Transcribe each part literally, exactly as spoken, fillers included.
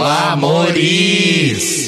Olá, amores!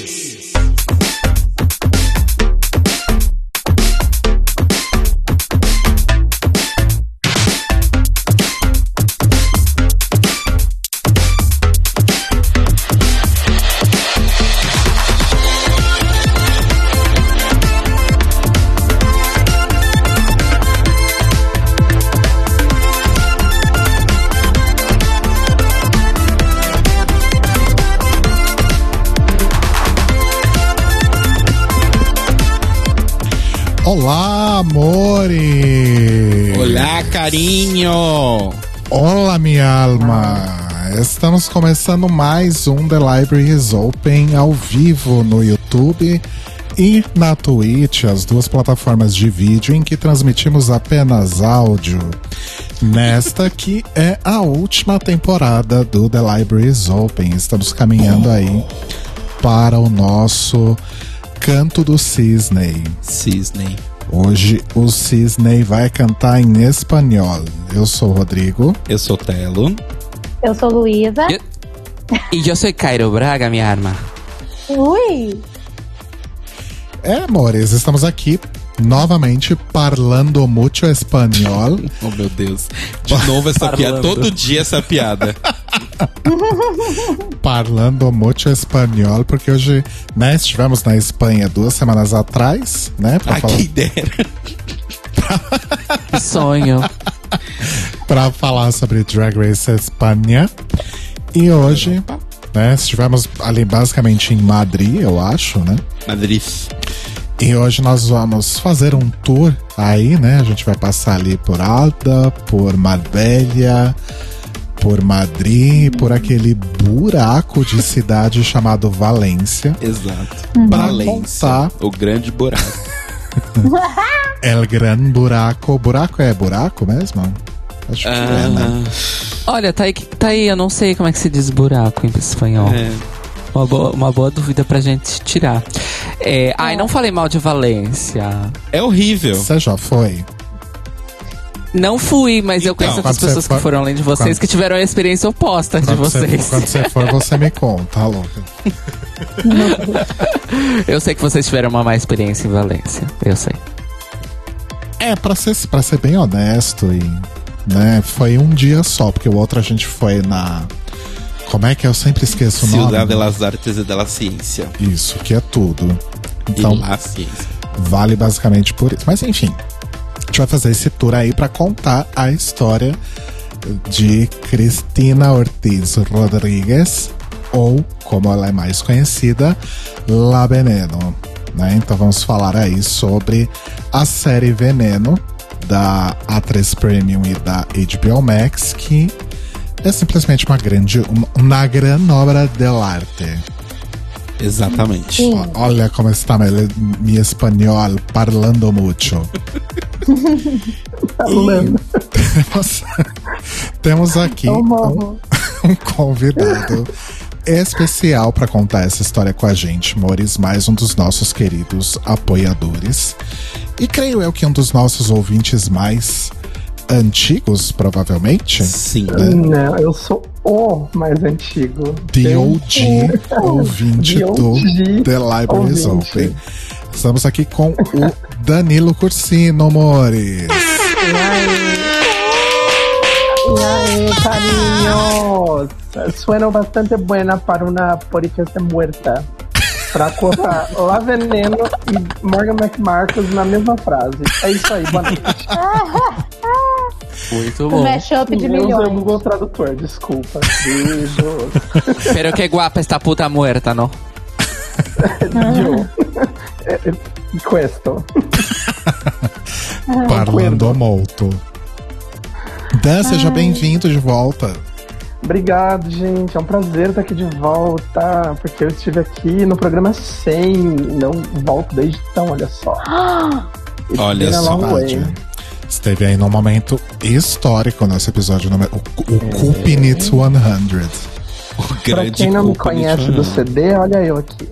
Olá, amores! Olá, carinho! Olá, minha alma! Estamos começando mais um The Library is Open ao vivo no YouTube e na Twitch, as duas plataformas de vídeo em que transmitimos apenas áudio. Nesta que é a última temporada do The Library is Open. Estamos caminhando aí para o nosso Canto do Cisne. Cisne. Hoje o Cisne vai cantar em espanhol. Eu sou o Rodrigo. Eu sou o Telo. Eu sou Luísa. Eu... E eu sou Cairo Braga, minha arma. Ui! É, amores, estamos aqui novamente parlando muito espanhol. Oh, meu Deus. De novo essa piada. Todo dia essa piada. Parlando muito espanhol, porque hoje, né, estivemos na Espanha duas semanas atrás, né? Pra ah, falar... que dera. Que sonho. Pra falar sobre Drag Race Espanha. E hoje, né, estivemos ali basicamente em Madrid, eu acho, né? Madrid. E hoje nós vamos fazer um tour aí, né? A gente vai passar ali por Alta, por Marbella, por Madrid, por aquele buraco de cidade chamado Valência. Exato. Pra Valência, contar... o grande buraco. El Gran Buraco. Buraco é buraco mesmo? Acho que ah, é, né? Olha, tá aí, tá aí, eu não sei como é que se diz buraco em espanhol. É. Uma boa, uma boa dúvida pra gente tirar. É, é. Ai, não falei mal de Valência. É horrível. Você já foi? Não fui, mas então, eu conheço outras pessoas for, que foram além de vocês quando, que tiveram a experiência oposta de vocês. Você, quando você for, você me conta, tá louca? Eu sei que vocês tiveram uma má experiência em Valência. Eu sei. É, pra ser, pra ser bem honesto, e, né, foi um dia só, porque o outro a gente foi na... Como é que eu sempre esqueço o nome? Ciudad de las Artes e de la Ciência. Isso, que é tudo. Então, e la ciência. Vale basicamente por isso. Mas enfim, a gente vai fazer esse tour aí pra contar a história de Cristina Ortiz Rodrigues, ou, como ela é mais conhecida, La Veneno, né? Então vamos falar aí sobre a série Veneno, da A três Premium e da H B O Max, que é simplesmente uma grande, uma, uma grande obra dell'arte. Exatamente. O, olha como está meu, meu espanhol, parlando muito. temos, temos aqui um, um convidado especial para contar essa história com a gente, amores, mais um dos nossos queridos apoiadores. E creio eu que um dos nossos ouvintes mais antigos, provavelmente. Sim. Né? Não, eu sou o mais antigo. The O G ouvinte The do The Library is Open. Estamos aqui com o Danilo Cursino, amores. E aí, carinhos. Suena bastante buena para uma podcast muerta. Pra colocar La Veneno e Morgan McMarcus na mesma frase. É isso aí, boa noite. Muito bom. Um mashup de Eu milhões. uso o Google Tradutor, desculpa. Beijos. Pero que guapa esta puta muerta, não? Yo. Questo. Parlando molto. Dan, seja bem-vindo de volta. Obrigado, gente. É um prazer estar aqui de volta. Porque eu estive aqui no programa cem. Não volto desde então, olha só. Olha só. Esteve aí num momento histórico nesse episódio número. O, o é. Cupinit cem. O pra quem não me conhece do C D, olha eu aqui.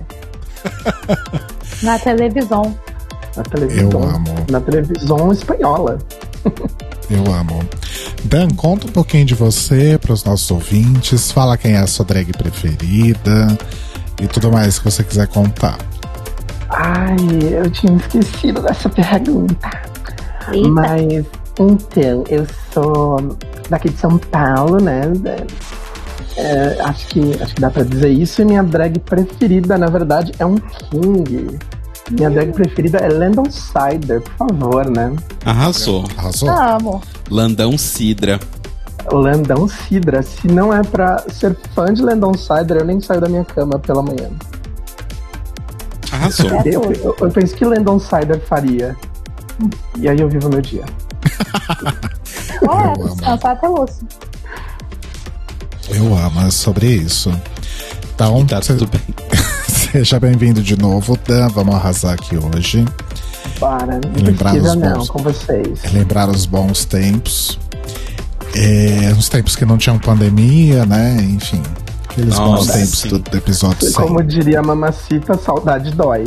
Na televisão. Na televisão. Eu amo. Na televisão espanhola. Eu amo. Dan, conta um pouquinho de você para os nossos ouvintes. Fala quem é a sua drag preferida e tudo mais que você quiser contar. Ai, eu tinha esquecido dessa pergunta. Eita. Mas, então, eu sou daqui de São Paulo, né? É, acho, que, acho que dá pra dizer isso. E minha drag preferida, na verdade, é um king. Minha drag preferida é Landon Cider, por favor, né? Arrasou. Arrasou? Amo. Landão Cidra. Landon Cidra. Se não é pra ser fã de Landon Cider, eu nem saio da minha cama pela manhã. Arrasou. Eu, eu, eu penso que Landon Cider faria. E aí eu vivo meu dia. Ué, Eu amo. sensato é lúcido. Eu amo, é sobre isso. Então, Tá cê- tudo bem. seja bem-vindo de novo, Dan. Vamos arrasar aqui hoje. Para, não Lembrar precisa os não, bons. com vocês. Lembrar os bons tempos. É, os tempos que não tinham pandemia, né? Enfim, aqueles bons Nossa, tempos sim. do, do episódio cem. Como diria a Mamacita, saudade dói.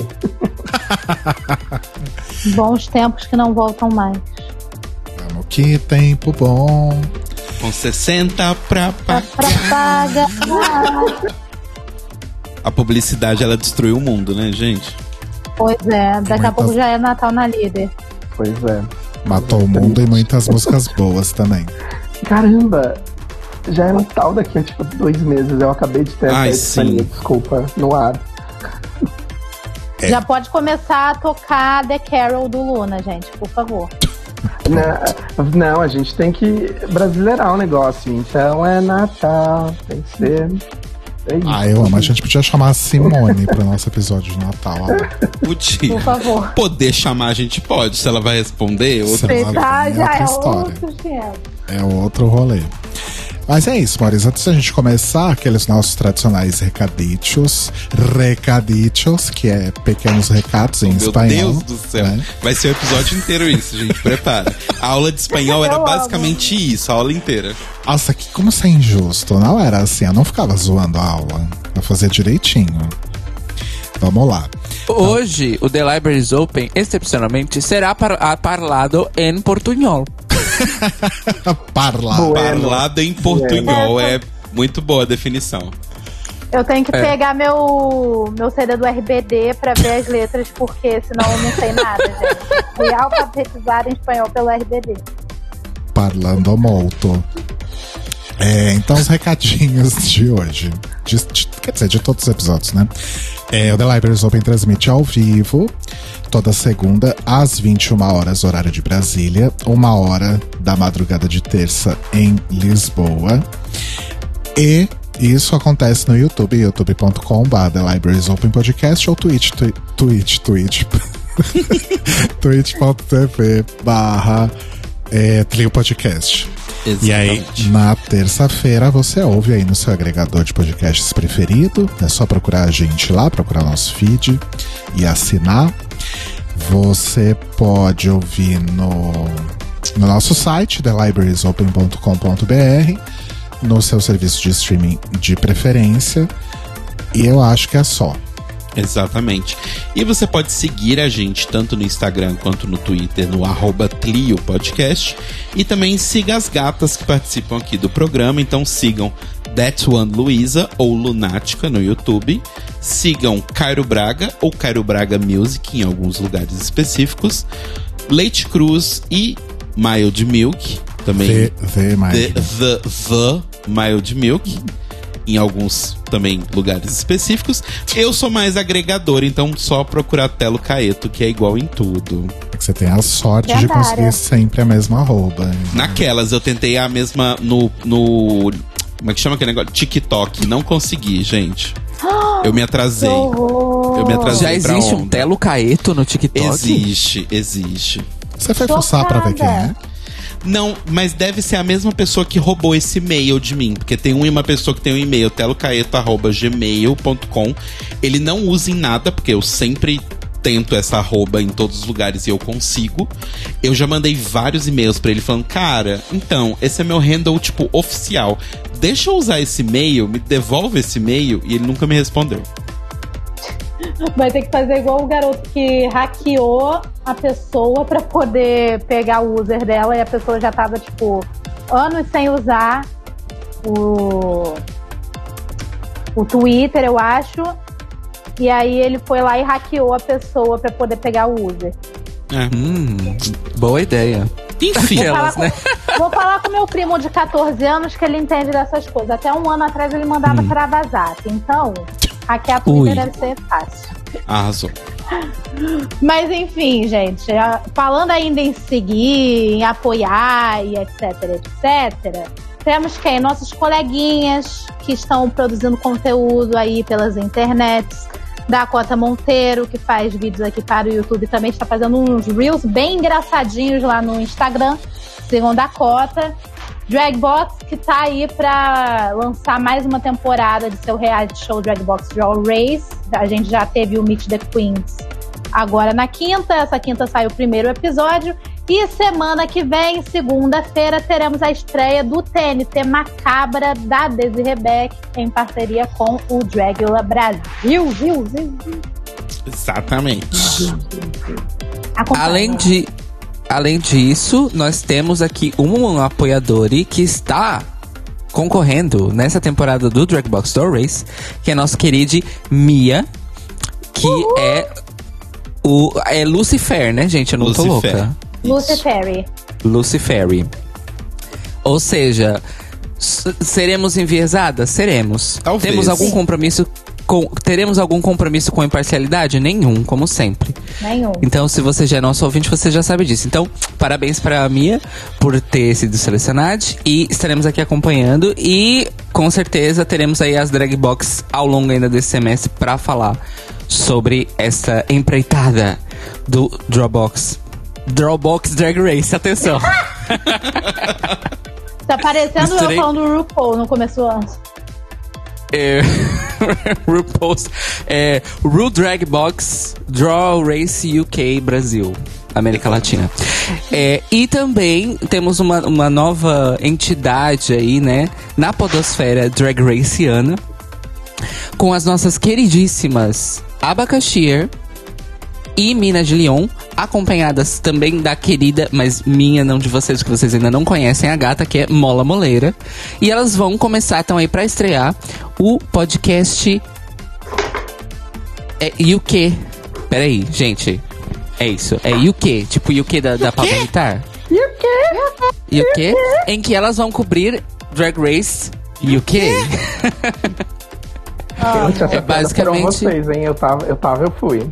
Bons tempos que não voltam mais. Vamos, que tempo bom. Com sessenta pra Pra, pra paga. A publicidade, ela destruiu o mundo, né, gente? Pois é, daqui a Muitas- pouco já é Natal na Líder. Pois é. Matou o mundo e muitas músicas boas também. Caramba, já é Natal daqui a tipo dois meses. Eu acabei de ter Ai, essa epifania, sim. desculpa, no ar. É. Já pode começar a tocar The Carol do Luna, gente, por favor. Não, não, a gente tem que brasileirar o negócio. Então é Natal, tem que ser. É isso. Ah, eu amo. A gente podia chamar a Simone pro nosso episódio de Natal. ó. Podia. Por favor. Poder chamar a gente pode. Se ela vai responder, outra. Sei lá, Tá, é já outra é história. outro esquema. É outro rolê. Mas é isso, Maurício. Antes da gente começar, aqueles nossos tradicionais recadichos. Recadichos, que é pequenos recados em Meu espanhol. Deus do céu. né? Vai ser o episódio inteiro isso, gente. Prepara. A aula de espanhol era Eu amo. basicamente isso, a aula inteira. Nossa, que, como isso é injusto. Não era assim, eu não ficava zoando a aula. Eu fazia direitinho. Vamos lá. Hoje, o The Libraries Open, excepcionalmente, será par ah, parlado em portunhol. Parla. Boa. Parlado em portunhol é muito boa a definição. Eu tenho que É. pegar meu, meu C D do R B D pra ver as letras, porque senão eu não sei nada, gente. Fui alfabetizada em espanhol pelo R B D. Parlando molto. É, então, os recadinhos de hoje. De- de- quer dizer, de todos os episódios, né? É, o The Libraries Open transmite ao vivo, toda segunda, às vinte e uma horas, horário de Brasília, uma hora da madrugada de terça em Lisboa. E isso acontece no YouTube, youtube ponto com barra The Libraries Open Podcast, ou Twitch, twi- Twitch, Twitch, twitch ponto tv barra é, Trio Podcast. E aí, Exatamente. na terça-feira, você ouve aí no seu agregador de podcasts preferido. É só procurar a gente lá, procurar nosso feed e assinar. Você pode ouvir no, no nosso site, the libraries open ponto com ponto b r, no seu serviço de streaming de preferência. E eu acho que é só. Exatamente. E você pode seguir a gente tanto no Instagram quanto no Twitter, no arroba Tlio Podcast. E também siga as gatas que participam aqui do programa. Então sigam That's One Luiza ou Lunática no YouTube. Sigam Cairo Braga ou Cairo Braga Music em alguns lugares específicos. Leite Cruz e Mild Milk também. Vê, vê mais. The, the, the Mild Milk em alguns também lugares específicos. Eu sou mais agregador, então só procurar Telo Caeto, que é igual em tudo. Você tem a sorte de Lendária. conseguir sempre a mesma arroba. Naquelas, eu tentei a mesma no... no como é que chama aquele negócio? TikTok. Não consegui, gente. Eu me atrasei. Que horror. Eu me atrasei. Já pra existe um onda. Telo Caeto no TikTok? Existe, existe. Você foi fuçar pra ver quem é? Não, mas deve ser a mesma pessoa que roubou esse e-mail de mim. Porque tem uma pessoa que tem um e-mail, telocaeto arroba gmail ponto com. Ele não usa em nada, porque eu sempre tento essa arroba em todos os lugares e eu consigo. Eu já mandei vários e-mails pra ele falando, cara, então, esse é meu handle, tipo, oficial. Deixa eu usar esse e-mail, me devolve esse e-mail. E ele nunca me respondeu. Vai ter que fazer igual o garoto que hackeou a pessoa pra poder pegar o user dela e a pessoa já tava, tipo, anos sem usar o, o Twitter, eu acho. E aí ele foi lá e hackeou a pessoa pra poder pegar o user. É. Hum, boa ideia. Enfim. Vou falar, Elas, com, né? vou falar com meu primo de catorze anos que ele entende dessas coisas. Até um ano atrás ele mandava Hum. travazap. Então, hackear a Ui. Twitter deve ser fácil. Arrasou. Mas enfim, gente, a- falando ainda em seguir, em apoiar e etc, etcétera, temos quem? Nossos coleguinhas que estão produzindo conteúdo aí pelas internets. Dakota Monteiro, que faz vídeos aqui para o YouTube, também está fazendo uns Reels bem engraçadinhos lá no Instagram. Sigam Dakota. Dragbox, que tá aí pra lançar mais uma temporada de seu reality show Dragbox Draw Race. A gente já teve o Meet the Queens agora na quinta. Essa quinta sai o primeiro episódio. E semana que vem, segunda-feira, teremos a estreia do T N T Macabra da Desi Rebeck em parceria com o Dragula Brasil. Viu, viu, viu? Exatamente. Acompanhe. Além de, além disso, nós temos aqui um apoiador que está concorrendo nessa temporada do Dragbox Draw Race, que é nosso querido Mia, que Uhul. é o é Lucifer, né, gente? Eu não tô Lucifer. louca. Lucy Perry. Lucifer. Ou seja, s- seremos enviesadas? Seremos. Talvez. Temos algum compromisso com teremos algum compromisso com imparcialidade? Nenhum, como sempre. Nenhum. Então, se você já é nosso ouvinte, você já sabe disso. Então, parabéns para a Mia por ter sido selecionada. E estaremos aqui acompanhando. E, com certeza, teremos aí as drag box ao longo ainda desse semestre para falar sobre essa empreitada do Drawbox. Drawbox Drag Race. Atenção. Tá parecendo Misturei- eu falando do RuPaul no começo do ano. É, RuPaul's é, Ru Drag Box Draw Race U K Brasil, América Latina. É, e também temos uma, uma nova entidade aí, né, na podosfera drag raciana, com as nossas queridíssimas Abacaxir e Mina de Leon, acompanhadas também da querida, mas minha, não de vocês, que vocês ainda não conhecem, a gata, que é Mola Moleira. E elas vão começar, então, aí pra estrear o podcast é U K. Peraí, gente. É isso, é U K, tipo U K da, da Pablo Vittar. U K? U K, em que elas vão cobrir Drag Race U K. Eu tinha É basicamente- Foram vocês, hein? Eu tava, eu tava, eu fui.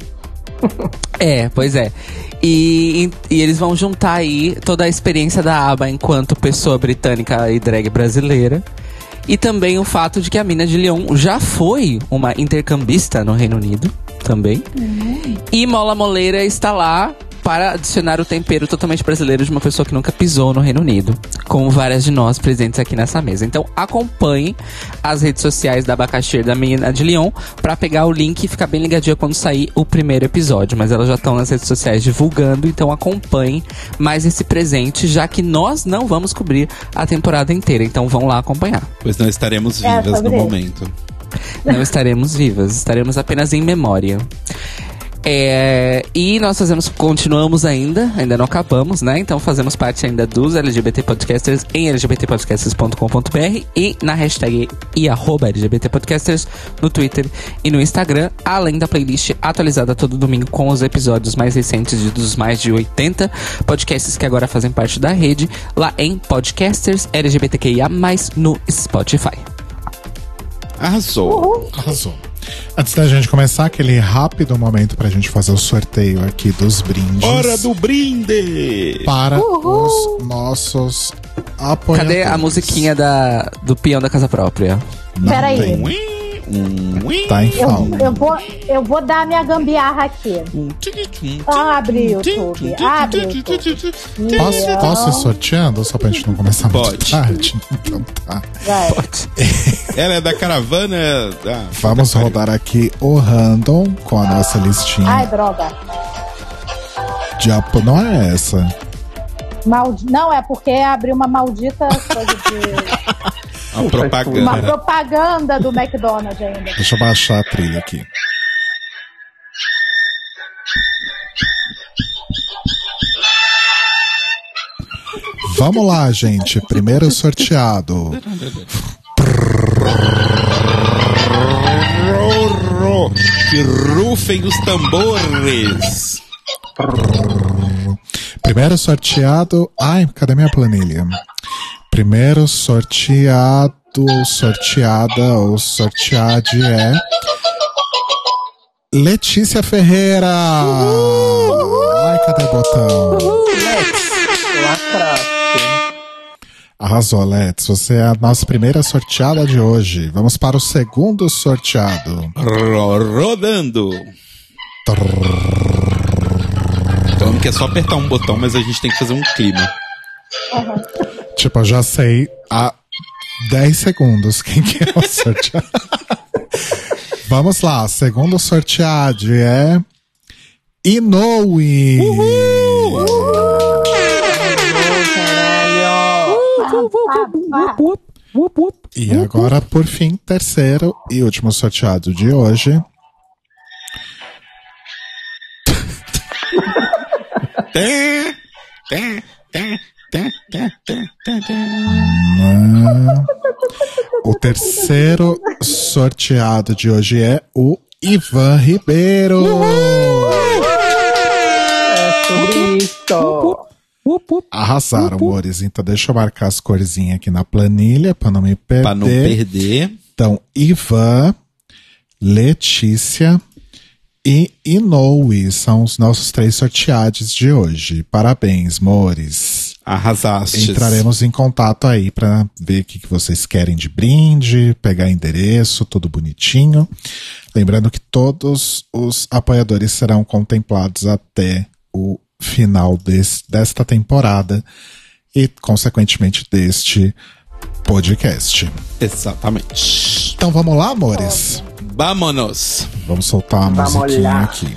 É, pois é. E, e eles vão juntar aí toda a experiência da aba enquanto pessoa britânica e drag brasileira. E também o fato de que a Mina de Leon já foi uma intercambista no Reino Unido também. E Mola Moleira está lá para adicionar o tempero totalmente brasileiro de uma pessoa que nunca pisou no Reino Unido, como várias de nós presentes aqui nessa mesa. Então acompanhem as redes sociais da Abacaxi e da Mina de Leon para pegar o link e ficar bem ligadinho quando sair o primeiro episódio. Mas elas já estão nas redes sociais divulgando, então acompanhem mais esse presente, já que nós não vamos cobrir a temporada inteira. Então vão lá acompanhar. Pois não estaremos É, vivas no sobre isso. momento. Não estaremos vivas, estaremos apenas em memória. É, e nós fazemos, continuamos ainda, ainda não acabamos, né? Então fazemos parte ainda dos L G B T Podcasters em l g b t podcasters ponto com ponto b r e na hashtag e arroba L G B T Podcasters no Twitter e no Instagram, além da playlist atualizada todo domingo com os episódios mais recentes de, dos mais de oitenta podcasts que agora fazem parte da rede, lá em Podcasters L G B T Q I A mais, no Spotify. Arrasou. Arrasou. Antes da gente começar, aquele rápido momento pra gente fazer o sorteio aqui dos brindes. Hora do brinde! Para Uhul. os nossos apoiadores. Cadê a musiquinha da, do peão da casa própria? Não Peraí. tem. Um, um, Tá em Eu, falta. eu, vou, eu vou dar a minha gambiarra aqui. Abre, YouTube. Abre, YouTube. Posso, Não. posso ir sorteando? Só pra gente não começar muito Pode. tarde? Então tá. Vai. Pode. Ela é da caravana. Ah, Vamos puta que rodar aqui o random com a nossa listinha Ai, droga. de apoio. Não é essa. Maldi... Não, é porque abriu uma maldita coisa de. pariu. Uma Uma propaganda. propaganda do McDonald's ainda. Deixa eu baixar a trilha aqui. Vamos lá, gente. Primeiro sorteado. Que rufem os tambores. Primeiro sorteado. Ai, cadê minha planilha? Primeiro sorteado, sorteada ou sorteade é Letícia Ferreira. Uhul. Ai, cadê o botão? Lacraste. Arrasou, Let's. Você é a nossa primeira sorteada de hoje. Vamos para o segundo sorteado. Ro- rodando. Então que é só apertar um botão, mas a gente tem que fazer um clima. Tipo, eu já sei há dez segundos quem que é o sorteado. Vamos lá, segundo sorteado é Inoue. E agora, por fim, terceiro e último sorteado de hoje. O terceiro sorteado de hoje é o Ivan Ribeiro. É sobre isso. Arrasaram, amores. Então deixa eu marcar as corzinhas aqui na planilha pra não me perder. Pra não perder. Então, Ivan, Letícia e Inoue são os nossos três sorteados de hoje. Parabéns, amores. Arrasastes. Entraremos em contato aí pra ver o que, que vocês querem de brinde, pegar endereço, tudo bonitinho. Lembrando que todos os apoiadores serão contemplados até o final desse, desta temporada e, consequentemente, deste podcast. Exatamente. Então vamos lá, amores? Vámonos. Vamos soltar uma Vamos musiquinha lá. aqui.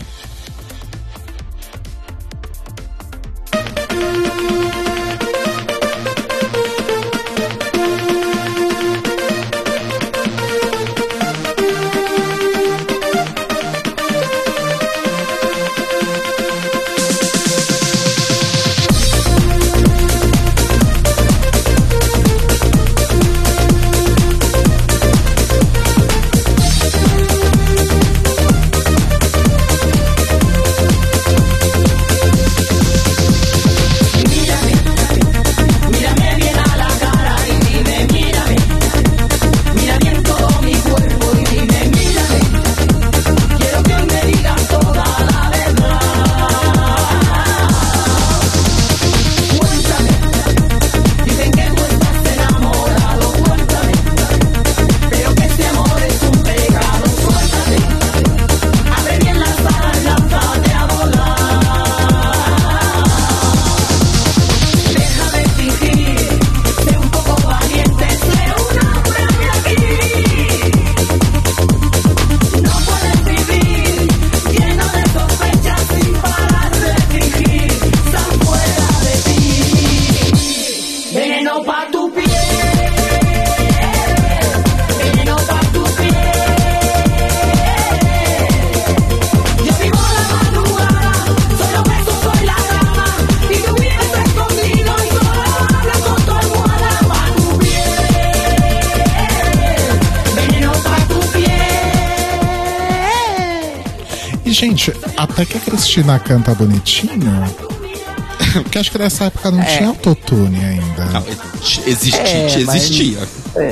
Gente, até que a Cristina canta bonitinho. Porque acho que nessa época não É. tinha autotune ainda. Não, existia, É, mas- existia.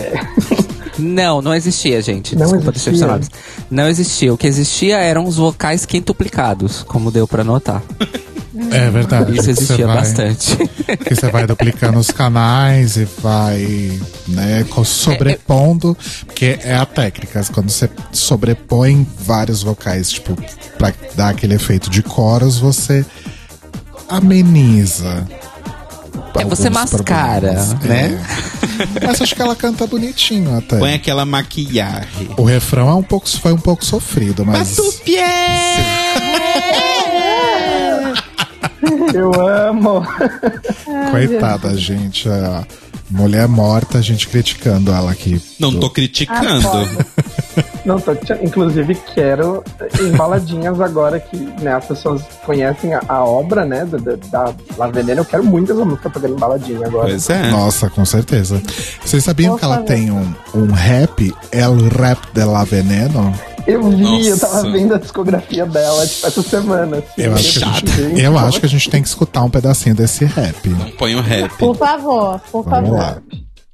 Não, não existia, gente. Não Desculpa existia? decepcionados. Não existia. O que existia eram os vocais quintuplicados, como deu pra notar. É verdade. Isso Você existia vai- bastante. Porque você vai duplicando os canais e vai, né, co- sobrepondo, porque é a técnica, quando você sobrepõe vários vocais, tipo, pra dar aquele efeito de coros, você ameniza. É, você alguns mascara, problemas. né? É. Mas acho que ela canta bonitinho até. Põe aquela maquiagem. O refrão é um pouco, foi um pouco sofrido, mas... Eu amo. Coitada, gente. A mulher morta, a gente criticando ela aqui. Não Do- tô criticando. Não, tô, inclusive quero embaladinhas agora que, né, as pessoas conhecem a, a obra, né, da, da La Veneno. Eu quero muito essa música pra embaladinha agora. Pois é. Nossa, com certeza. Vocês sabiam Por que ela favor. tem um, um rap, El Rap de La Veneno? Eu vi, Nossa. eu tava vendo a discografia dela, tipo, essa semana. Assim, Eu acho, que a gente, Gente, eu acho que a gente tem que escutar um pedacinho desse rap. Então põe o rap. Por favor, por Vamos favor. lá.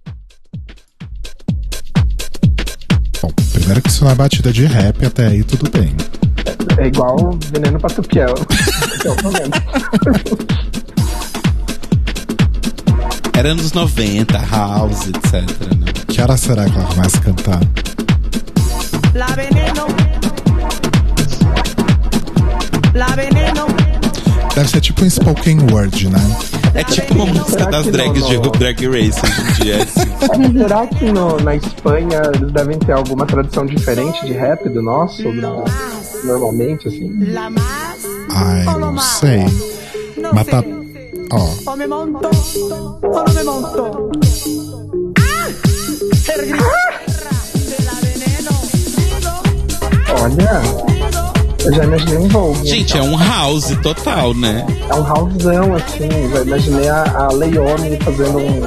Bom, primeiro que isso não é batida de rap, até aí tudo bem. É igual Veneno pra Tupiel. Então, tô vendo. Era anos noventa, house, etcétera, né? Que hora será que ela começa a cantar? La Veneno. La Veneno. Deve ser tipo um spoken word, né? É tipo uma música Será das que drags não, de não? Drag Race hoje em dia. Assim. Será que no, na Espanha eles devem ter alguma tradição diferente de rap do nosso? Na- normalmente, assim. La más. Ai, não sei. No Mas tá. sé. Ó, O me monto o no me monto. ¡Ah! El grito de La Veneno. Digo, Olha, eu já imaginei um Vogue. Gente, é um house total, né? É um houseão, assim. Já imaginei a, a Leone fazendo um.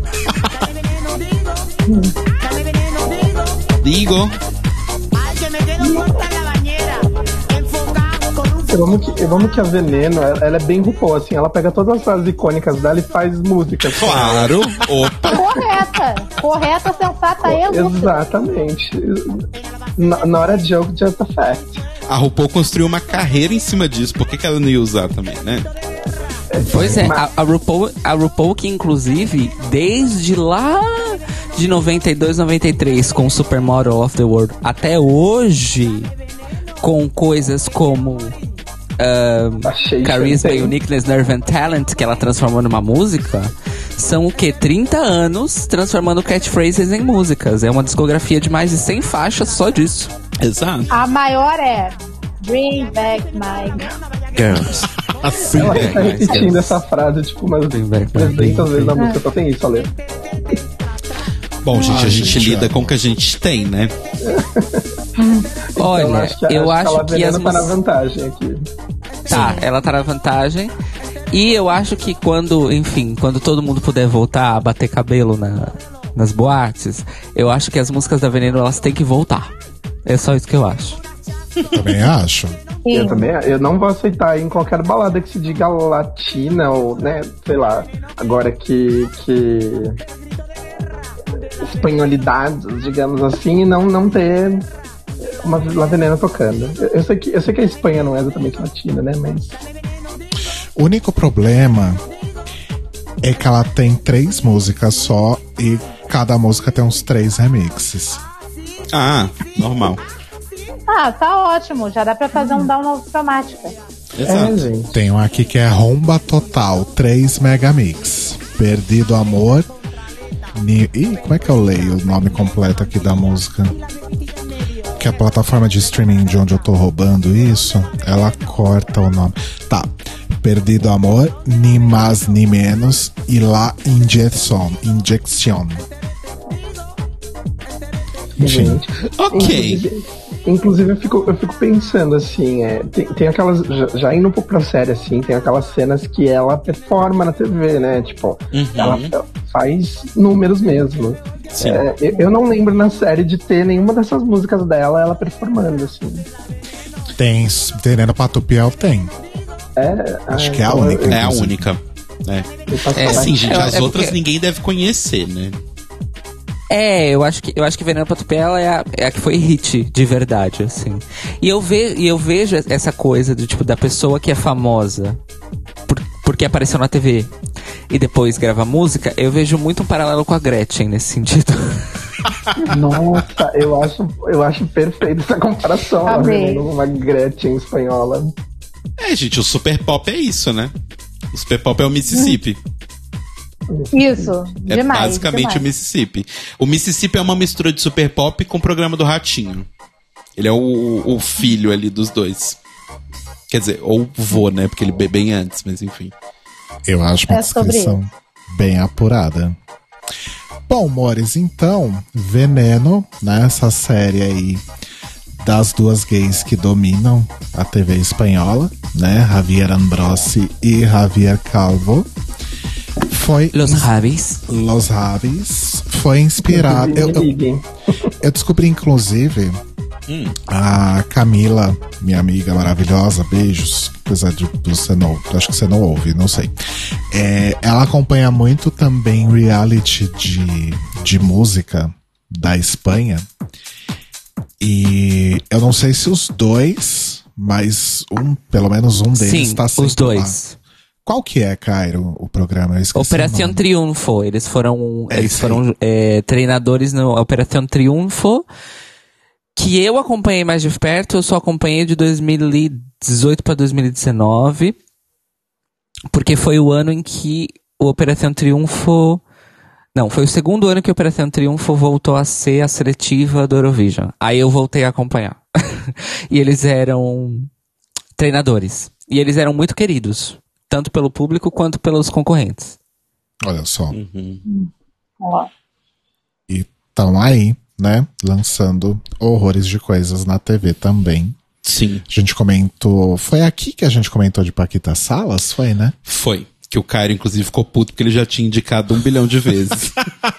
dale veneno, digo. Digo. Ay, que me quedo muerta en la bañera. Enfocado con un Eu amo que, eu amo que a Veneno, ela, ela é bem RuPaul, assim. Ela pega todas as frases icônicas dela e faz músicas. Claro. Opa. Correta. Correta, sensata e lúcida. Exatamente. N- Not a joke, just a fact. A RuPaul construiu uma carreira em cima disso. Por que, que ela não ia usar também, né? Pois é, Mas- a, a, RuPaul, a RuPaul que inclusive, desde lá de noventa e dois, noventa e três, com Supermodel of the World, até hoje, com coisas como um, Achei Charisma, champagne. Uniqueness, Nerve and Talent, que ela transformou numa música, são o que? trinta anos transformando catchphrases em músicas. É uma discografia de mais de cem faixas só disso. Exato. A maior é Bring Back My Girls. Assim, Ela né? tá repetindo essa frase, tipo, umas Bem, bem, bem, trezentas vezes na bem. música, só tem isso a ler. Bom, gente, a Ai, gente gente, lida ó. com o que a gente tem, né? Olha, Então, acho que, eu acho, acho que, que a as Veneno tá na músicas... vantagem aqui. Tá, ela tá na vantagem. E eu acho que quando, enfim, quando todo mundo puder voltar a bater cabelo na, nas boates, eu acho que as músicas da Veneno, elas têm que voltar. É só isso que eu acho. também acho. Eu também, eu não vou aceitar em qualquer balada que se diga latina ou, né, sei lá, agora que, que espanholidades, digamos assim, e não, não ter uma La Veneno tocando. Eu, eu sei que, eu sei que a Espanha não é exatamente latina, né, mas O único problema é que ela tem três músicas só e cada música tem uns três remixes. Ah, normal. Ah, tá ótimo. Já dá pra fazer um download automática. é, Exato. gente. Tem um aqui que é Romba Total, três megamix. Perdido Amor. Ni... Ih, como é que eu leio o nome completo aqui da música? Que a plataforma de streaming de onde eu tô roubando isso, ela corta o nome. Tá. Perdido Amor, Ni Mais Ni Menos e La Injection. Injection. Enfim. Gente. Ok. Inclusive, inclusive eu, fico, eu fico pensando assim, é, tem, tem aquelas. Já, já indo um pouco pra série, assim, tem aquelas cenas que ela performa na T V, né? Tipo, Uhum. ela faz números mesmo. Sim. É, eu, eu não lembro na série de ter nenhuma dessas músicas dela ela performando, assim. Tem Veneno pra Tupiel? Tem. É, Acho ah, que é a então única. eu- É a Inclusive. única. É. eu passo É, mais- Sim, gente, É, as é outras porque- ninguém deve conhecer, né? É, eu acho que eu acho que Veneno pra Tupiel é a, é a que foi hit de verdade, assim. E eu, ve, e eu vejo essa coisa do tipo da pessoa que é famosa por, porque apareceu na T V e depois grava música, eu vejo muito um paralelo com a Gretchen nesse sentido. Nossa, eu acho, eu acho perfeito essa comparação. Ela Amei. vendo uma Gretchen espanhola. É, gente, o super pop é isso, né? O super pop é o Mississippi. Isso. É demais. basicamente demais. o Mississippi. O Mississippi é uma mistura de super pop com o programa do Ratinho. Ele é o, o filho ali dos dois. Quer dizer, ou vô, né? Porque ele bebe bem antes, mas enfim. Eu acho uma É sobre descrição bem apurada. Bom, amores, então, Veneno, né? Essa série aí das duas gays que dominam a T V espanhola, né? Javier Ambrosi e Javier Calvo. Foi Los Javis. Los Javis. Foi inspirado. Eu, eu, eu descobri, inclusive, hum. a Camila, minha amiga maravilhosa, beijos. Apesar de você não. Acho que você não ouve, não sei. É, ela acompanha muito também reality de, de música da Espanha. E eu não sei se os dois, mas um, pelo menos um deles está sempre os dois. Lá. Qual que é, Cairo, o programa? Operação Triunfo. Eles foram, é eles foram é, treinadores no Operação Triunfo, que eu acompanhei mais de perto. Eu só acompanhei de dois mil e dezoito para dois mil e dezenove, porque foi o ano em que o Operação Triunfo... Não, foi o segundo ano que a Operação Triunfo voltou a ser a seletiva do Eurovision. Aí eu voltei a acompanhar. E eles eram treinadores. E eles eram muito queridos, tanto pelo público quanto pelos concorrentes. Olha só. Uhum. E estão aí, né, lançando horrores de coisas na T V também. Sim. A gente comentou... Foi aqui que a gente comentou de Paquita Salas? Foi, né? Foi. Que o Cairo, inclusive, ficou puto porque ele já tinha indicado um bilhão de vezes.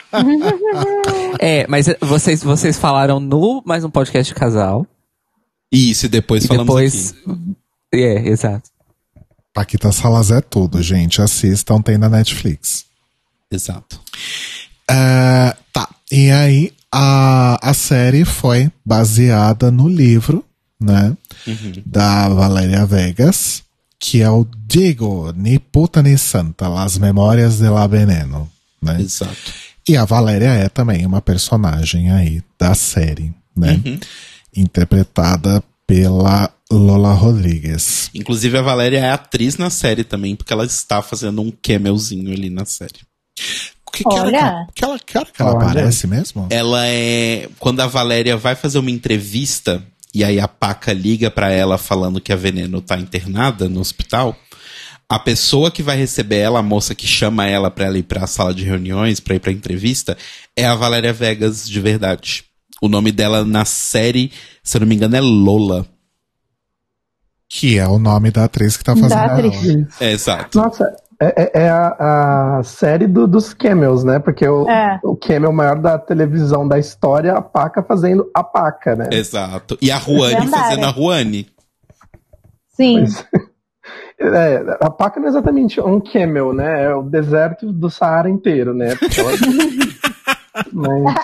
É, mas vocês, vocês falaram no mais um podcast de casal. Isso, e depois e falamos depois... aqui. É, exato. Paquita Salas é tudo, gente. Assistam, tem na Netflix. Exato. Uh, tá, e aí a, a série foi baseada no livro, né, uhum. da Valéria Vegas, que é o Digo, Ni Puta Ni Santa, Las Memórias de La Veneno, né? Exato. E a Valéria é também uma personagem aí da série, né? Uhum. Interpretada pela Lola Rodrigues. Inclusive a Valéria é atriz na série também, porque ela está fazendo um camelzinho ali na série. Que, que Olha! Que hora que, ela, que ela Olha. aparece mesmo? Ela é... Quando a Valéria vai fazer uma entrevista... E aí a Paca liga pra ela falando que a Veneno tá internada no hospital. A pessoa que vai receber ela, a moça que chama ela pra ela ir pra sala de reuniões, pra ir pra entrevista, é a Valéria Vegas de verdade. O nome dela na série, se eu não me engano, é Lola. Que é o nome da atriz que tá fazendo da atriz. ela. É, exato. Nossa, é, é a, a série do, dos camels, né? Porque o, é. o camel maior da televisão da história é a Paca fazendo a Paca, né? Exato. E a Ruane fazendo a Ruane. Sim. Mas, é, a Paca não é exatamente um camel, né? É o deserto do Saara inteiro, né? Mas...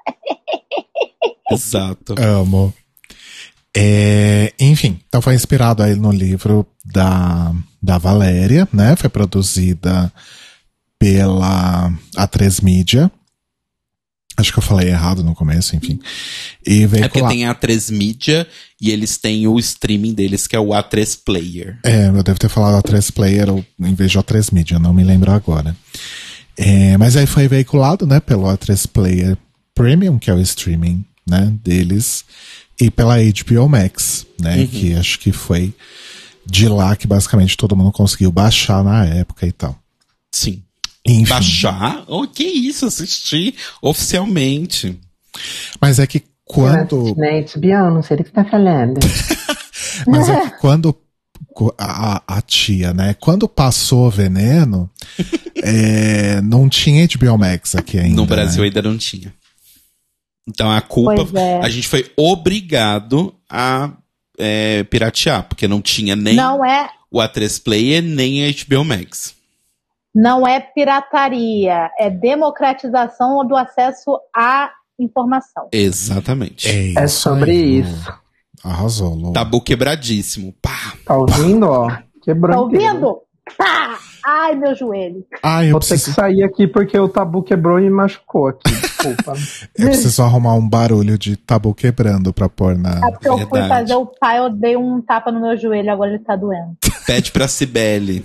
Exato. Amo. É, enfim, então foi inspirado aí no livro da, da Valéria, né? Foi produzida pela A três Mídia. Acho que eu falei errado no começo, enfim. E veio é porque tem a A três Mídia e eles têm o streaming deles, que é o A três Player. É, eu devo ter falado A três Player ou, em vez de A três Mídia, não me lembro agora. É, mas aí foi veiculado, né, pelo A três Player Premium, que é o streaming, né, deles. E pela H B O Max, né? Uhum. Que acho que foi de lá que basicamente todo mundo conseguiu baixar na época e tal. Sim. Enfim. Baixar? Oh, que isso, assistir oficialmente. Mas é que quando... Na H B O, não sei do que você tá falando. Mas é que quando a, a tia, né? Quando passou o Veneno, é, não tinha H B O Max aqui ainda. No Brasil, né? Ainda não tinha. Então a culpa, é. a gente foi obrigado a é, piratear, porque não tinha nem não é, o A três Player, nem a H B O Max. Não é pirataria, é democratização do acesso à informação. Exatamente. É, é sobre aí, isso. Arrasou, Lô. Tabu quebradíssimo. Pá, tá ouvindo, ó? Quebrou. Tá ouvindo? Pá! Ai, meu joelho. Ai, eu Vou preciso... ter que sair aqui porque o tabu quebrou e me machucou aqui. Desculpa. Eu preciso arrumar um barulho de tabu quebrando pra pôr na... É porque eu fui fazer o pai, eu dei um tapa no meu joelho, agora ele tá doendo. Pede pra Cibele.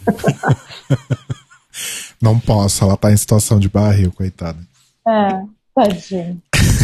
Não posso, ela tá em situação de barril, coitada. É, tadinho.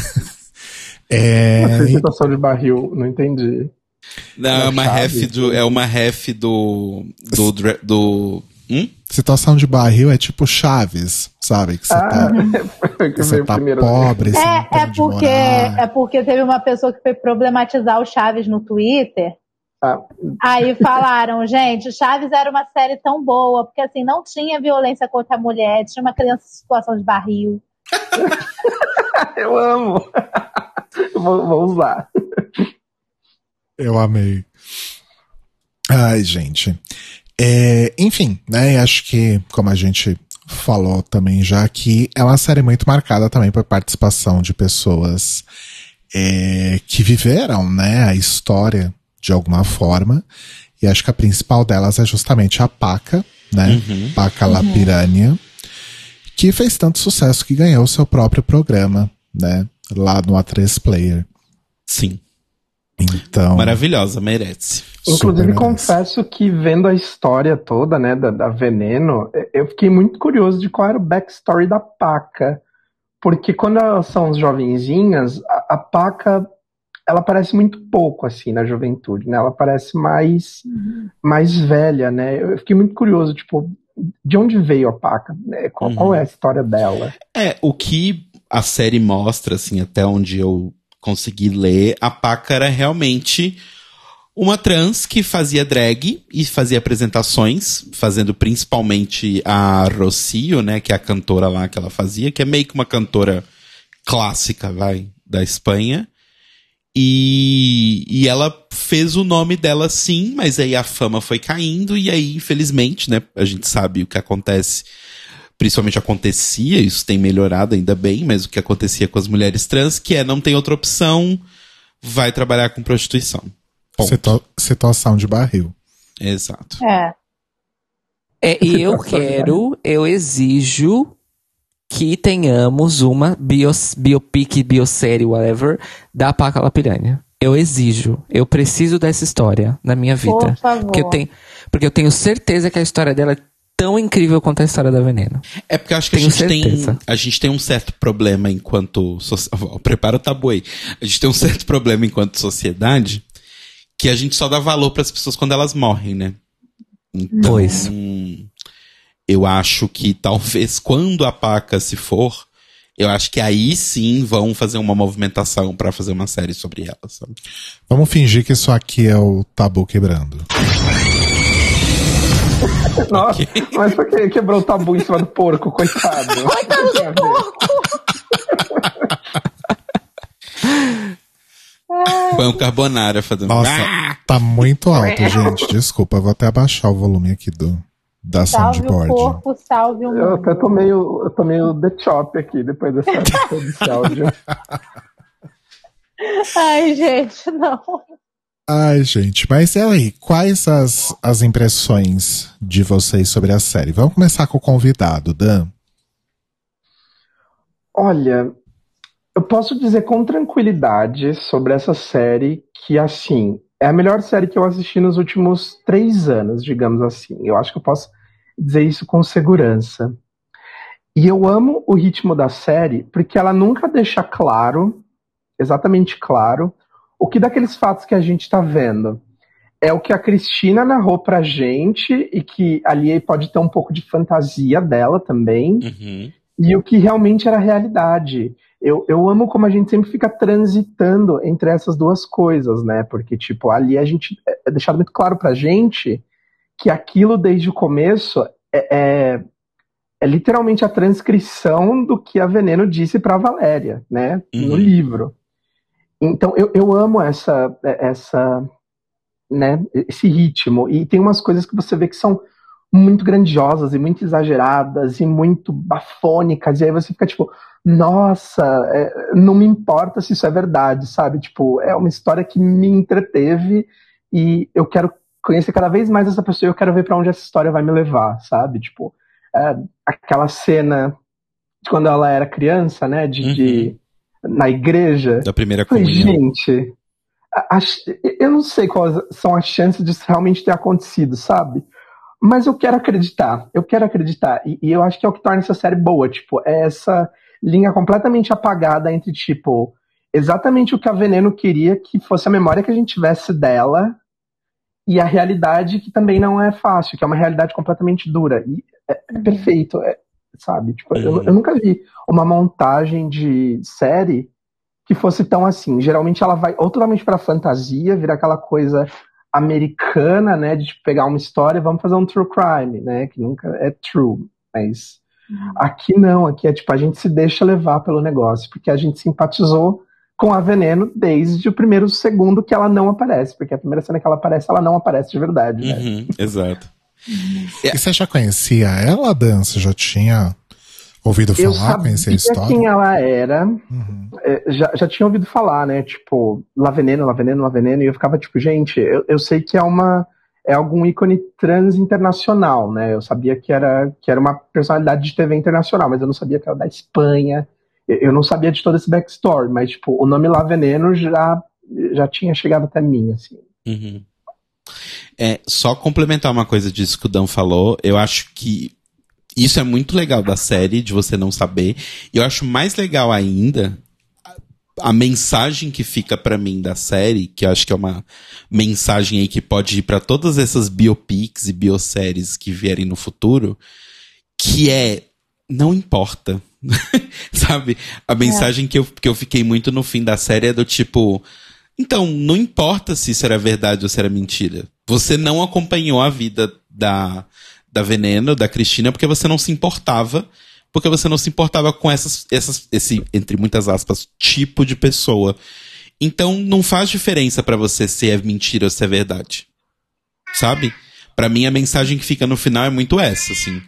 É... Essa situação de barril, não entendi. Não, é uma ref do, é uma ref do, do, do Hum? Situação de barril é tipo Chaves, sabe? Que você Ah, tá, foi que você tá primeiro. pobre, você não É, tem é, onde porque, morar. é porque teve uma pessoa que foi problematizar o Chaves no Twitter. Ah, Aí falaram, gente, Chaves era uma série tão boa, porque assim, não tinha violência contra a mulher, tinha uma criança em situação de barril. eu amo. vou, vou usar. Eu amei. Ai, gente. É, enfim, né? Acho que, como a gente falou também já aqui, é uma série muito marcada também por participação de pessoas é, que viveram, né, a história de alguma forma. E acho que a principal delas é justamente a Paca, né? Uhum. Paca La Piranha, que fez tanto sucesso que ganhou seu próprio programa, né? Lá no A três Player. Sim. Então. Maravilhosa, merece. Inclusive, merece. confesso que vendo a história toda, né, da, da Veneno, eu fiquei muito curioso de qual era o backstory da Paca. Porque quando elas são jovenzinhas, a, a Paca, ela parece muito pouco, assim, na juventude, né? Ela parece mais, mais velha, né? Eu fiquei muito curioso, tipo, de onde veio a Paca? Né? Qual, Uhum. qual é a história dela? É, o que a série mostra, assim, até onde eu consegui ler, a Paca era realmente uma trans que fazia drag e fazia apresentações, fazendo principalmente a Rocío, né, que é a cantora lá que ela fazia, que é meio que uma cantora clássica, vai, da Espanha. E, e ela fez o nome dela sim, mas aí a fama foi caindo e aí, infelizmente, né, a gente sabe o que acontece. Principalmente acontecia, isso tem melhorado ainda bem, mas o que acontecia com as mulheres trans, que é não tem outra opção, vai trabalhar com prostituição. Ponto. Situ- situação de barril. Exato. É. É, e eu quero, eu exijo que tenhamos uma bios, biopic, biosérie, whatever, da Paca La Piranha. Eu exijo, eu preciso dessa história na minha vida. Por favor. Porque eu tenho, porque eu tenho certeza que a história dela é tão incrível quanto a história da Veneno. É porque eu acho que a Tenho gente, tem, certeza. a gente tem um certo problema enquanto... soci- Prepara o tabu aí. A gente tem um certo problema enquanto sociedade que a gente só dá valor para as pessoas quando elas morrem, né? Então, Pois. eu acho que talvez quando a Paca se for, eu acho que aí sim vão fazer uma movimentação para fazer uma série sobre ela, sabe? Vamos fingir que isso aqui é o tabu quebrando. Nossa, mas por que quebrou o tabu em cima do porco, coitado? Coitado do porco! Põe um carbonara fazendo... Nossa, Ah! tá muito alto, gente. Desculpa, eu vou até abaixar o volume aqui do, da Salve o soundboard. corpo, salve o Eu mundo. até tô meio, eu tô meio The Chop aqui, depois dessa, desse áudio. Ai, gente, não. Ai, gente, mas e aí, quais as, as impressões de vocês sobre a série? Vamos começar com o convidado, Dan. Olha, eu posso dizer com tranquilidade sobre essa série que, assim, é a melhor série que eu assisti nos últimos três anos, digamos assim. Eu acho que eu posso dizer isso com segurança. E eu amo o ritmo da série porque ela nunca deixa claro, exatamente claro, o que daqueles fatos que a gente tá vendo é o que a Cristina narrou pra gente e que ali pode ter um pouco de fantasia dela também. Uhum. E o que realmente era a realidade. Eu, eu amo como a gente sempre fica transitando entre essas duas coisas, né? Porque, tipo, ali a gente é deixado muito claro pra gente que aquilo desde o começo é, é, é literalmente a transcrição do que a Veneno disse pra Valéria, né? Uhum. No livro. Então, eu, eu amo essa, essa, né, esse ritmo. E tem umas coisas que você vê que são muito grandiosas e muito exageradas e muito bafônicas, e aí você fica tipo, nossa, é, não me importa se isso é verdade, sabe? Tipo, é uma história que me entreteve e eu quero conhecer cada vez mais essa pessoa e eu quero ver pra onde essa história vai me levar, sabe? Tipo, é, aquela cena de quando ela era criança, né, de, Uhum. de na igreja. Da primeira Falei, comunhão. gente, a, a, eu não sei quais são as chances disso realmente ter acontecido, sabe? Mas eu quero acreditar, eu quero acreditar. E, e eu acho que é o que torna essa série boa, tipo, é essa linha completamente apagada entre, tipo, exatamente o que a Veneno queria que fosse a memória que a gente tivesse dela e a realidade que também não é fácil, que é uma realidade completamente dura. E é, é perfeito, é, sabe? Tipo, Uhum. eu, eu nunca vi uma montagem de série que fosse tão assim. Geralmente ela vai ou totalmente pra fantasia, vira aquela coisa americana, né? De tipo, pegar uma história e vamos fazer um true crime, né? Que nunca é true, mas aqui não, aqui é tipo, a gente se deixa levar pelo negócio, porque a gente simpatizou com a Veneno desde o primeiro segundo que ela não aparece, porque a primeira cena que ela aparece, ela não aparece de verdade, né? Uhum, exato. E você já conhecia ela, Dan? Você já tinha ouvido Eu falar, conhecia a sabia história? quem ela era, Uhum. é, já, já tinha ouvido falar, né? Tipo, La Veneno, La Veneno, La Veneno, e eu ficava tipo, gente, eu, eu sei que é uma é algum ícone trans internacional, né? Eu sabia que era, que era uma personalidade de T V internacional, mas eu não sabia que era da Espanha. Eu, eu não sabia de todo esse backstory, mas tipo, o nome La Veneno já, já tinha chegado até mim, assim. Uhum. É, só complementar uma coisa disso que o Dan falou, eu acho que isso é muito legal da série, de você não saber. E eu acho mais legal ainda a, a mensagem que fica pra mim da série, que eu acho que é uma mensagem aí que pode ir pra todas essas biopics e bioséries que vierem no futuro, que é, não importa. Sabe? A mensagem é. que, eu, que eu fiquei muito no fim da série é do tipo, então, não importa se isso era verdade ou se era mentira. Você não acompanhou a vida da, da Veneno, da Cristina, porque você não se importava, porque você não se importava com essas, essas, esse, entre muitas aspas, tipo de pessoa. Então, não faz diferença pra você se é mentira ou se é verdade. Sabe? Pra mim, a mensagem que fica no final é muito essa, assim.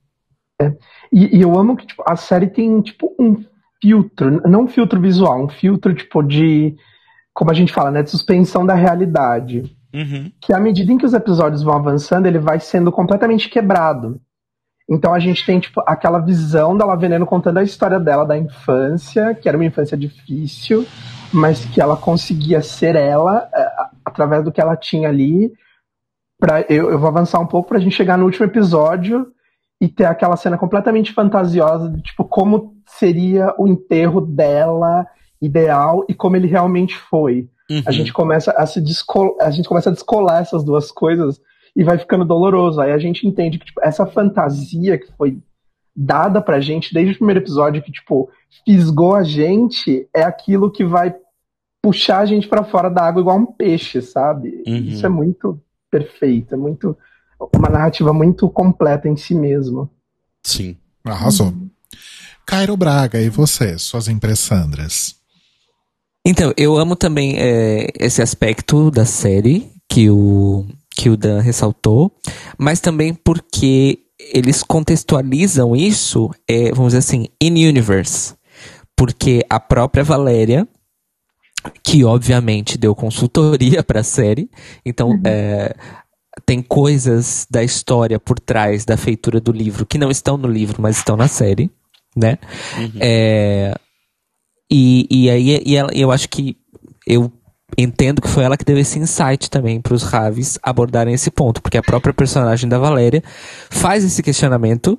É. E, e eu amo que tipo, a série tem tipo um filtro, não um filtro visual, um filtro tipo de, como a gente fala, né, de suspensão da realidade. Uhum. Que à medida em que os episódios vão avançando, ele vai sendo completamente quebrado. Então a gente tem tipo aquela visão da La Veneno contando a história dela da infância, que era uma infância difícil, mas que ela conseguia ser ela é, através do que ela tinha ali. Pra, eu, eu vou avançar um pouco pra gente chegar no último episódio e ter aquela cena completamente fantasiosa de tipo como seria o enterro dela ideal e como ele realmente foi. Uhum. A gente começa a se descol- a gente começa a descolar essas duas coisas e vai ficando doloroso. Aí a gente entende que tipo, essa fantasia que foi dada pra gente desde o primeiro episódio, que tipo fisgou a gente, é aquilo que vai puxar a gente pra fora da água igual um peixe, sabe? Uhum. Isso é muito perfeito, é muito uma narrativa muito completa em si mesmo. Sim. Arrasou. Uhum. Cairo Braga, e você, suas impressandras? Então, eu amo também é, esse aspecto da série que o, que o Dan ressaltou, mas também porque eles contextualizam isso, é, vamos dizer assim, in-universe. Porque a própria Valéria, que obviamente deu consultoria para a série, então uhum. é, tem coisas da história por trás da feitura do livro que não estão no livro, mas estão na série, né? Uhum. É... E, e aí e ela, eu acho que eu entendo que foi ela que deu esse insight também para os Ravis abordarem esse ponto, porque a própria personagem da Valéria faz esse questionamento,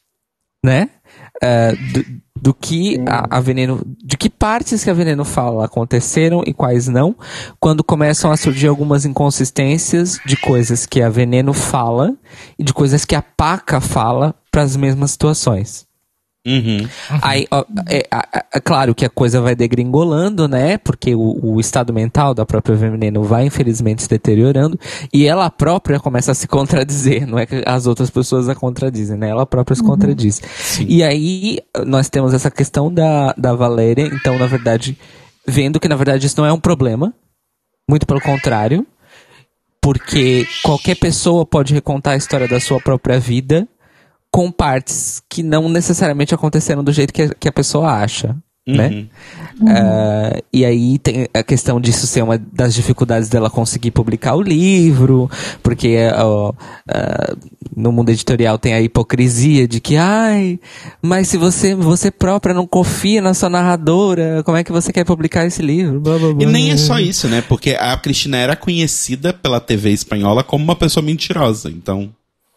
né? Uh, do, do que a, a Veneno, de que partes que a Veneno fala aconteceram e quais não, quando começam a surgir algumas inconsistências de coisas que a Veneno fala e de coisas que a Paca fala para as mesmas situações. Uhum, uhum. Aí, ó, é, é, é claro que a coisa vai degringolando, né? Porque o, o estado mental da própria Veneno vai, infelizmente, se deteriorando. E ela própria começa a se contradizer. Não é que as outras pessoas a contradizem, né? Ela própria se Uhum. contradiz. Sim. E aí, nós temos essa questão da, da Valéria. Então, na verdade, vendo que, na verdade, isso não é um problema. Muito pelo contrário. Porque qualquer pessoa pode recontar a história da sua própria vida com partes que não necessariamente aconteceram do jeito que a, que a pessoa acha, uhum. né? Uhum. Uh, e aí tem a questão disso ser uma das dificuldades dela conseguir publicar o livro, porque uh, uh, no mundo editorial tem a hipocrisia de que, ai, mas se você, você própria não confia na sua narradora, como é que você quer publicar esse livro? Blá, blá, blá. E nem é só isso, né? Porque a Cristina era conhecida pela T V espanhola como uma pessoa mentirosa, então...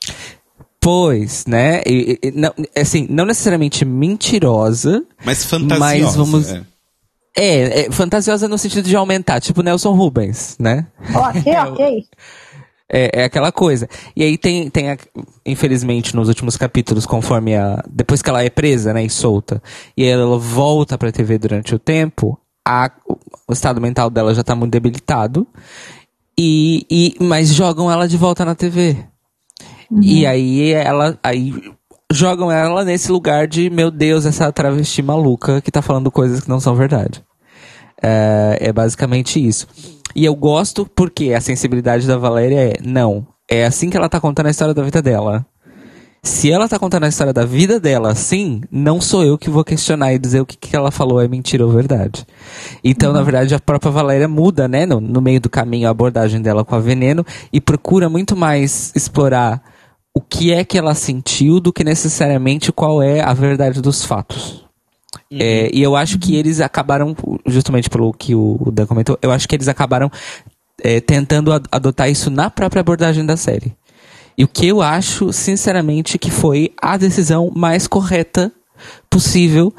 Pois, né? E, e, não, assim, não necessariamente mentirosa, mas fantasiosa. Mas vamos... É. É, é fantasiosa no sentido de aumentar, tipo Nelson Rubens, né? Ok, ok. É, é aquela coisa. E aí tem, tem a, infelizmente, nos últimos capítulos, conforme a... Depois que ela é presa, né, e solta, e ela volta pra T V durante o tempo, a, o estado mental dela já tá muito debilitado, e, e, mas jogam ela de volta na T V. Uhum. E aí ela... Aí, jogam ela nesse lugar de, meu Deus, essa travesti maluca que tá falando coisas que não são verdade. É, é basicamente isso. E eu gosto porque a sensibilidade da Valéria é, não, é assim que ela tá contando a história da vida dela. Se ela tá contando a história da vida dela assim, não sou eu que vou questionar e dizer o que, que ela falou é mentira ou verdade. Então, uhum. na verdade, a própria Valéria muda, né, no, no meio do caminho, a abordagem dela com a Veneno e procura muito mais explorar o que é que ela sentiu do que necessariamente qual é a verdade dos fatos. Uhum. É, e eu acho que eles acabaram, justamente pelo que o Dan comentou, eu acho que eles acabaram é, tentando adotar isso na própria abordagem da série. E o que eu acho, sinceramente, que foi a decisão mais correta possível,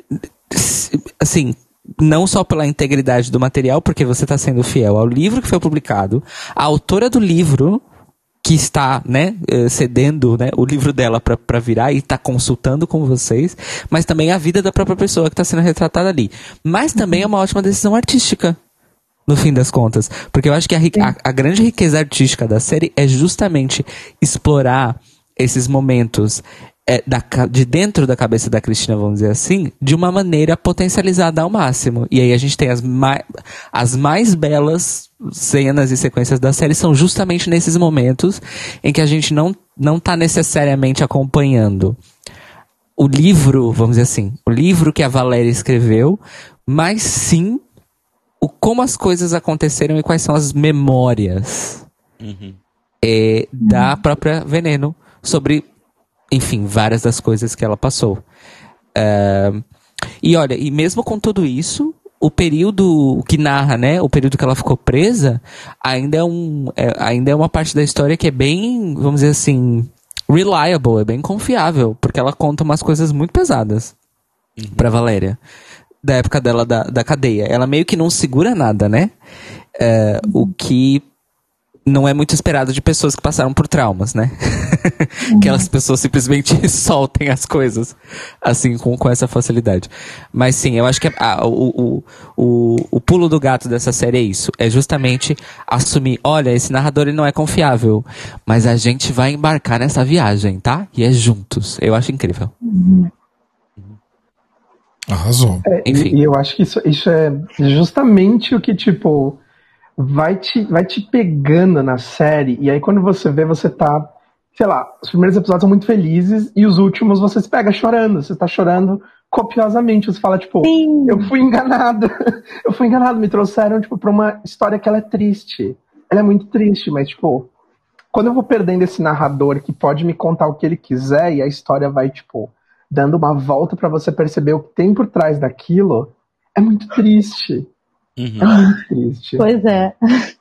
assim, não só pela integridade do material, porque você está sendo fiel ao livro que foi publicado, a autora do livro que está, né, cedendo, né, o livro dela para virar e está consultando com vocês, mas também a vida da própria pessoa que está sendo retratada ali. Mas também é uma ótima decisão artística, no fim das contas. Porque eu acho que a, a, a grande riqueza artística da série é justamente explorar esses momentos é, da, de dentro da cabeça da Cristina, vamos dizer assim, de uma maneira potencializada ao máximo. E aí a gente tem as, mai, as mais belas cenas e sequências da série são justamente nesses momentos em que a gente não, não tá necessariamente acompanhando o livro, vamos dizer assim, o livro que a Valéria escreveu, mas sim o como as coisas aconteceram e quais são as memórias uhum. é, da própria Veneno sobre, enfim, várias das coisas que ela passou. Uh, e olha, e mesmo com tudo isso, o período que narra, né, o período que ela ficou presa, ainda é, um, é, ainda é uma parte da história que é bem, vamos dizer assim, reliable, é bem confiável, porque ela conta umas coisas muito pesadas uhum. pra Valéria, da época dela da, da cadeia. Ela meio que não segura nada, né? É, o que não é muito esperado de pessoas que passaram por traumas, né? Uhum. Que as pessoas simplesmente soltem as coisas assim, com, com essa facilidade. Mas sim, eu acho que a, o, o, o, o pulo do gato dessa série é isso. É justamente assumir, olha, esse narrador ele não é confiável, mas a gente vai embarcar nessa viagem, tá? E é juntos. Eu acho incrível. Uhum. Arrasou. É, Enfim. E, e eu acho que isso, isso é justamente o que, tipo, vai te, vai te pegando na série, e aí quando você vê, você tá, sei lá, os primeiros episódios são muito felizes, e os últimos você se pega chorando, você tá chorando copiosamente, você fala, tipo, Sim. eu fui enganado, eu fui enganado, me trouxeram, tipo, pra uma história que ela é triste, ela é muito triste, mas, tipo, quando eu vou perdendo esse narrador que pode me contar o que ele quiser, e a história vai, tipo, dando uma volta pra você perceber o que tem por trás daquilo, é muito triste. Uhum. É muito triste. Pois é.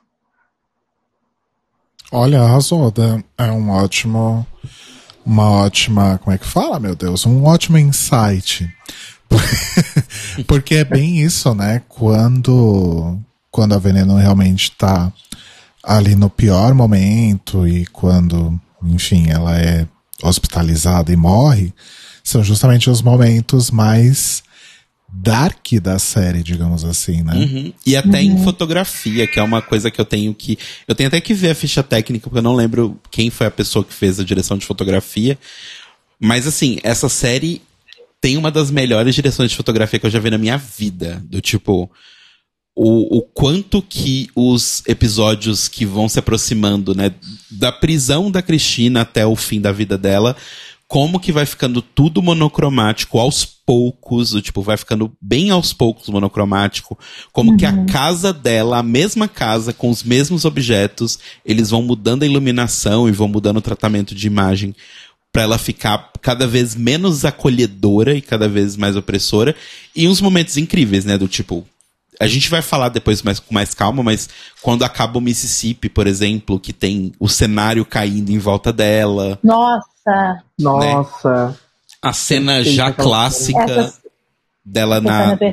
Olha, arrasou. É um ótimo... Uma ótima... Como é que fala, meu Deus? Um ótimo insight. Porque é bem isso, né? Quando, quando a Veneno realmente tá ali no pior momento e quando, enfim, ela é hospitalizada e morre, são justamente os momentos mais dark da série, digamos assim, né? Uhum. E até uhum. em fotografia, que é uma coisa que eu tenho que... Eu tenho até que ver a ficha técnica, porque eu não lembro quem foi a pessoa que fez a direção de fotografia. Mas, assim, essa série tem uma das melhores direções de fotografia que eu já vi na minha vida. Do tipo... O, o quanto que os episódios que vão se aproximando, né? Da prisão da Cristina até o fim da vida dela... Como que vai ficando tudo monocromático aos poucos, tipo, vai ficando bem aos poucos monocromático, como uhum. que a casa dela, a mesma casa, com os mesmos objetos, eles vão mudando a iluminação e vão mudando o tratamento de imagem pra ela ficar cada vez menos acolhedora e cada vez mais opressora, e uns momentos incríveis, né, do tipo... A gente vai falar depois mais, com mais calma, mas quando acaba o Mississippi, por exemplo, que tem o cenário caindo em volta dela... Nossa! Nossa! Né? A cena já clássica Essa... dela na,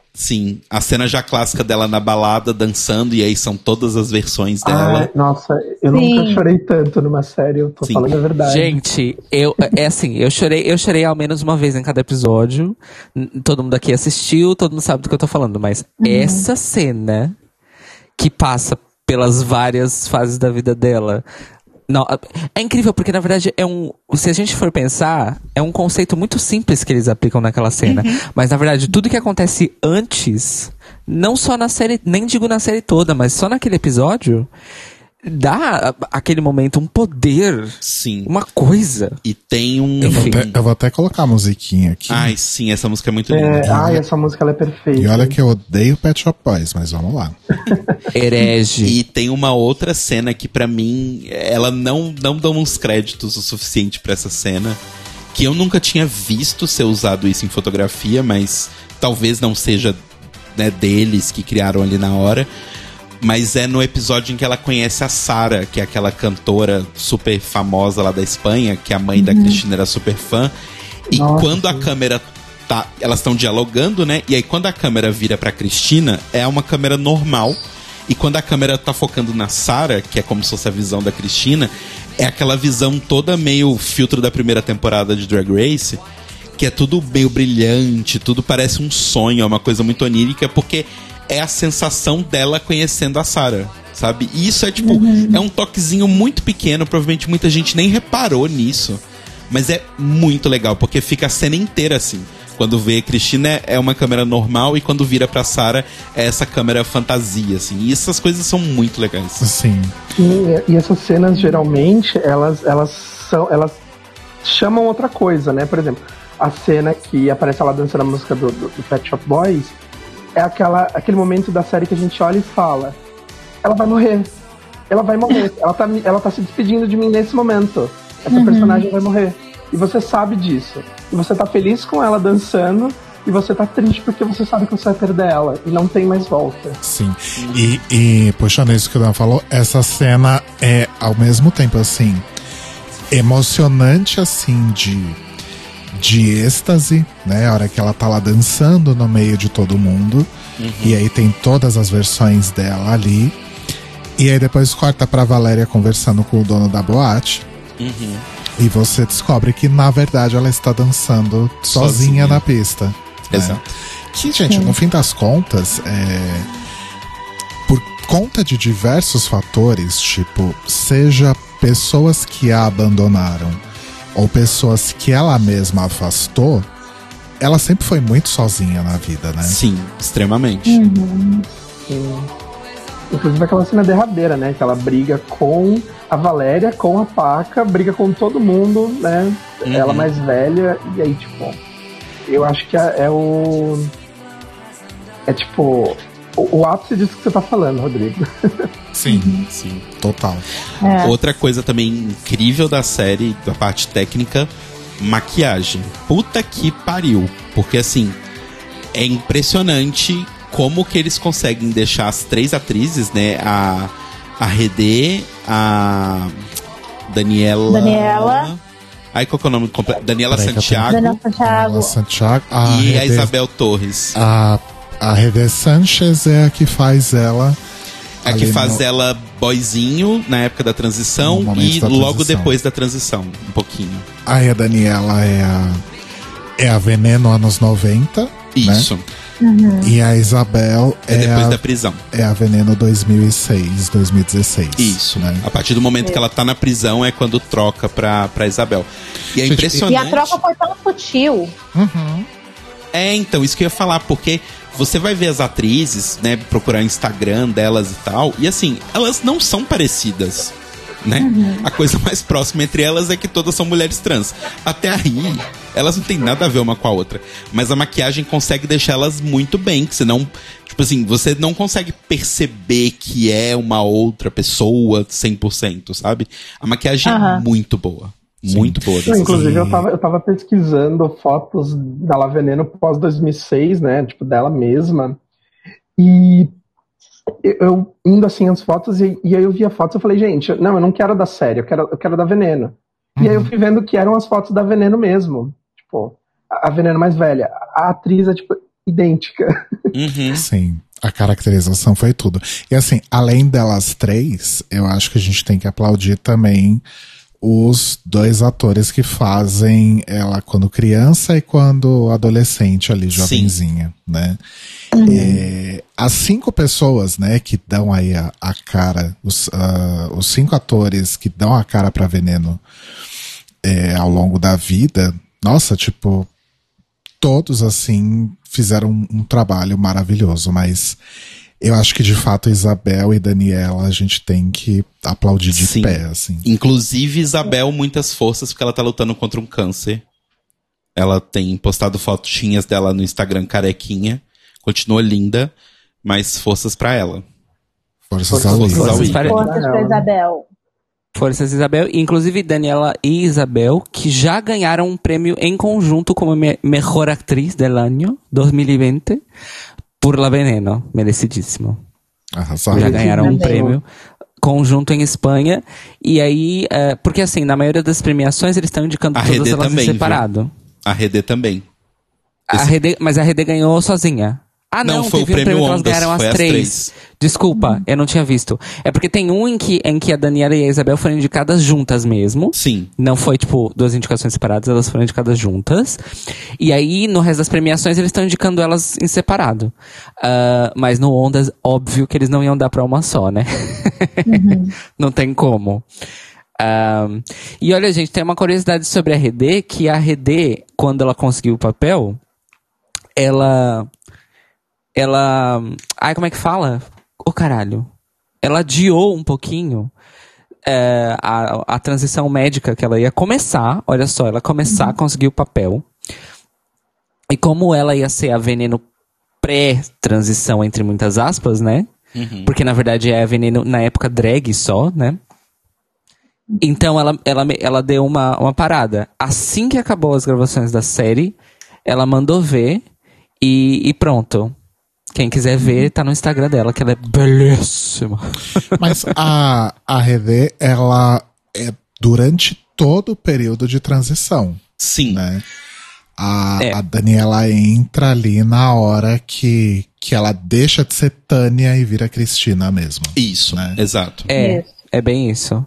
Sim, a cena já clássica dela na balada, dançando, e aí são todas as versões dela. Ai, nossa, eu Sim. nunca chorei tanto numa série, eu tô Sim. falando a verdade. Gente, eu, é assim, eu chorei, eu chorei ao menos uma vez em cada episódio. N- Todo mundo aqui assistiu, todo mundo sabe do que eu tô falando, mas essa cena que passa pelas várias fases da vida dela. Não, é incrível, porque na verdade é um. Se a gente for pensar, é um conceito muito simples que eles aplicam naquela cena. Mas na verdade, tudo que acontece antes, não só na série, nem digo na série toda, mas só naquele episódio, dá a- aquele momento um poder, Sim. uma coisa. E tem um. Eu vou, Enfim. até, eu vou até colocar a musiquinha aqui. Ai, sim, essa música é muito linda. É, ai, essa música ela é perfeita. E olha que eu odeio Pet Shop Boys, mas vamos lá. Herege. E tem uma outra cena que pra mim, ela não não dá uns créditos o suficiente pra essa cena, que eu nunca tinha visto ser usado isso em fotografia, mas talvez não seja, né, deles que criaram ali na hora. Mas é no episódio em que ela conhece a Sarah, que é aquela cantora super famosa lá da Espanha, que a mãe da Cristina era super fã. E Nossa, quando a sim. câmera tá, elas estão dialogando, né? E aí quando a câmera vira pra Cristina, é uma câmera normal. E quando a câmera tá focando na Sarah, que é como se fosse a visão da Cristina, é aquela visão toda meio filtro da primeira temporada de Drag Race, que é tudo meio brilhante, tudo parece um sonho, é uma coisa muito onírica, porque é a sensação dela conhecendo a Sarah, sabe? E isso é tipo, é um toquezinho muito pequeno, provavelmente muita gente nem reparou nisso, mas é muito legal, porque fica a cena inteira assim. Quando vê Cristina é uma câmera normal e quando vira pra Sarah é essa câmera fantasia, assim. E essas coisas são muito legais. Sim. E, e essas cenas, geralmente, elas, elas, são, elas chamam outra coisa, né? Por exemplo, a cena que aparece ela dançando a música do, do, do Pet Shop Boys é aquela, aquele momento da série que a gente olha e fala: ela vai morrer. Ela vai morrer. Ela tá, ela tá se despedindo de mim nesse momento. Essa personagem vai morrer. E você sabe disso. E você tá feliz com ela dançando. E você tá triste porque você sabe que você vai perder ela. E não tem mais volta. Sim. E, e puxando isso que o Dan falou, essa cena é, ao mesmo tempo, assim, emocionante, assim, de, de êxtase, né? A hora que ela tá lá dançando no meio de todo mundo. E aí tem todas as versões dela ali. E aí depois corta pra Valéria conversando com o dono da boate. Uhum. E você descobre que, na verdade, ela está dançando sozinha, Sozinha. na pista. né? Exato. Que, gente, no fim das contas, é... por conta de diversos fatores, tipo, seja pessoas que a abandonaram ou pessoas que ela mesma afastou, ela sempre foi muito sozinha na vida, né? Sim, extremamente. Sim. Inclusive aquela cena derradeira, né? Que ela briga com a Valéria, com a Paca, briga com todo mundo, né? Uhum. Ela mais velha, e aí, tipo, eu acho que é, é o. É tipo. O, o ápice disso que você tá falando, Rodrigo. Sim, Sim. total. É. Outra coisa também incrível da série, da parte técnica, maquiagem. Puta que pariu. Porque assim, é impressionante como que eles conseguem deixar as três atrizes, né? A, a Redê, a Daniela. Daniela. Ai, qual que é o nome completo? Daniela Peraí que eu Santiago Daniela Santiago. A Santiago, a e a Rede- Isabel Torres. A, a Rede Sanchez é a que faz ela. A que ali faz no- ela boyzinho na época da transição No momento e da logo transição. depois da transição, um pouquinho. Aí a Daniela é a, é a Veneno anos noventa. Isso. Né? E a Isabel É, é, depois a, da prisão. é a Veneno dois mil e seis, dois mil e dezesseis. Isso. Né? A partir do momento que ela tá na prisão é quando troca pra, pra Isabel. E é Gente, impressionante. E a troca foi tão sutil. É, então, isso que eu ia falar, porque você vai ver as atrizes, né, procurar o Instagram delas e tal, e assim, elas não são parecidas, né? A coisa mais próxima entre elas é que todas são mulheres trans. Até aí, elas não têm nada a ver uma com a outra. Mas a maquiagem consegue deixar elas muito bem, que senão, tipo assim, você não consegue perceber que é uma outra pessoa cem por cento, sabe? A maquiagem é Aham. muito boa. Muito boa. Não, dessa inclusive, série. eu tava, eu tava pesquisando fotos da La Veneno pós dois mil e seis, né? Tipo, dela mesma. E eu, eu indo assim as fotos, e, e aí eu vi a foto e eu falei, gente, não, eu não quero da série, eu quero, eu quero da Veneno. E aí eu fui vendo que eram as fotos da Veneno mesmo. Tipo, a, a Veneno mais velha. A atriz é, tipo, idêntica. Uhum. Sim, a caracterização foi tudo. E assim, além delas três, eu acho que a gente tem que aplaudir também os dois atores que fazem ela quando criança e quando adolescente ali, jovenzinha, né? É, as cinco pessoas, né, que dão aí a, a cara, os, uh, os cinco atores que dão a cara pra Veneno é, ao longo da vida, nossa, tipo, todos, assim, fizeram um, um trabalho maravilhoso, mas eu acho que, de fato, Isabel e Daniela a gente tem que aplaudir de Sim. pé, assim. Inclusive, Isabel, muitas forças, porque ela tá lutando contra um câncer. Ela tem postado fotinhas dela no Instagram carequinha. Continua linda, mas forças pra ela. Forças Forças- ao forças livro. ao Forças livro. para- Forças pra Isabel. Forças Isabel, inclusive Daniela e Isabel, que já ganharam um prêmio em conjunto como me Mejor Actriz del Año dois mil e vinte por La Veneno, merecidíssimo. Arrasaram. Já ganharam um Também. prêmio conjunto em Espanha. E aí, é, porque assim, na maioria das premiações eles estão indicando A todas Rede elas também, em viu? separado. A Redê também. A Esse- Rede, mas a Rede ganhou sozinha. Ah, não, Não, foi o teve um prêmio prêmio que elas Ondas, ganharam as foi as três. três. Desculpa, eu não tinha visto. É porque tem um em que, em que a Daniela e a Isabel foram indicadas juntas mesmo. Sim. Não foi, tipo, duas indicações separadas, elas foram indicadas juntas. E aí, no resto das premiações, eles estão indicando elas em separado. Ah, mas no Ondas, óbvio que eles não iam dar pra uma só, né? Não tem como. Ah, e olha, gente, tem uma curiosidade sobre a Redê, que a Redê, quando ela conseguiu o papel, ela... Ela... Ai, como é que fala? Ô, caralho. Ela adiou um pouquinho é, a, a transição médica que ela ia começar. Olha só, ela começar a conseguir o papel. E como ela ia ser a Veneno pré-transição, entre muitas aspas, né? Uhum. Porque, na verdade, é a Veneno na época drag só, né? Então, ela, ela, ela deu uma, uma parada. Assim que acabou as gravações da série, ela mandou ver e, e pronto. Quem quiser ver, tá no Instagram dela, que ela é belíssima. Mas a, a Redê, ela é durante todo o período de transição, Sim. né? A, É. a Daniela entra ali na hora que, que ela deixa de ser Tânia e vira Cristina mesmo. Isso, Né? exato. É, Isso. é bem isso.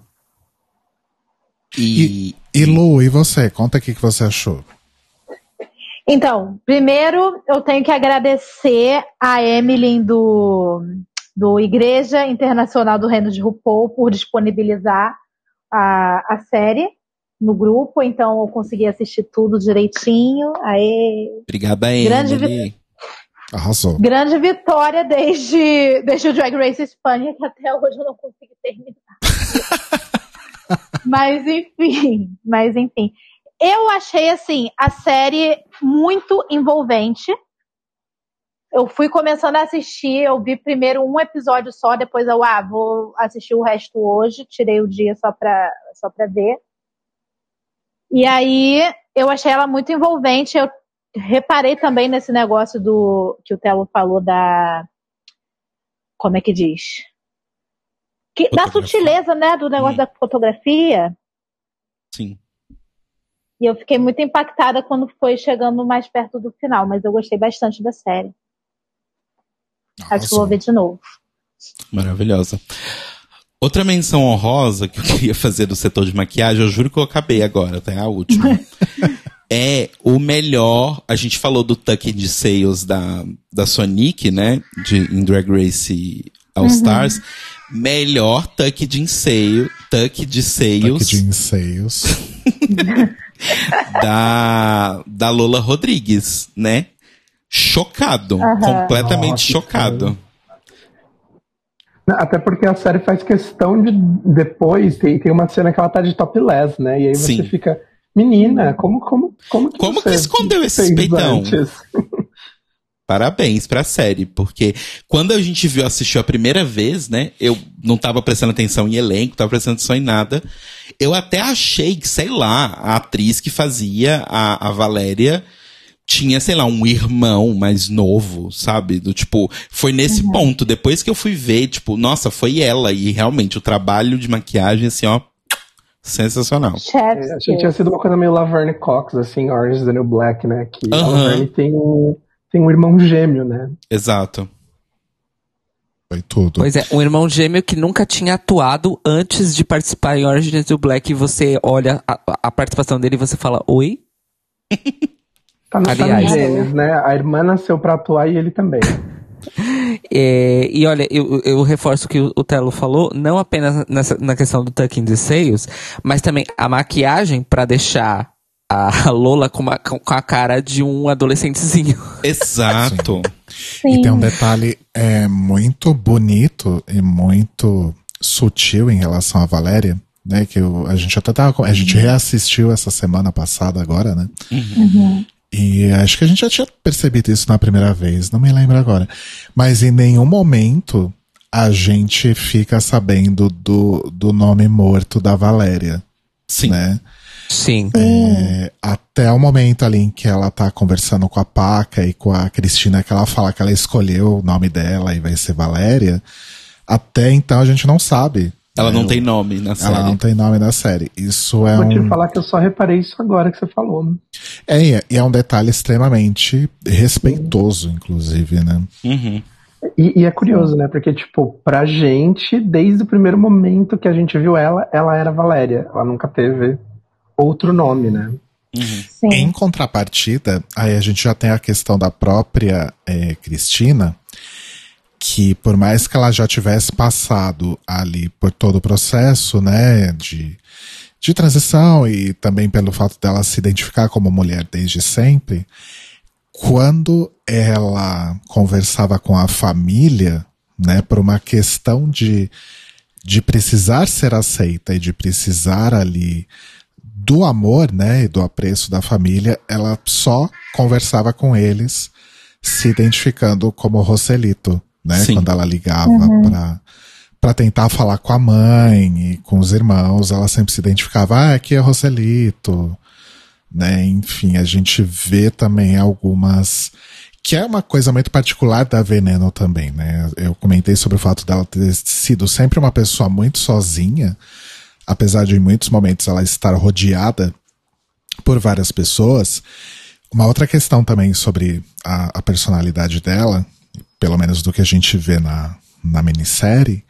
E, E Lu, e você? Conta o que que você achou. Então, primeiro eu tenho que agradecer a Emily do, do Igreja Internacional do Reino de RuPaul por disponibilizar a, a série no grupo, então eu consegui assistir tudo direitinho. Aê. obrigada, Grande Emily. Arrasou. Grande vitória desde, desde o Drag Race Espanha, que até hoje eu não consegui terminar. Mas enfim, mas enfim. Eu achei, assim, a série muito envolvente. Eu fui começando a assistir, eu vi primeiro um episódio só, depois eu, ah, vou assistir o resto hoje, tirei o dia só pra, só pra ver. E aí, eu achei ela muito envolvente. Eu reparei também nesse negócio do que o Telo falou da... Como é que diz? Que, da Fotografia. sutileza, né, do negócio Hum. da fotografia. Sim. E eu fiquei muito impactada quando foi chegando mais perto do final, mas eu gostei bastante da série. Acho que eu vou ver de novo. Maravilhosa. Outra menção honrosa que eu queria fazer do setor de maquiagem, eu juro que eu acabei agora, tá? É a última. É o melhor. A gente falou do tuck de seios da, da Sonic, né? De, em Drag Race All Stars. Melhor tuck de enseio, tuck de seios Aqui de enseios. da, da Lola Rodrigues, né? Chocado. Completamente Nossa, chocado. Até porque a série faz questão de depois, tem, tem uma cena que ela tá de topless, né? E aí Sim. você fica, menina, como, como, como que Como você que escondeu esses fez peitão? antes? Parabéns pra série, porque quando a gente viu, assistiu a primeira vez, né? Eu não tava prestando atenção em elenco, tava prestando atenção em nada. Eu até achei que, sei lá, a atriz que fazia a, a Valéria tinha, sei lá, um irmão mais novo, sabe? Do tipo, foi nesse ponto. Depois que eu fui ver, tipo, nossa, foi ela. E realmente, o trabalho de maquiagem, assim, ó, sensacional. Chef's É, achei que tinha sido uma coisa meio Laverne Cox, assim, Orange is the New Black, né? Que a Aham. Laverne tem um, tem um irmão gêmeo, né? Exato. Foi tudo. Pois é, um irmão gêmeo que nunca tinha atuado antes de participar em Orange is the New Black, e você olha a, a participação dele e você fala, oi? Tá no, tá no Aliás. genes, né? A irmã nasceu pra atuar e ele também. É, e olha, eu, eu reforço o que o, o Telo falou, não apenas nessa, na questão do tucking de seios, mas também a maquiagem pra deixar a Lola com, uma, com a cara de um adolescentezinho. Exato. Sim. E tem um detalhe é, muito bonito e muito sutil em relação à Valéria, né? Que eu, a gente até tava, a gente reassistiu essa semana passada agora, né? Uhum. E acho que a gente já tinha percebido isso na primeira vez, não me lembro agora. Mas em nenhum momento a gente fica sabendo do, do nome morto da Valéria. Sim. Né? Sim. É, até o momento ali em que ela tá conversando com a Paca e com a Cristina, que ela fala que ela escolheu o nome dela e vai ser Valéria. Até então a gente não sabe. Ela né? não tem nome na série. Ela não tem nome na série. Isso é Vou um... te falar que eu só reparei isso agora que você falou. Né? É, e é um detalhe extremamente respeitoso, inclusive, né? Uhum. E, e é curioso, né? Porque, tipo, pra gente, desde o primeiro momento que a gente viu ela, ela era Valéria. Ela nunca teve outro nome, né? Uhum. Sim. Em contrapartida, aí a gente já tem a questão da própria é, Cristina, que por mais que ela já tivesse passado ali por todo o processo, né, de, de transição e também pelo fato dela se identificar como mulher desde sempre, quando ela conversava com a família, né, por uma questão de, de precisar ser aceita e de precisar ali do amor, né, e do apreço da família, ela só conversava com eles se identificando como Roselito, né, Sim. quando ela ligava uhum. pra, pra tentar falar com a mãe e com os irmãos, ela sempre se identificava, ah, aqui é Roselito, né, enfim, a gente vê também algumas, que é uma coisa muito particular da Veneno também, né, eu comentei sobre o fato dela ter sido sempre uma pessoa muito sozinha, apesar de em muitos momentos ela estar rodeada por várias pessoas. Uma outra questão também sobre a, a personalidade dela, pelo menos do que a gente vê na, na minissérie,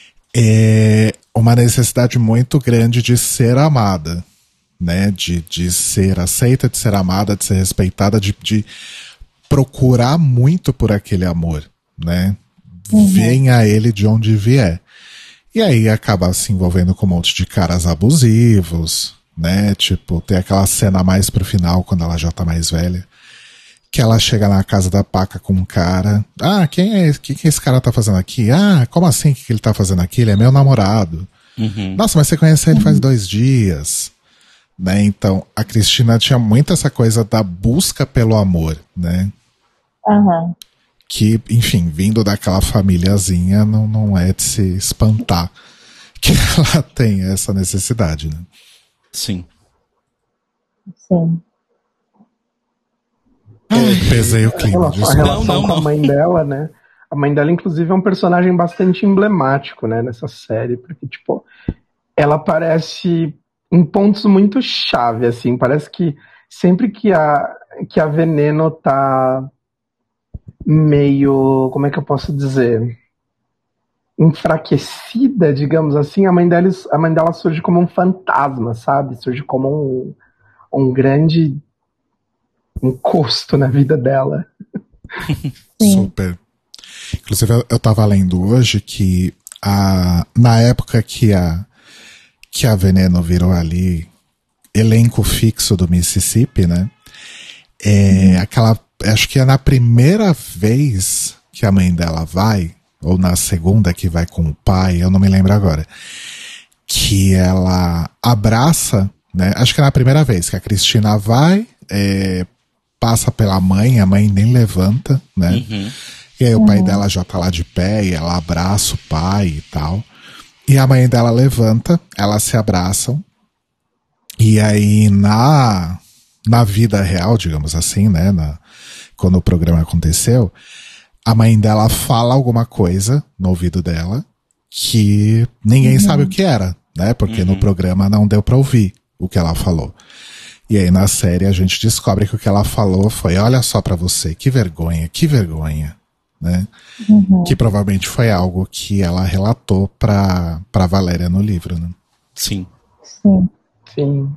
é uma necessidade muito grande de ser amada, né? De, de ser aceita, de ser amada, de ser respeitada, de, de procurar muito por aquele amor, né? Uhum. Venha ele de onde vier. E aí acaba se envolvendo com um monte de caras abusivos, né? Tipo, tem aquela cena mais pro final, quando ela já tá mais velha, que ela chega na casa da Paca com um cara. Ah, quem é esse? O que, que esse cara tá fazendo aqui? Ah, como assim? O que, que ele tá fazendo aqui? Ele é meu namorado. Uhum. Nossa, mas você conhece ele faz dois dias. Né? Então, a Cristina tinha muito essa coisa da busca pelo amor, né? Uhum. Que, enfim, vindo daquela famíliazinha, não, não é de se espantar que ela tem essa necessidade, né? Sim. Sim. Pesei o clima. A relação, a relação Não, não, com a não. mãe dela, né? A mãe dela, inclusive, é um personagem bastante emblemático, né? Nessa série, porque, tipo, ela aparece em pontos muito chave, assim. Parece que sempre que a, que a Veneno tá meio, como é que eu posso dizer, enfraquecida, digamos assim, a mãe dela, a mãe dela surge como um fantasma, sabe? Surge como um, um grande encosto na vida dela. Super. Inclusive, eu, eu tava lendo hoje que a, na época que a, que a Veneno virou ali elenco fixo do Mississippi, né? É, hum. aquela Acho que é na primeira vez que a mãe dela vai, ou na segunda que vai com o pai, eu não me lembro agora, que ela abraça, né? Acho que é na primeira vez que a Cristina vai, é, passa pela mãe, a mãe nem levanta, né? Uhum. E aí o pai uhum. dela já tá lá de pé e ela abraça o pai e tal. E a mãe dela levanta, elas se abraçam. E aí na, na vida real, digamos assim, né? Na, quando o programa aconteceu, a mãe dela fala alguma coisa no ouvido dela que ninguém uhum. sabe o que era, né? Porque uhum. no programa não deu pra ouvir o que ela falou. E aí na série a gente descobre que o que ela falou foi: olha só pra você, que vergonha, que vergonha, né? Uhum. Que provavelmente foi algo que ela relatou pra, pra Valéria no livro, né? Sim. Sim. Sim.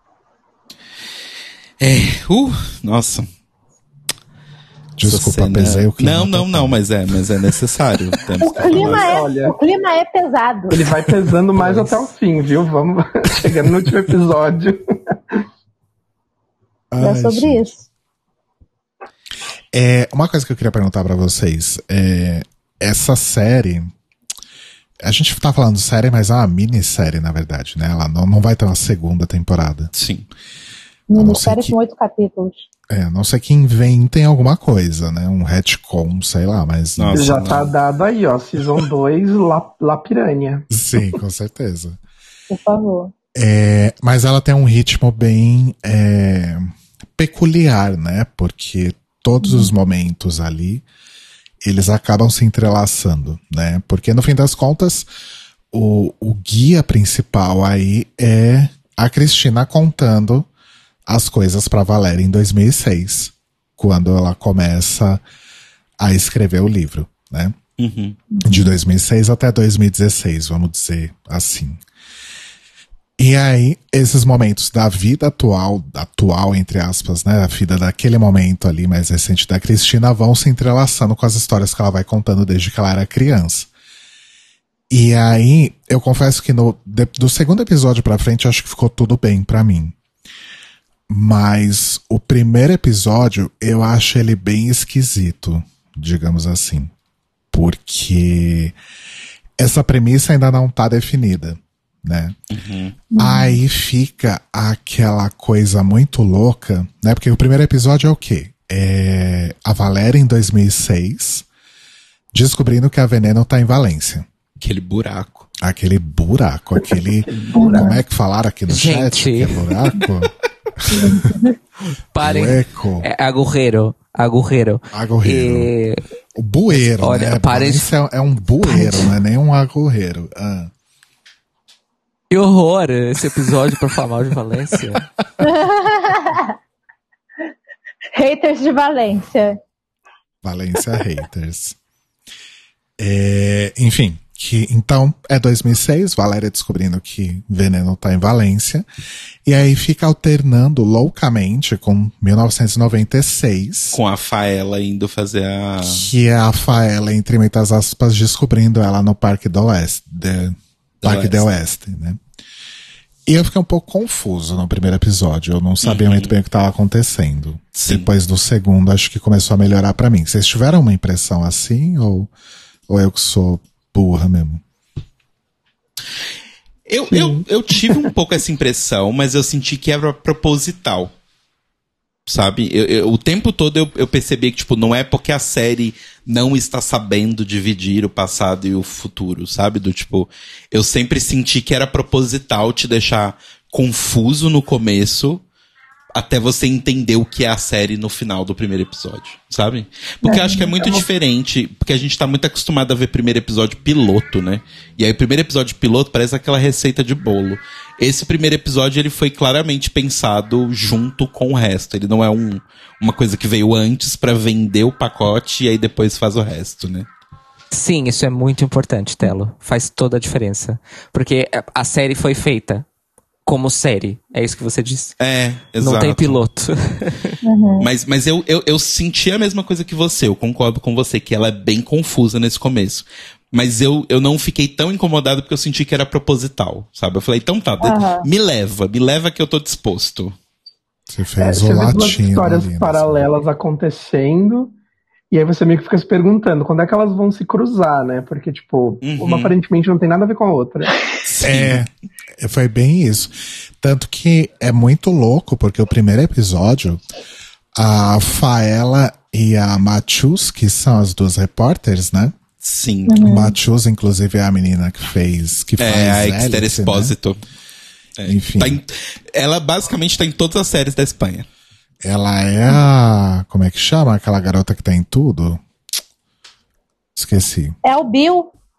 É, uh, nossa. Desculpa, cena... pesei o clima. Não, não, não, mas é, mas é necessário. Temos O que clima, falar. é, Olha. o clima é pesado. Ele vai pesando mais até o fim, viu? Vamos chegando no último episódio. Ai, É sobre gente. isso. É, uma coisa que eu queria perguntar pra vocês é, essa série, a gente tá falando série, mas é uma minissérie, na verdade, né? Ela não, não vai ter uma segunda temporada. Sim. Minissérie que- com oito capítulos. É, a não ser que inventem alguma coisa, né? Um retcon, sei lá, mas... Nossa, Já não. tá dado aí, ó. Season dois, La, La Piranha. Sim, com certeza. Por favor. É, mas ela tem um ritmo bem é, peculiar, né? Porque todos os momentos ali, eles acabam se entrelaçando, né? Porque no fim das contas, o, o guia principal aí é a Cristina contando as coisas pra Valéria em dois mil e seis, quando ela começa a escrever o livro, né? Uhum. De dois mil e seis até dois mil e dezesseis, vamos dizer assim. E aí, esses momentos da vida atual, atual entre aspas, né, a vida daquele momento ali mais recente da Cristina, vão se entrelaçando com as histórias que ela vai contando desde que ela era criança. E aí, eu confesso que no, de, do segundo episódio pra frente, acho que ficou tudo bem pra mim. Mas o primeiro episódio, eu acho ele bem esquisito, digamos assim. Porque essa premissa ainda não tá definida, né? Uhum. Aí fica aquela coisa muito louca, né? Porque o primeiro episódio é o quê? É a Valéria em dois mil e seis descobrindo que a Veneno tá em Valência. Aquele buraco. Aquele buraco, aquele... Como é que falaram aqui no chat? Gente. Aquele buraco? Parem. Bueco. É agujero. Agujero. Agorreiro. E... O bueiro, Olha, né? parem de- Valência é um bueiro, não é nem um agorreiro. Ah. Que horror esse episódio pra falar mal de Valência. Haters de Valência. Valência Haters. É, enfim, que então é dois mil e seis, Valéria descobrindo que Veneno tá em Valência, e aí fica alternando loucamente com mil novecentos e noventa e seis, Com a Faela indo fazer a... que é a Faela, entre muitas aspas, descobrindo ela no Parque do Oeste, de, Parque do Oeste, né? E eu fiquei um pouco confuso no primeiro episódio, eu não sabia Uhum. muito bem o que estava acontecendo. Sim. Depois do segundo, acho que começou a melhorar pra mim. Vocês tiveram uma impressão assim, ou, ou eu que sou burra mesmo? Eu, eu, eu tive um pouco essa impressão, mas eu senti que era proposital. Sabe? Eu, eu- o tempo todo eu, eu percebi que, tipo, não é porque a série não está sabendo dividir o passado e o futuro, sabe? Do tipo, eu sempre senti que era proposital te deixar confuso no começo, até você entender o que é a série no final do primeiro episódio, sabe? Porque eu acho que é muito diferente, porque a gente tá muito acostumado a ver primeiro episódio piloto, né? E aí o primeiro episódio piloto parece aquela receita de bolo. Esse primeiro episódio, ele foi claramente pensado junto com o resto. Ele não é um, uma coisa que veio antes pra vender o pacote e aí depois faz o resto, né? Sim, isso é muito importante, Telo. Faz toda a diferença. Porque a série foi feita como série. É isso que você disse. É, exato. Não tem piloto. Mas, mas eu, eu, eu senti a mesma coisa que você, eu concordo com você, que ela é bem confusa nesse começo. Mas eu, eu não fiquei tão incomodado porque eu senti que era proposital, sabe? Eu falei, então tá, de- Aham. me leva, me leva que eu tô disposto. Você É, fez você o vê duas latino histórias ali, né? paralelas acontecendo, e aí você meio que fica se perguntando quando é que elas vão se cruzar, né? Porque, tipo, Uhum. uma aparentemente não tem nada a ver com a outra. É, foi bem isso. Tanto que é muito louco, porque o primeiro episódio, a Faela e a Machus, que são as duas repórteres, né? Sim. Machus, inclusive, é a menina que fez. Que faz É, a Hélice, Esther né? Expósito. É, Enfim. tá em- ela basicamente tá em todas as séries da Espanha. Ela é a. Como é que chama? Aquela garota que tá em tudo? Esqueci. É o Bill.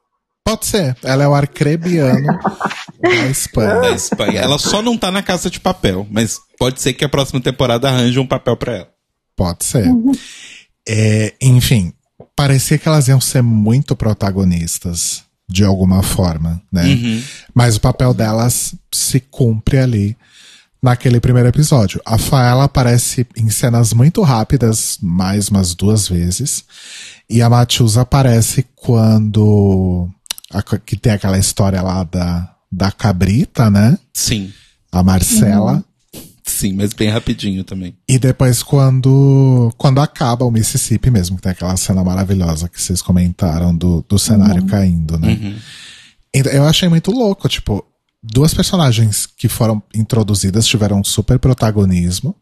Pode ser. Ela é o arcrebiano da Espanha. Da Espanha. Ela só não tá na Casa de Papel, mas pode ser que a próxima temporada arranje um papel pra ela. Pode ser. É, enfim, parecia que elas iam ser muito protagonistas de alguma forma, né? Uhum. Mas o papel delas se cumpre ali naquele primeiro episódio. A Faela aparece em cenas muito rápidas, mais umas duas vezes. E a Matheus aparece quando... A, que tem aquela história lá da, da cabrita, né? Sim. A Marcela. Sim, mas bem rapidinho também. E depois quando, quando acaba o Mississippi mesmo, que tem aquela cena maravilhosa que vocês comentaram do, do cenário uhum. caindo, né? Uhum. Então, eu achei muito louco, tipo, duas personagens que foram introduzidas tiveram um super protagonismo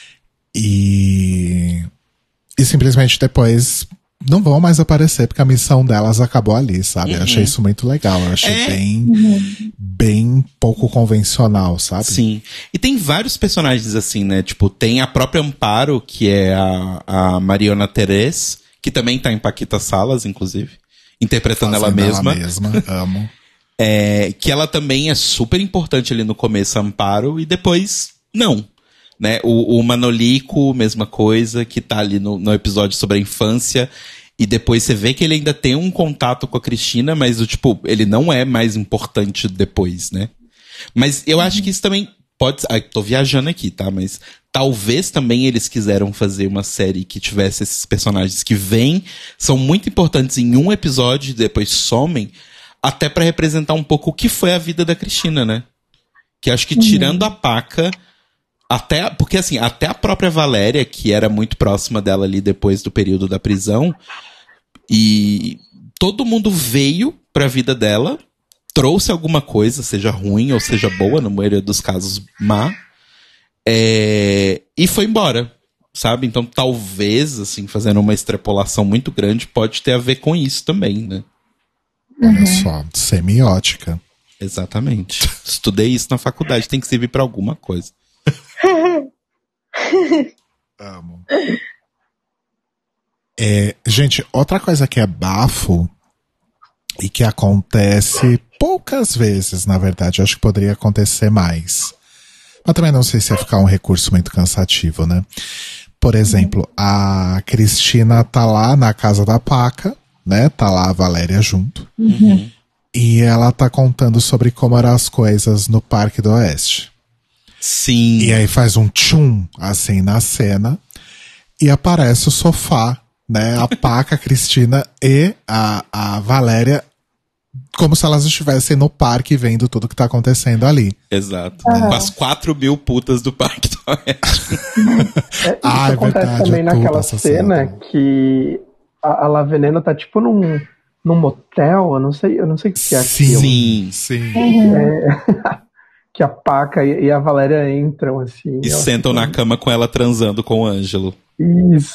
e, e simplesmente depois não vão mais aparecer porque a missão delas acabou ali, sabe? Uhum. Eu achei isso muito legal, eu achei é... bem, uhum. bem pouco convencional, sabe? Sim. E tem vários personagens assim, né? Tipo, tem a própria Amparo, que é a, a Mariona Terez, que também tá em Paquita Salas, inclusive, interpretando Fazendo ela mesma. Ela mesma, amo. É, que ela também é super importante ali no começo, Amparo, e depois, não. Né? O, o Manolico, mesma coisa, que tá ali no, no episódio sobre a infância, e depois você vê que ele ainda tem um contato com a Cristina, mas o tipo, ele não é mais importante depois, né? Mas eu acho que isso também pode... Ah, tô viajando aqui, tá? Mas talvez também eles quiseram fazer uma série que tivesse esses personagens que vêm, são muito importantes em um episódio e depois somem, até pra representar um pouco o que foi a vida da Cristina, né? Que acho que tirando a Paca... Até, porque assim, até a própria Valéria, que era muito próxima dela ali depois do período da prisão, e todo mundo veio pra vida dela, trouxe alguma coisa, seja ruim ou seja boa, na maioria dos casos má, é, e foi embora, sabe? Então talvez, assim, fazendo uma extrapolação muito grande, pode ter a ver com isso também, né? Olha só, semiótica. Exatamente. Estudei isso na faculdade, tem que servir pra alguma coisa. Amo. É, gente, outra coisa que é bafo e que acontece poucas vezes, na verdade, eu acho que poderia acontecer mais. Mas também não sei se ia ficar um recurso muito cansativo, né? Por exemplo, a Cristina tá lá na casa da Paca, né? Tá lá a Valéria junto. Uhum. E ela tá contando sobre como eram as coisas no Parque do Oeste. Sim. E aí faz um tchum, assim, na cena, e aparece o sofá, né? A Paca, a Cristina e a, a Valéria, como se elas estivessem no parque vendo tudo que tá acontecendo ali. Exato. Uhum. Com as quatro mil putas do Parque do Oeste. É, isso ah, é acontece verdade, também naquela cena, cena que a, a La Veneno tá tipo num, num motel, eu não sei, eu não sei o que é aquilo. Sim, sim. É... que a Paca e a Valéria entram, assim. E sentam na cama com ela transando com o Ângelo. Isso.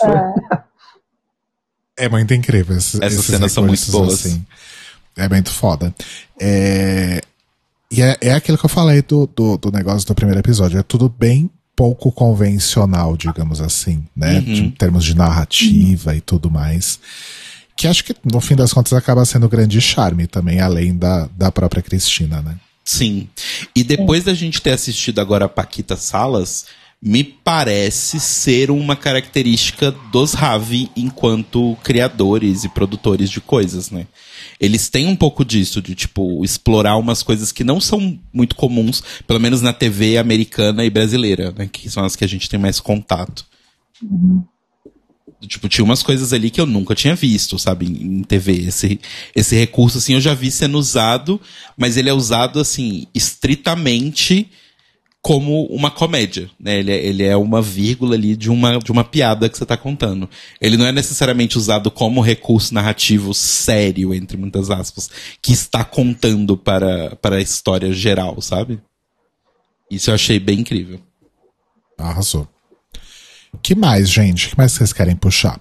É, é muito incrível. Esses, Essas esses cenas são muito boas. Assim. É muito foda. É... E é, é aquilo que eu falei do, do, do negócio do primeiro episódio. É tudo bem pouco convencional, digamos assim, né? Uhum. Em termos de narrativa uhum. e tudo mais. Que acho que, no fim das contas, acaba sendo um grande charme também, além da, da própria Cristina, né? Sim. E depois da gente ter assistido agora a Paquita Salas, me parece ser uma característica dos Ravi enquanto criadores e produtores de coisas, né? Eles têm um pouco disso, de, tipo, explorar umas coisas que não são muito comuns, pelo menos na T V americana e brasileira, né? Que são as que a gente tem mais contato. Uhum. Tipo, tinha umas coisas ali que eu nunca tinha visto, sabe, em T V. Esse, esse recurso, assim, eu já vi sendo usado, mas ele é usado, assim, estritamente como uma comédia, né? Ele é, ele é uma vírgula ali de uma, de uma piada que você tá contando. Ele não é necessariamente usado como recurso narrativo sério, entre muitas aspas, que está contando para, para a história geral, sabe? Isso eu achei bem incrível. Arrasou. Que mais, gente? O que mais vocês querem puxar?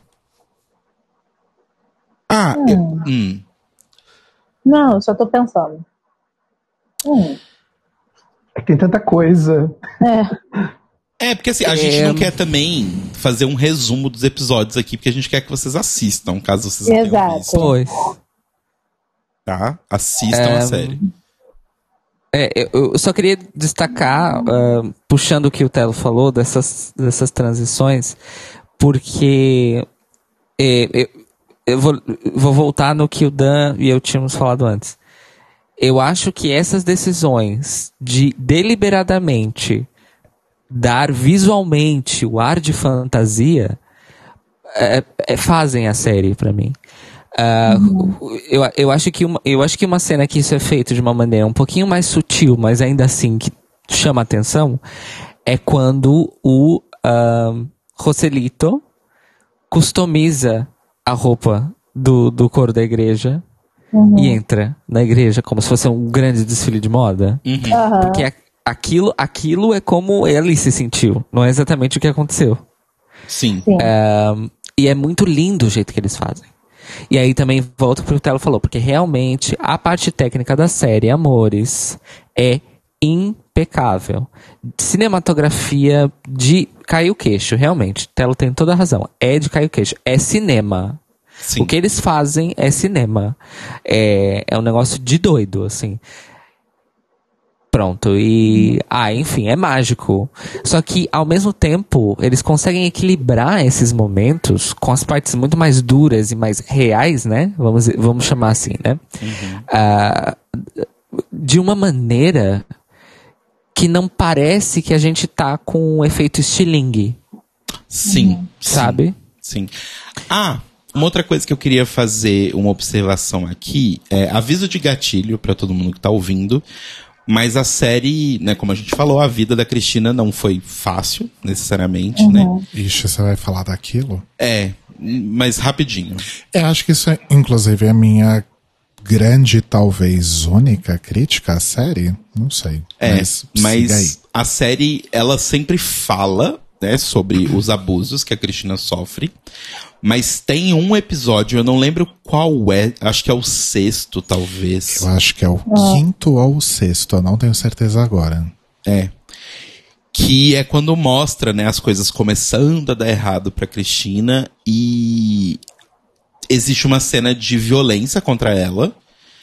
Ah, hum. eu, hum. Não, eu só tô pensando. Hum. É que tem tanta coisa. É. É, porque assim, a É. gente não quer também fazer um resumo dos episódios aqui, porque a gente quer que vocês assistam, caso vocês não tenham Exato. visto. Pois. tá? Assistam É, a série. É, eu só queria destacar, uh, puxando o que o Telo falou, dessas, dessas transições, porque é, eu, eu vou, vou voltar no que o Dan e eu tínhamos falado antes. Eu acho que essas decisões de deliberadamente dar visualmente o ar de fantasia é, é, fazem a série pra mim. Uh, uhum. eu, eu, acho que uma, eu acho que uma cena que isso é feito de uma maneira um pouquinho mais sutil, mas ainda assim que chama atenção, é quando o uh, Joselito customiza a roupa do, do coro da igreja, uhum, e entra na igreja como se fosse um grande desfile de moda. Uhum. Uhum. Porque a, aquilo, aquilo é como ele se sentiu, não é exatamente o que aconteceu. Sim. Sim. Uh, e é muito lindo o jeito que eles fazem. E aí também volto pro que o Telo falou, porque realmente a parte técnica da série, amores, é impecável. Cinematografia de cair o queixo, realmente. Telo tem toda a razão. É de cair o queixo. É cinema. Sim. O que eles fazem é cinema. É, é um negócio de doido, assim. Pronto, e... Ah, enfim, é mágico. Só que, ao mesmo tempo, eles conseguem equilibrar esses momentos com as partes muito mais duras e mais reais, né? Vamos, vamos chamar assim, né? Uhum. Uh, de uma maneira que não parece que a gente tá com um efeito estilingue. Sim. Uhum. Sabe? Sim. Ah... Uma outra coisa que eu queria fazer uma observação aqui é aviso de gatilho pra todo mundo que tá ouvindo, mas a série, né, como a gente falou, a vida da Cristina não foi fácil, necessariamente, uhum, né? Ixi, você vai falar daquilo? É, mas rapidinho. Eu acho que isso é, inclusive, a minha grande, talvez única crítica à série. Não sei. É, mas, mas a série, ela sempre fala, né, sobre os abusos que a Cristina sofre. Mas tem um episódio, eu não lembro qual é, acho que é o sexto, talvez. Eu acho que é o ah. quinto ou o sexto, eu não tenho certeza agora. É. Que é quando mostra, né, as coisas começando a dar errado pra Cristina e existe uma cena de violência contra ela,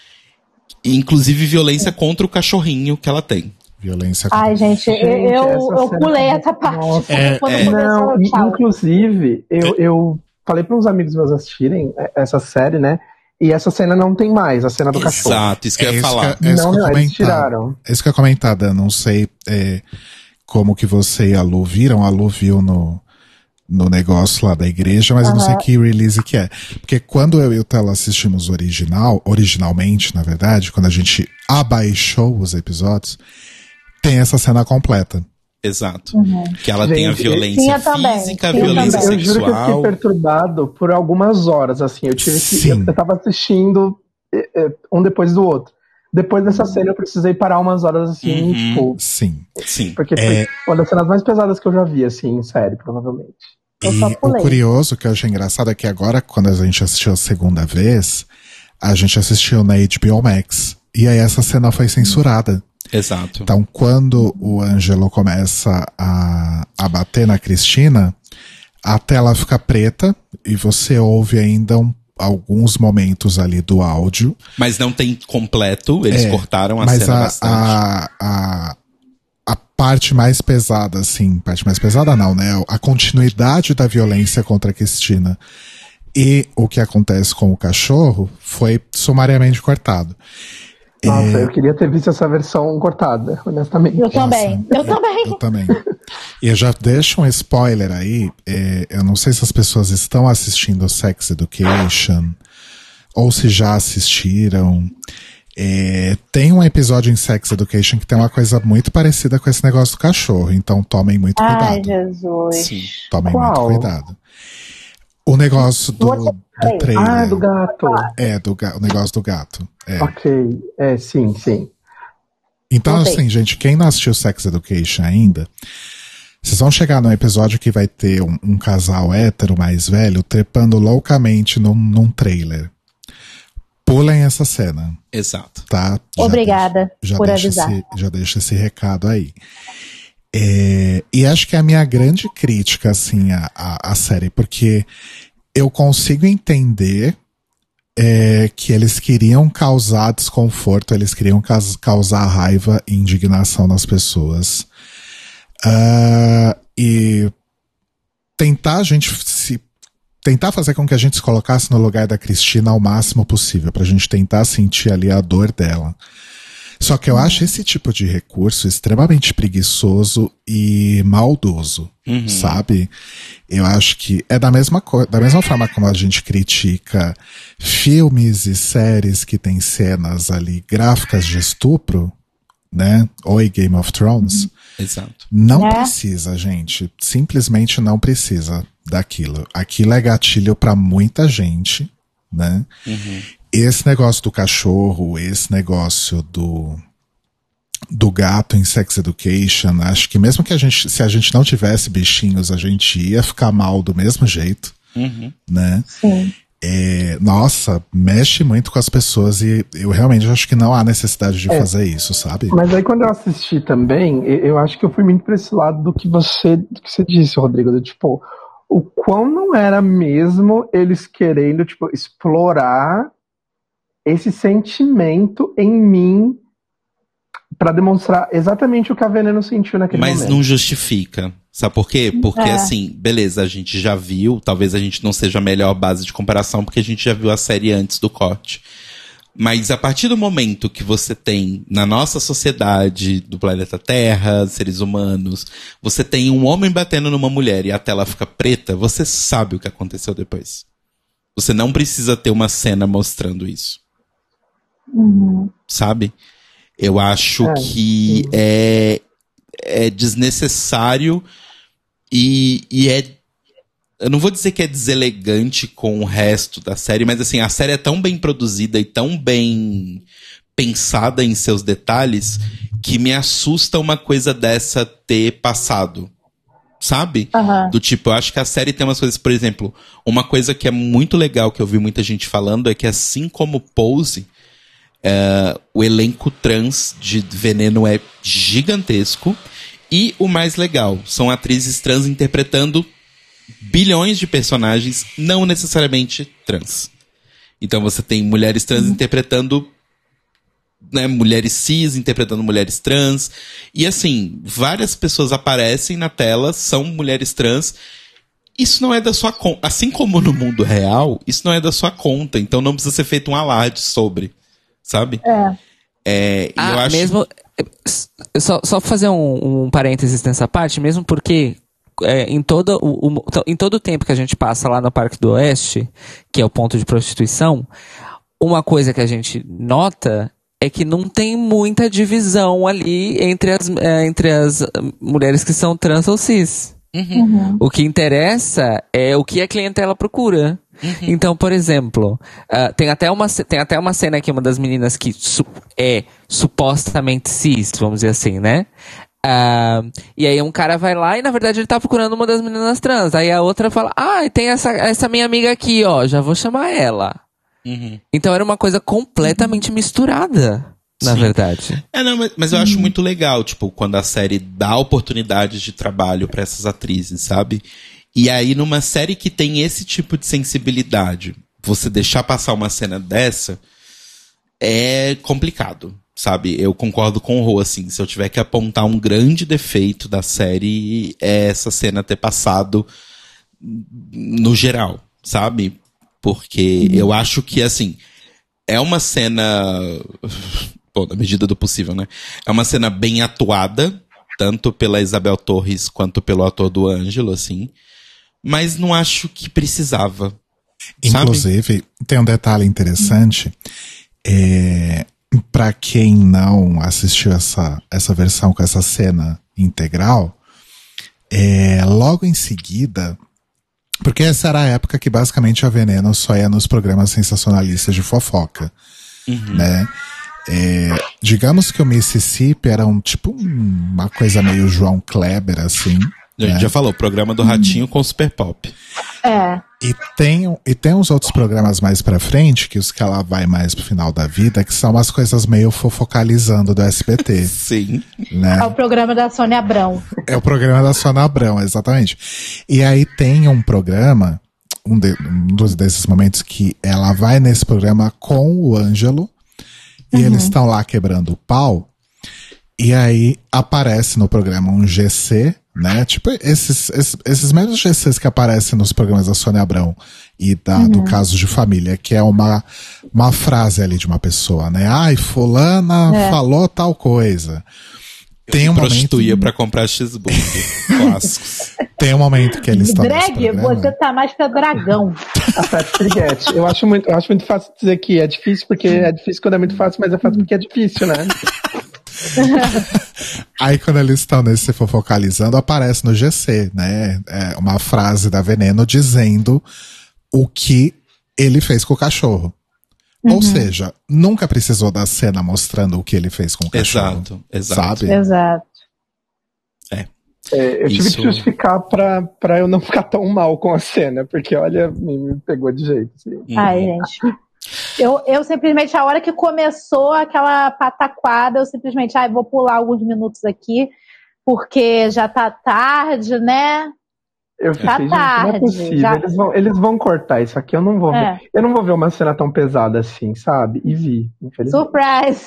inclusive violência contra o cachorrinho que ela tem. Violência. Ai, gente, gente eu, eu pulei cena... essa parte. Nossa, é, quando é. Não, inclusive, eu, eu falei para uns amigos meus assistirem essa série, né? E essa cena não tem mais, a cena do Exato, cachorro. Exato, isso que eu ia é falar. Que, é não, não, eles tiraram. É isso que eu ia comentar, Dan. Não sei é, como que você e a Lu viram. A Lu viu no, no negócio lá da igreja, mas uhum. eu não sei que release que é. Porque quando eu e o Telo assistimos o original, originalmente, na verdade, quando a gente abaixou os episódios, tem essa cena completa. Exato. Uhum. Que ela Gente, tem a violência física, a violência também. sexual. Eu juro que eu fiquei perturbado por algumas horas, assim. Eu tive que. Eu, eu tava assistindo um depois do outro. Depois dessa cena eu precisei parar umas horas, assim, uhum. tipo. Sim. Sim. Porque foi é... uma das cenas mais pesadas que eu já vi, assim, em série, provavelmente. Eu e o curioso que eu achei engraçado é que agora, quando a gente assistiu a segunda vez, a gente assistiu na H B O Max. E aí essa cena foi censurada. Exato. Então, quando o Ângelo começa a, a bater na Cristina, a tela fica preta e você ouve ainda um, alguns momentos ali do áudio. Mas não tem completo, eles é, cortaram a mas cena a, bastante. A, a, a parte mais pesada, assim, parte mais pesada não, né? A continuidade da violência contra a Cristina e o que acontece com o cachorro foi sumariamente cortado. Nossa, é... eu queria ter visto essa versão cortada, honestamente. Eu também, Nossa, eu também. Eu também. E eu já deixo um spoiler aí, é, eu não sei se as pessoas estão assistindo Sex Education, ou se já assistiram. É, tem um episódio em Sex Education que tem uma coisa muito parecida com esse negócio do cachorro, então tomem muito cuidado. Ai, Jesus. Sim, tomem Qual? muito cuidado. O negócio do, do trailer. Ah, do gato. É, do ga- o negócio do gato. É. Ok, é, sim, sim. Então, okay. assim, gente, quem não assistiu Sex Education ainda, vocês vão chegar num episódio que vai ter um, um casal hétero mais velho trepando loucamente num, num trailer. Pulem essa cena. Exato. Tá? Já Obrigada deixa, já por deixa avisar. Esse, já deixa esse recado aí. É, e acho que é a minha grande crítica, assim, à, à, à série, porque eu consigo entender é, que eles queriam causar desconforto, eles queriam cas- causar raiva e indignação nas pessoas. Uh, e tentar a gente se tentar fazer com que a gente se colocasse no lugar da Cristina ao máximo possível, pra gente tentar sentir ali a dor dela. Só que eu acho esse tipo de recurso extremamente preguiçoso e maldoso, uhum. sabe? Eu acho que é da mesma co- da mesma forma como a gente critica filmes e séries que tem cenas ali gráficas de estupro, né? Oi, Game of Thrones. Uhum. Exato. Não é. precisa, gente. Simplesmente não precisa daquilo. Aquilo é gatilho pra muita gente, né? Uhum. Esse negócio do cachorro, esse negócio do do gato em Sex Education, acho que mesmo que a gente, se a gente não tivesse bichinhos, a gente ia ficar mal do mesmo jeito, uhum. né? Sim. É, nossa, mexe muito com as pessoas e eu realmente acho que não há necessidade de é. fazer isso, sabe? Mas aí quando eu assisti também, eu acho que eu fui muito pra esse lado do que você, do que você disse, Rodrigo, do tipo, o quão não era mesmo eles querendo, tipo, explorar esse sentimento em mim pra demonstrar exatamente o que a Veneno sentiu naquele Mas momento. Mas não justifica. Sabe por quê? Porque, é. assim, beleza, a gente já viu, talvez a gente não seja a melhor base de comparação, porque a gente já viu a série antes do corte. Mas a partir do momento que você tem, na nossa sociedade, do planeta Terra, seres humanos, você tem um homem batendo numa mulher e a tela fica preta, você sabe o que aconteceu depois. Você não precisa ter uma cena mostrando isso. Uhum. Sabe? Eu acho é. que é, é desnecessário e, e é... Eu não vou dizer que é deselegante com o resto da série, mas assim, a série é tão bem produzida e tão bem pensada em seus detalhes que me assusta uma coisa dessa ter passado. Sabe? Uhum. Do tipo, eu acho que a série tem umas coisas, por exemplo, uma coisa que é muito legal que eu vi muita gente falando é que assim como Pose, uh, o elenco trans de Veneno é gigantesco e o mais legal, são atrizes trans interpretando bilhões de personagens, não necessariamente trans. Então você tem mulheres trans uhum. interpretando, né, mulheres cis interpretando mulheres trans. E assim, várias pessoas aparecem na tela, são mulheres trans. Isso não é da sua conta. Assim como no mundo real, isso não é da sua conta. Então não precisa ser feito um alarde sobre. Sabe? É. É, ah, eu acho... mesmo... Só, só fazer um, um parênteses nessa parte, mesmo porque... É, em, todo o, o, em todo o tempo que a gente passa lá no Parque do Oeste, que é o ponto de prostituição, uma coisa que a gente nota é que não tem muita divisão ali entre as, é, entre as mulheres que são trans ou cis. Uhum. Uhum. O que interessa é o que a clientela procura. Uhum. Então, por exemplo, uh, tem, até uma, tem até uma cena que uma das meninas que su- é supostamente cis, vamos dizer assim, né? Uh, e aí um cara vai lá e na verdade ele tá procurando uma das meninas trans. Aí a outra fala, ah, tem essa, essa minha amiga aqui, ó, já vou chamar ela. Uhum. Então era uma coisa completamente uhum. misturada, na Sim. verdade. É, não, mas, mas eu uhum. acho muito legal, tipo, quando a série dá oportunidades de trabalho pra essas atrizes, sabe? E aí numa série que tem esse tipo de sensibilidade, você deixar passar uma cena dessa é complicado. Sabe, eu concordo com o Rô, assim, se eu tiver que apontar um grande defeito da série, é essa cena ter passado no geral, sabe? Porque uhum. eu acho que, assim, é uma cena, bom, na medida do possível, né? É uma cena bem atuada, tanto pela Isabel Torres quanto pelo ator do Ângelo, assim, mas não acho que precisava, Inclusive, sabe? Tem um detalhe interessante, é... Pra quem não assistiu essa, essa versão com essa cena integral, é, logo em seguida, porque essa era a época que basicamente a Veneno só ia nos programas sensacionalistas de fofoca, uhum. né? É, digamos que o Mississippi era um tipo uma coisa meio João Kleber, assim. A gente né? já falou, o programa do Ratinho hum. com Super Pop. É. E tem, e tem uns outros programas mais pra frente, que os que ela vai mais pro final da vida, que são umas coisas meio fofocalizando do S B T. Sim. Né? É o programa da Sônia Abrão. É o programa da Sônia Abrão, exatamente. E aí tem um programa, um, de, um dos desses momentos que ela vai nesse programa com o Ângelo e Uhum. eles estão lá quebrando o pau. E aí aparece no programa um G C, né? Tipo, esses, esses, esses mesmos G Cs que aparecem nos programas da Sônia Abrão e da, Uhum. do Caso de Família, que é uma, uma frase ali de uma pessoa, né? Ai, fulana É. falou tal coisa. Tem um Prostituía momento, pra comprar cheeseburger. Clássicos. tem um momento que eles estão nesse Drag, programa. você tá mais pra dragão. A Tati Triguete. Eu acho muito, eu acho muito fácil dizer que é difícil, porque é difícil quando é muito fácil, mas é fácil porque é difícil, né? Aí quando eles estão nesse fofocalizando, aparece no G C, né? É uma frase da Veneno dizendo o que ele fez com o cachorro. Ou seja, nunca precisou da cena mostrando o que ele fez com o cachorro. Exato, exato. Sabe? Exato. É, eu tive Isso- que justificar pra, pra eu não ficar tão mal com a cena, porque olha, me, me pegou de jeito. Assim. Uhum. Ai, gente. Eu, eu simplesmente, a hora que começou aquela pataquada, eu simplesmente, ai, vou pular alguns minutos aqui, porque já tá tarde, né? Eu Tá fiquei, gente, não é tarde, possível. já- Eles, vão, eles vão cortar isso aqui, eu não vou É. ver. Eu não vou ver uma cena tão pesada assim, sabe? E vi, infelizmente. Surprise!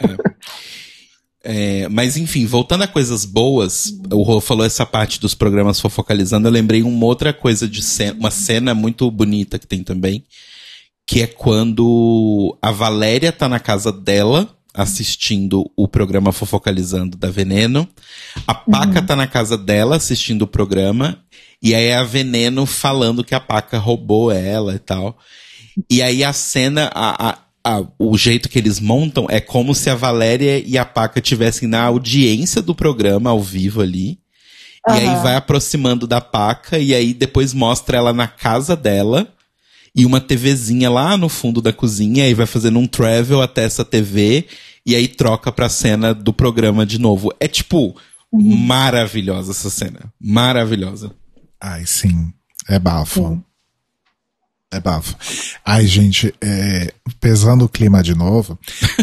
É, mas enfim, voltando a coisas boas, o Rô falou essa parte dos programas fofocalizando, eu lembrei uma outra coisa de cena, uma cena muito bonita que tem também, que é quando a Valéria tá na casa dela, assistindo o programa Fofocalizando da Veneno, a Paca tá na casa dela assistindo o programa, e aí a Veneno falando que a Paca roubou ela e tal. E aí a cena, a, a, a, o jeito que eles montam é como se a Valéria e a Paca estivessem na audiência do programa, ao vivo ali. E aí Aham. vai aproximando da Paca, e aí depois mostra ela na casa dela, e uma TVzinha lá no fundo da cozinha, e vai fazendo um travel até essa T V, e aí troca pra cena do programa de novo. É tipo, maravilhosa essa cena. Maravilhosa. Ai, sim. É bafo. É bafo. Ai, gente, é, pesando o clima de novo,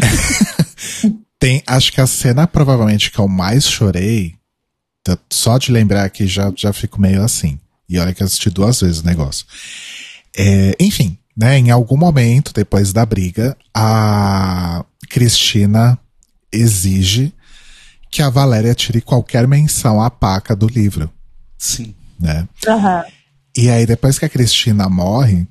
tem, acho que a cena provavelmente que eu mais chorei, tá- só de lembrar aqui já, já fico meio assim. E olha que eu assisti duas vezes o negócio. É, enfim, né, em algum momento, depois da briga, a Cristina exige que a Valéria tire qualquer menção à Paca do livro, Sim. né? Aham. E aí, depois que a Cristina morre,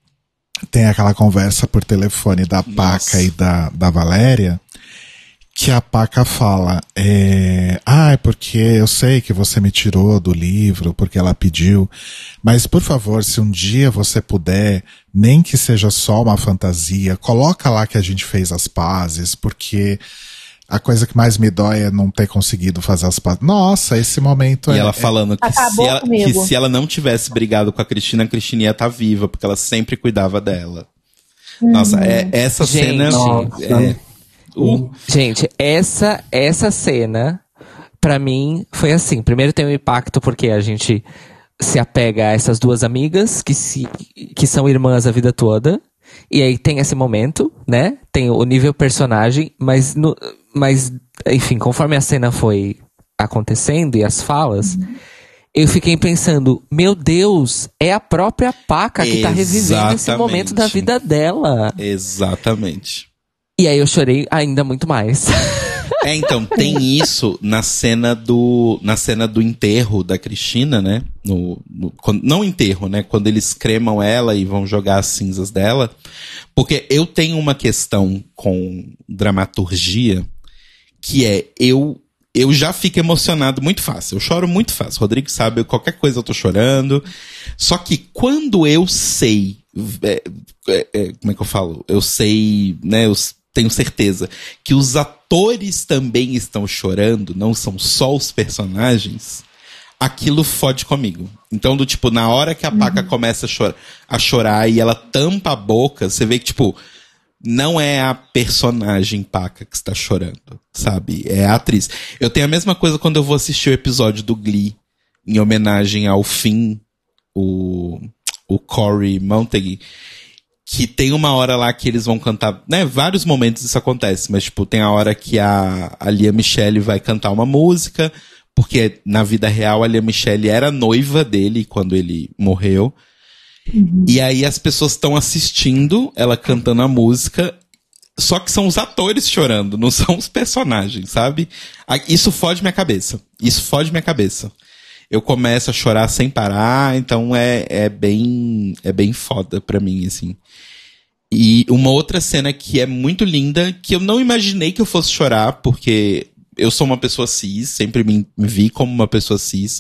tem aquela conversa por telefone da Paca Nossa. e da, da Valéria, que a Paca fala, é, ah, é porque eu sei que você me tirou do livro, porque ela pediu, mas por favor, se um dia você puder, nem que seja só uma fantasia, coloca lá que a gente fez as pazes, porque a coisa que mais me dói é não ter conseguido fazer as pazes. Nossa, esse momento E é... ela falando que se, Acabou ela, comigo. que se ela não tivesse brigado com a Cristina, a Cristina ia estar viva, porque ela sempre cuidava dela. Nossa, é, essa Gente. cena. Nossa. É, uh, Gente, essa, essa cena, pra mim, foi assim. Primeiro tem um impacto porque a gente se apega a essas duas amigas que, se, que são irmãs a vida toda. E aí tem esse momento, né? Tem o nível personagem, mas, no, mas enfim, conforme a cena foi acontecendo e as falas, eu fiquei pensando, meu Deus, é a própria Paca que tá revivendo esse Exatamente. momento da vida dela. exatamente. E aí eu chorei ainda muito mais. É, então, tem isso na cena do na cena do enterro da Cristina, né? No, no, quando, não enterro, né? Quando eles cremam ela e vão jogar as cinzas dela. Porque eu tenho uma questão com dramaturgia, que é, eu, eu já fico emocionado muito fácil. Eu choro muito fácil. O Rodrigo sabe, qualquer coisa eu tô chorando. Só que quando eu sei... É, é, é, como é que eu falo? Eu sei, né? Eu tenho certeza que os atores também estão chorando, não são só os personagens, aquilo fode comigo. Então, do tipo, na hora que a Paca começa a, chor- a chorar e ela tampa a boca, você vê que, tipo, não é a personagem Paca que está chorando, sabe? É a atriz. Eu tenho a mesma coisa quando eu vou assistir o episódio do Glee, em homenagem ao Finn, o, o Corey Montague, que tem uma hora lá que eles vão cantar, né, vários momentos isso acontece, mas tipo, tem a hora que a, a Lea Michele vai cantar uma música, porque na vida real a Lea Michele era noiva dele quando ele morreu, Uhum. E aí as pessoas estão assistindo ela cantando a música, só que são os atores chorando, não são os personagens, sabe? Ah, isso fode minha cabeça. Isso fode minha cabeça. Eu começo a chorar sem parar, então é, é bem é bem foda pra mim, assim. E uma outra cena que é muito linda, que eu não imaginei que eu fosse chorar, porque eu sou uma pessoa cis, sempre me, me vi como uma pessoa cis,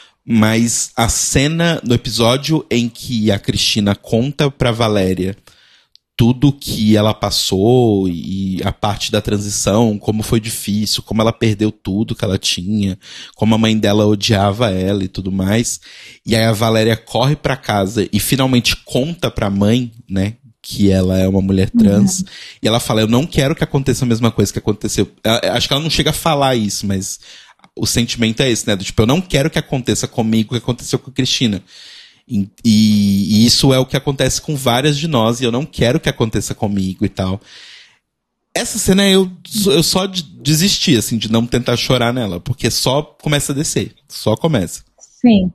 mas a cena no episódio em que a Cristina conta pra Valéria tudo que ela passou e a parte da transição, como foi difícil, como ela perdeu tudo que ela tinha, como a mãe dela odiava ela e tudo mais. E aí a Valéria corre pra casa e finalmente conta pra mãe, né, que ela é uma mulher trans. Uhum. E ela fala, eu não quero que aconteça a mesma coisa que aconteceu. Eu, acho que ela não chega a falar isso, mas o sentimento é esse, né, do tipo, eu não quero que aconteça comigo o que aconteceu com a Cristina. E, e isso é o que acontece com várias de nós, e eu não quero que aconteça comigo e tal. Essa cena eu, eu só desisti, assim, de não tentar chorar nela, porque só começa a descer, só começa. Sim.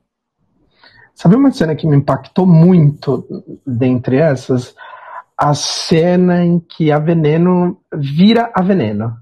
Sabe uma cena que me impactou muito dentre essas? A cena em que a Veneno vira a Veneno.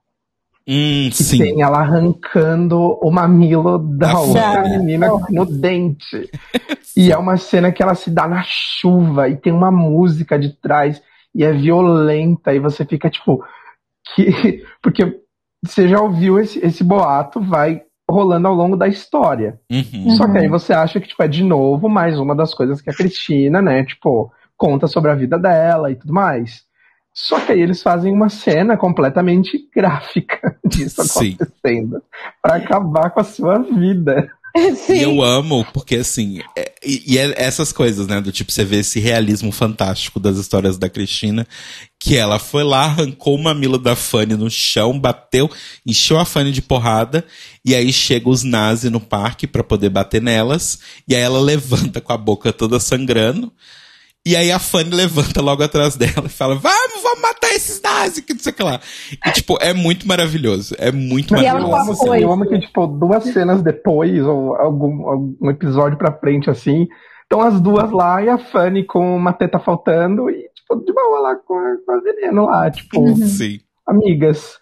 Hum, que sim. tem ela arrancando o mamilo da Ah, outra menina no dente. E é uma cena que ela se dá na chuva e tem uma música de trás e é violenta e você fica tipo que porque você já ouviu esse, esse boato vai rolando ao longo da história. Uhum. Só que aí você acha que tipo é de novo mais uma das coisas que a Cristina, né, tipo, conta sobre a vida dela e tudo mais. Só que aí eles fazem uma cena completamente gráfica disso Sim. acontecendo. Pra acabar com a sua vida. Sim. E eu amo, porque assim, é, e, e é essas coisas, né, do tipo, você vê esse realismo fantástico das histórias da Cristina, que ela foi lá, arrancou o mamilo da Fanny no chão, bateu, encheu a Fanny de porrada, e aí chega os nazis no parque pra poder bater nelas, e aí ela levanta com a boca toda sangrando, e aí a Fanny levanta logo atrás dela e fala, vamos, vamos matar esses nazis, que não sei o que lá. E, tipo, é muito maravilhoso. É muito Mas maravilhoso. eu amo, que, eu amo que, tipo, duas cenas depois, ou algum, algum episódio pra frente, assim, estão as duas lá e a Fanny com uma teta faltando e, tipo, de boa lá com a, com a Veneno lá, tipo, Sim. amigas.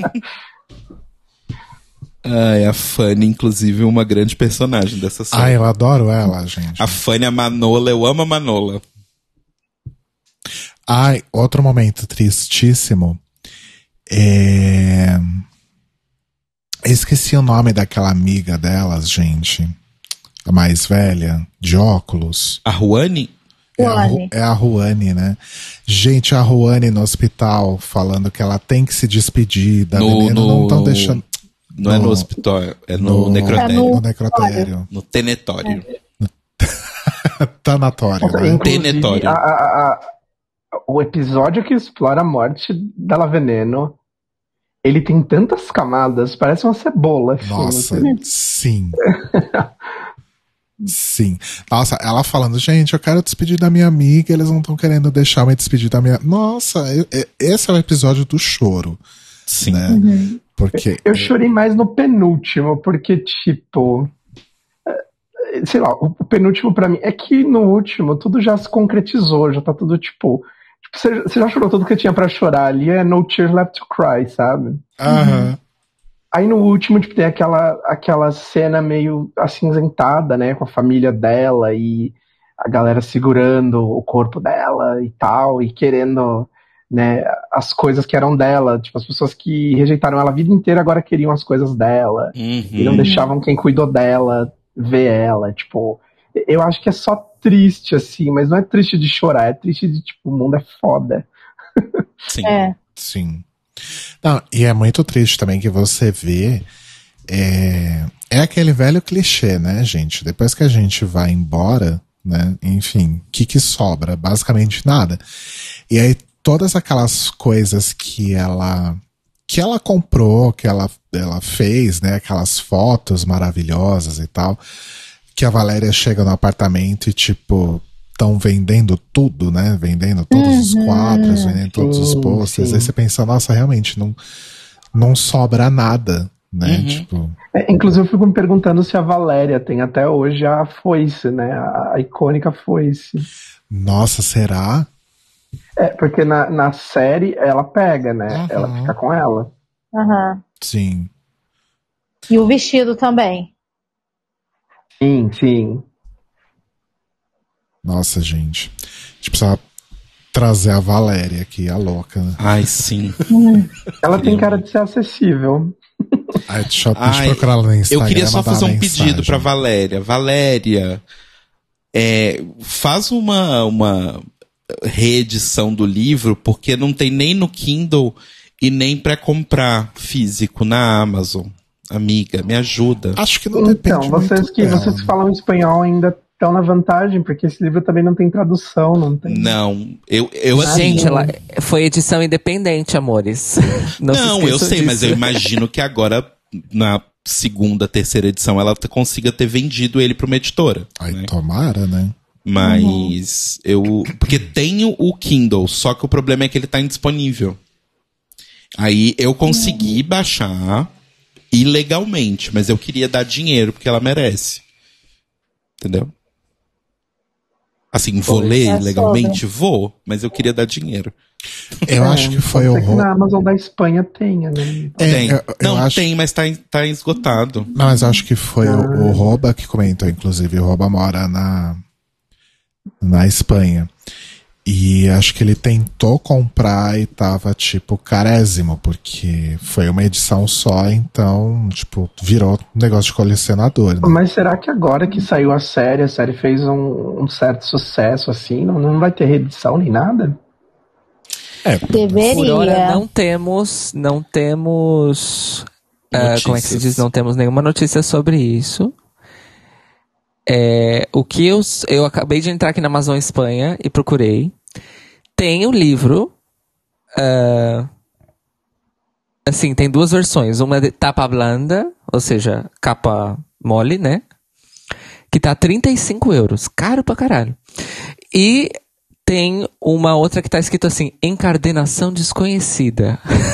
Ai, a Fanny, inclusive, uma grande personagem dessa série. Ah, eu adoro ela, gente. A Fanny, a Manola, eu amo a Manola. Ai, outro momento tristíssimo. É... Esqueci o nome daquela amiga delas, gente. A mais velha, de óculos. A Ruane? É a, Ru- é a Ruane, né? Gente, a Ruane no hospital falando que ela tem que se despedir da No- Veneno, no- não estão deixando. Não é no hospital, é no, no- necrotério. É no- No necrotério. No tenetório. Tanatório, Nossa, né? inclusive, Tenetório. a- a- a- o episódio que explora a morte dela Veneno, ele tem tantas camadas, parece uma cebola. assim, Nossa, assim. sim. Sim. Nossa, ela falando, gente, eu quero despedir da minha amiga, eles não estão querendo deixar eu me despedir da minha. Nossa, eu- eu- esse é o episódio do choro, Sim. né? Uhum. Porque. Eu chorei mais no penúltimo, porque, tipo. é, Sei lá, o o penúltimo pra mim. É que no último tudo já se concretizou, já tá tudo tipo. tipo, você, você já chorou tudo que tinha pra chorar ali, é No Tears Left to Cry, sabe? Aham. Aí no último, tipo, tem aquela, aquela cena meio acinzentada, né, com a família dela e a galera segurando o corpo dela e tal, e querendo, né, as coisas que eram dela. Tipo, as pessoas que rejeitaram ela a vida inteira agora queriam as coisas dela. E não Uhum. deixavam quem cuidou dela ver ela. Tipo, eu acho que é só triste, assim, mas não é triste de chorar, é triste de, tipo, o mundo é foda. Sim. É. Sim. Não, e é muito triste também que você vê. É, é aquele velho clichê, né, gente? Depois que a gente vai embora, né? Enfim, o que, que sobra? Basicamente nada. E aí, todas aquelas coisas que ela. Que ela comprou, que ela, ela fez, né? Aquelas fotos maravilhosas e tal. Que a Valéria chega no apartamento e, tipo, estão vendendo tudo, né? Vendendo todos Uhum. os quadros, vendendo todos os Sim, posters. sim. Aí você pensa, nossa, realmente, não, não sobra nada, né? Uhum. Tipo, É, inclusive, eu fico me perguntando se a Valéria tem até hoje a foice, né? A, a icônica foice. nossa, será? É, porque na, na série ela pega, né? Uhum. Ela fica com ela. Aham. Sim. E o vestido também. Sim, sim. Nossa, gente. A gente precisava trazer a Valéria aqui, a louca, né? Ai, sim. Ela tem Queria cara de ser acessível. Ai, deixa, eu- deixa Ai, eu procurar ela no Instagram. Eu queria só mandar fazer uma um pedido mensagem. pra Valéria. Valéria, é, faz uma, uma reedição do livro, porque não tem nem no Kindle e nem pra comprar físico na Amazon. Amiga, me ajuda. Acho que não depende Então, vocês muito que dela. vocês que falam espanhol ainda estão na vantagem, porque esse livro também não tem tradução, não tem. Não, eu, eu assim, Gente, ela foi edição independente, amores. Não, se Não, eu esqueçam sei, disso. mas eu imagino que agora, na segunda, terceira edição, ela t- consiga ter vendido ele pra uma editora. Ai, né? tomara, né? Mas eu. Porque tenho o Kindle, só que o problema é que ele tá indisponível. Aí eu consegui baixar ilegalmente, mas eu queria dar dinheiro porque ela merece. Entendeu? Assim, vou ler é ilegalmente? Vou, mas eu queria dar dinheiro. Eu É, acho que foi pode o ser que Ro- na Amazon da Espanha tenha, né? É, tem. eu, eu Não, acho... tem, mas tá, em- tá esgotado. Não, mas eu acho que foi o, o Roba que comentou, inclusive. O Roba mora na, na Espanha. E acho que ele tentou comprar e tava, tipo, carésimo, porque foi uma edição só, então, tipo, virou um negócio de colecionador, né? Mas será que agora que saiu a série, a série fez um, um certo sucesso, assim, não, não vai ter reedição nem nada? É, Por hora Deveria. não temos, não temos, ah, como é que se Notícias. diz? Não temos nenhuma notícia sobre isso. É, o que eu, s- eu acabei de entrar aqui na Amazon Espanha e procurei. Tem o livro, ah, assim, tem duas versões. Uma de tapa blanda, ou seja, capa mole, né? Que tá trinta e cinco euros. Caro pra caralho. E tem uma outra que tá escrito assim, encardenação desconhecida.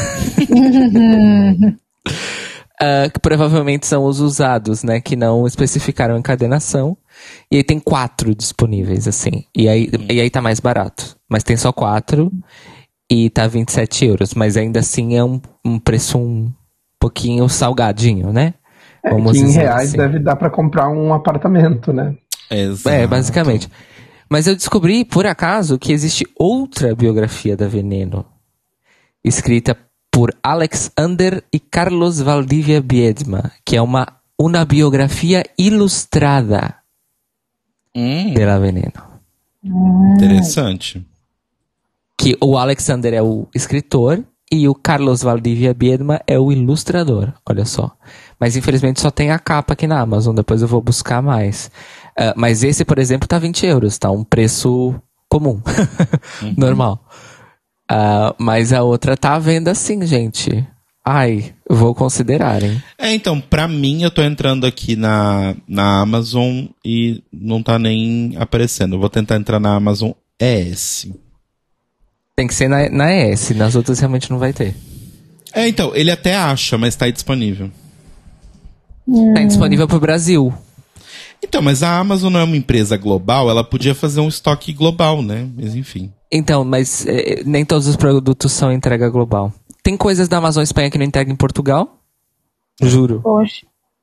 Ah, que provavelmente são os usados, né? Que não especificaram encadenação. E aí tem quatro disponíveis, assim. E aí, e aí tá mais barato. Mas tem só quatro e tá vinte e sete euros. Mas ainda assim é um, um preço um pouquinho salgadinho, né? É, Vamos que em dizer reais assim. deve dar pra comprar um apartamento, né? Exato. É, basicamente. Mas eu descobri, por acaso, que existe outra biografia da Veneno. Escrita por Alexander e Carlos Valdivia Biedma. Que é uma, uma biografia ilustrada Hum, de La Veneno. interessante. Que o Alexander é o escritor e o Carlos Valdivia Biedma é o ilustrador. Olha só. Mas infelizmente só tem a capa aqui na Amazon. Depois eu vou buscar mais. Ah, mas esse, por exemplo, tá vinte euros. Tá um preço comum. Normal. Ah, mas a outra tá à venda sim, gente. Ai, eu vou considerar, hein? É, então, pra mim, eu tô entrando aqui na, na Amazon e não tá nem aparecendo. Eu vou tentar entrar na Amazon E S. Tem que ser na, na E S. Nas outras realmente não vai ter. É, então, ele até acha, mas tá disponível. Tá disponível pro Brasil. Então, mas a Amazon não é uma empresa global, ela podia fazer um estoque global, né? Mas enfim. Então, mas eh, nem todos os produtos são entrega global. Tem coisas da Amazon Espanha que não entrega em Portugal? Juro. Poxa.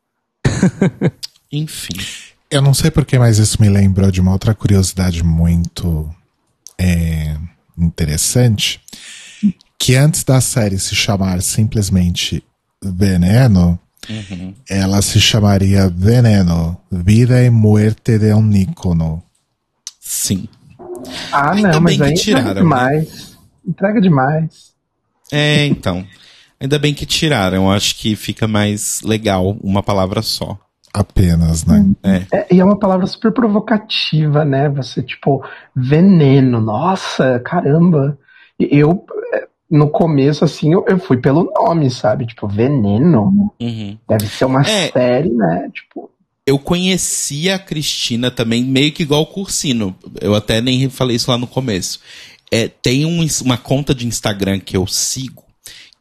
Enfim. eu não sei porquê, mas isso me lembrou de uma outra curiosidade muito é, interessante. Que antes da série se chamar simplesmente Veneno, Uhum. ela se chamaria Veneno, Vida e Muerte de um Ícono. Sim. Ah, Ainda não, mas bem que aí tiraram, entrega demais. Entrega demais. É, então. Ainda bem que tiraram. Eu acho que fica mais legal uma palavra só. Apenas, né? É. É, e é uma palavra super provocativa, né? Você, tipo, veneno. Nossa, caramba. E eu, é, no começo, assim, eu, eu fui pelo nome, sabe? Tipo, veneno. Uhum. Deve ser uma É. série, né? Tipo, Eu conhecia a Cristina também, meio que igual o Cursino. Eu até nem falei isso lá no começo. É, tem um, uma conta de Instagram que eu sigo,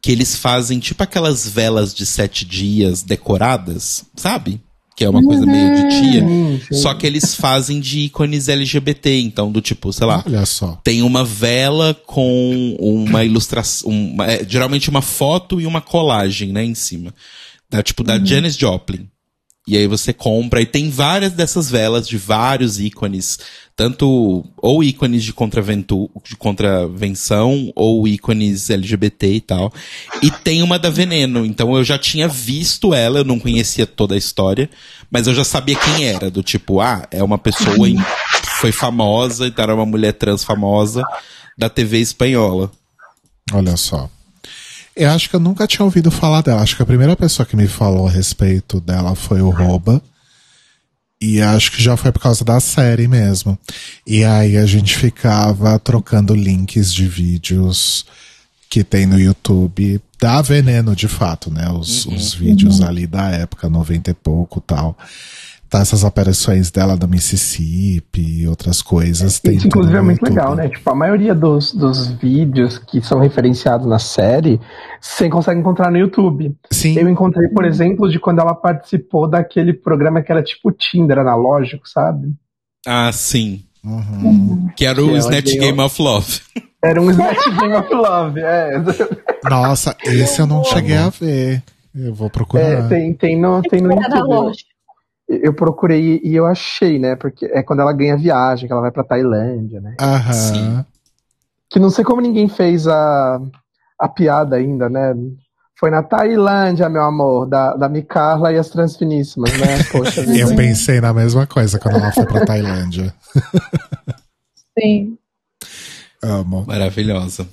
que eles fazem tipo aquelas velas de sete dias decoradas, sabe? Que é uma coisa meio de tia. Sim, sim. Só que eles fazem de ícones L G B T. Então, do tipo, sei lá. Olha só. Tem uma vela com uma ilustração. Uma, é, geralmente uma foto e uma colagem, né, em cima. Da, tipo, da Janis Joplin. E aí você compra, e tem várias dessas velas de vários ícones, tanto ou ícones de, contraventu, de contravenção, ou ícones L G B T e tal. E tem uma da Veneno, então eu já tinha visto ela, eu não conhecia toda a história, mas eu já sabia quem era, do tipo, ah, é uma pessoa que foi famosa, então era uma mulher trans famosa da T V espanhola. Olha só. Eu acho que eu nunca tinha ouvido falar dela. Acho que a primeira pessoa que me falou a respeito dela foi o Roba. E acho que já foi por causa da série mesmo. E aí a gente ficava trocando links de vídeos que tem no YouTube da Veneno, de fato, né? Os, uhum. os vídeos uhum. ali da época, noventa e pouco e tal. Tá, essas aparições dela do Mississippi e outras coisas. Tem Isso, inclusive, é muito YouTube. Legal, né? Tipo, a maioria dos, dos vídeos que são referenciados na série, você consegue encontrar no YouTube. Sim. Eu encontrei, por exemplo, de quando ela participou daquele programa que era tipo Tinder analógico, sabe? Ah, sim. Uhum. Que era o que Snatch Game of Love. Era um Snatch Game of Love, é. Nossa, esse eu não cheguei a ver. Eu vou procurar. É, tem, tem no, tem no YouTube. Eu procurei e eu achei, né? Porque é quando ela ganha viagem, que ela vai pra Tailândia, né? Aham. Sim. Que não sei como ninguém fez a, a piada ainda, né? Foi na Tailândia, meu amor, da, da Micarla e as Transfiníssimas, né? Poxa vida. Eu pensei na mesma coisa quando ela foi pra Tailândia. Sim. Amo. Maravilhosa.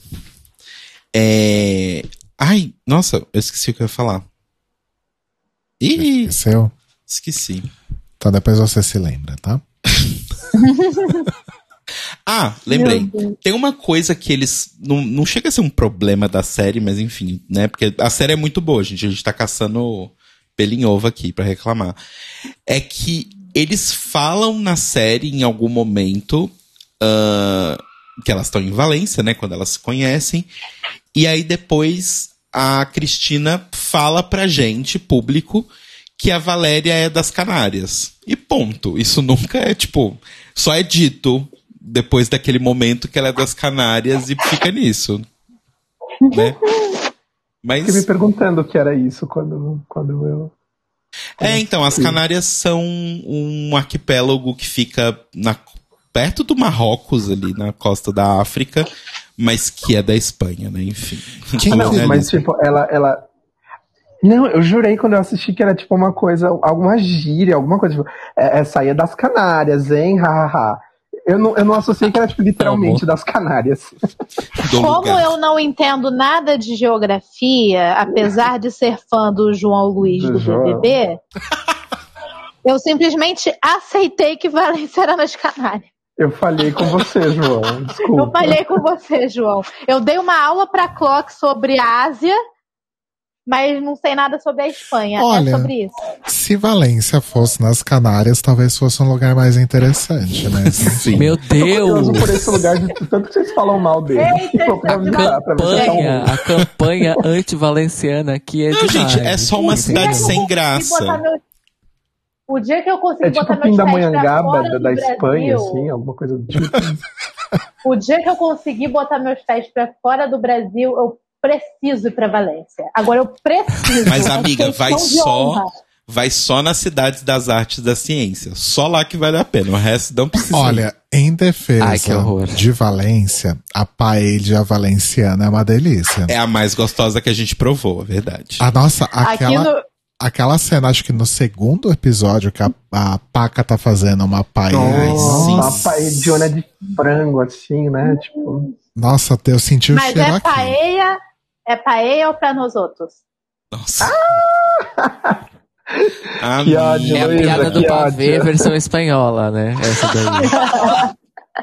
É... Ai, nossa, eu esqueci o que eu ia falar. Ih! Esqueceu? Esqueci. Então depois você se lembra, tá? Ah, lembrei. Tem uma coisa que eles... Não, não chega a ser um problema da série, mas enfim, né? Porque a série é muito boa, gente. A gente tá caçando pelo em ovo aqui pra reclamar. É que eles falam na série, em algum momento, uh, que elas estão em Valência, né? Quando elas se conhecem. E aí depois a Cristina fala pra gente, público, que a Valéria é das Canárias. E ponto. Isso nunca é, tipo... Só é dito depois daquele momento que ela é das Canárias e fica nisso. Né? Mas... Fiquei me perguntando o que era isso quando, quando eu... É, então, as Canárias são um arquipélago que fica na, perto do Marrocos, ali na costa da África, mas que é da Espanha, né? Enfim. Ah, não, mas tipo, ela... ela... Não, eu jurei quando eu assisti que era tipo uma coisa, alguma gíria, alguma coisa, tipo, é, é saía das Canárias, hein, hahaha. Eu não, eu não associei que era tipo literalmente das Canárias. Como eu não entendo nada de geografia, apesar de ser fã do João Luiz do, do B B B, eu simplesmente aceitei que Valência era nas Canárias. Eu falhei com você, João, desculpa. Eu falhei com você, João. Eu dei uma aula pra Clock sobre a Ásia, mas não sei nada sobre a Espanha. Olha, é sobre isso. Se Valência fosse nas Canárias, talvez fosse um lugar mais interessante, né? Sim. Meu Deus! Eu por esse lugar, de tanto que vocês falam mal dele. Eita, pra avisar, pra campanha, a campanha anti-valenciana aqui é Não, demais. gente, é só uma cidade sem graça. Meu... O dia que eu consegui é tipo botar meus pés Pindamonhangaba pra fora da, do da Brasil, Espanha, assim, alguma coisa do tipo. O dia que eu consegui botar meus pés pra fora do Brasil, eu preciso ir pra Valência. Agora eu preciso. Mas, amiga, vai só, honra. vai só nas cidades das artes e da ciência. Só lá que vale a pena. O resto não precisa. Olha, em defesa Ai, que horror. de Valência, a paella valenciana é uma delícia. É a mais gostosa que a gente provou, é verdade. A nossa, aquela, no... aquela cena, acho que no segundo episódio, que a, a Paca tá fazendo uma paella. Nossa, uma paellona de frango, assim, né? Tipo... Nossa, eu senti o Mas cheiro é aqui. paella, é paella ou pra nós outros? Nossa. Ah! Que ódio, é a Luísa, piada do que pavê, ódio. versão espanhola, né? Essa daí.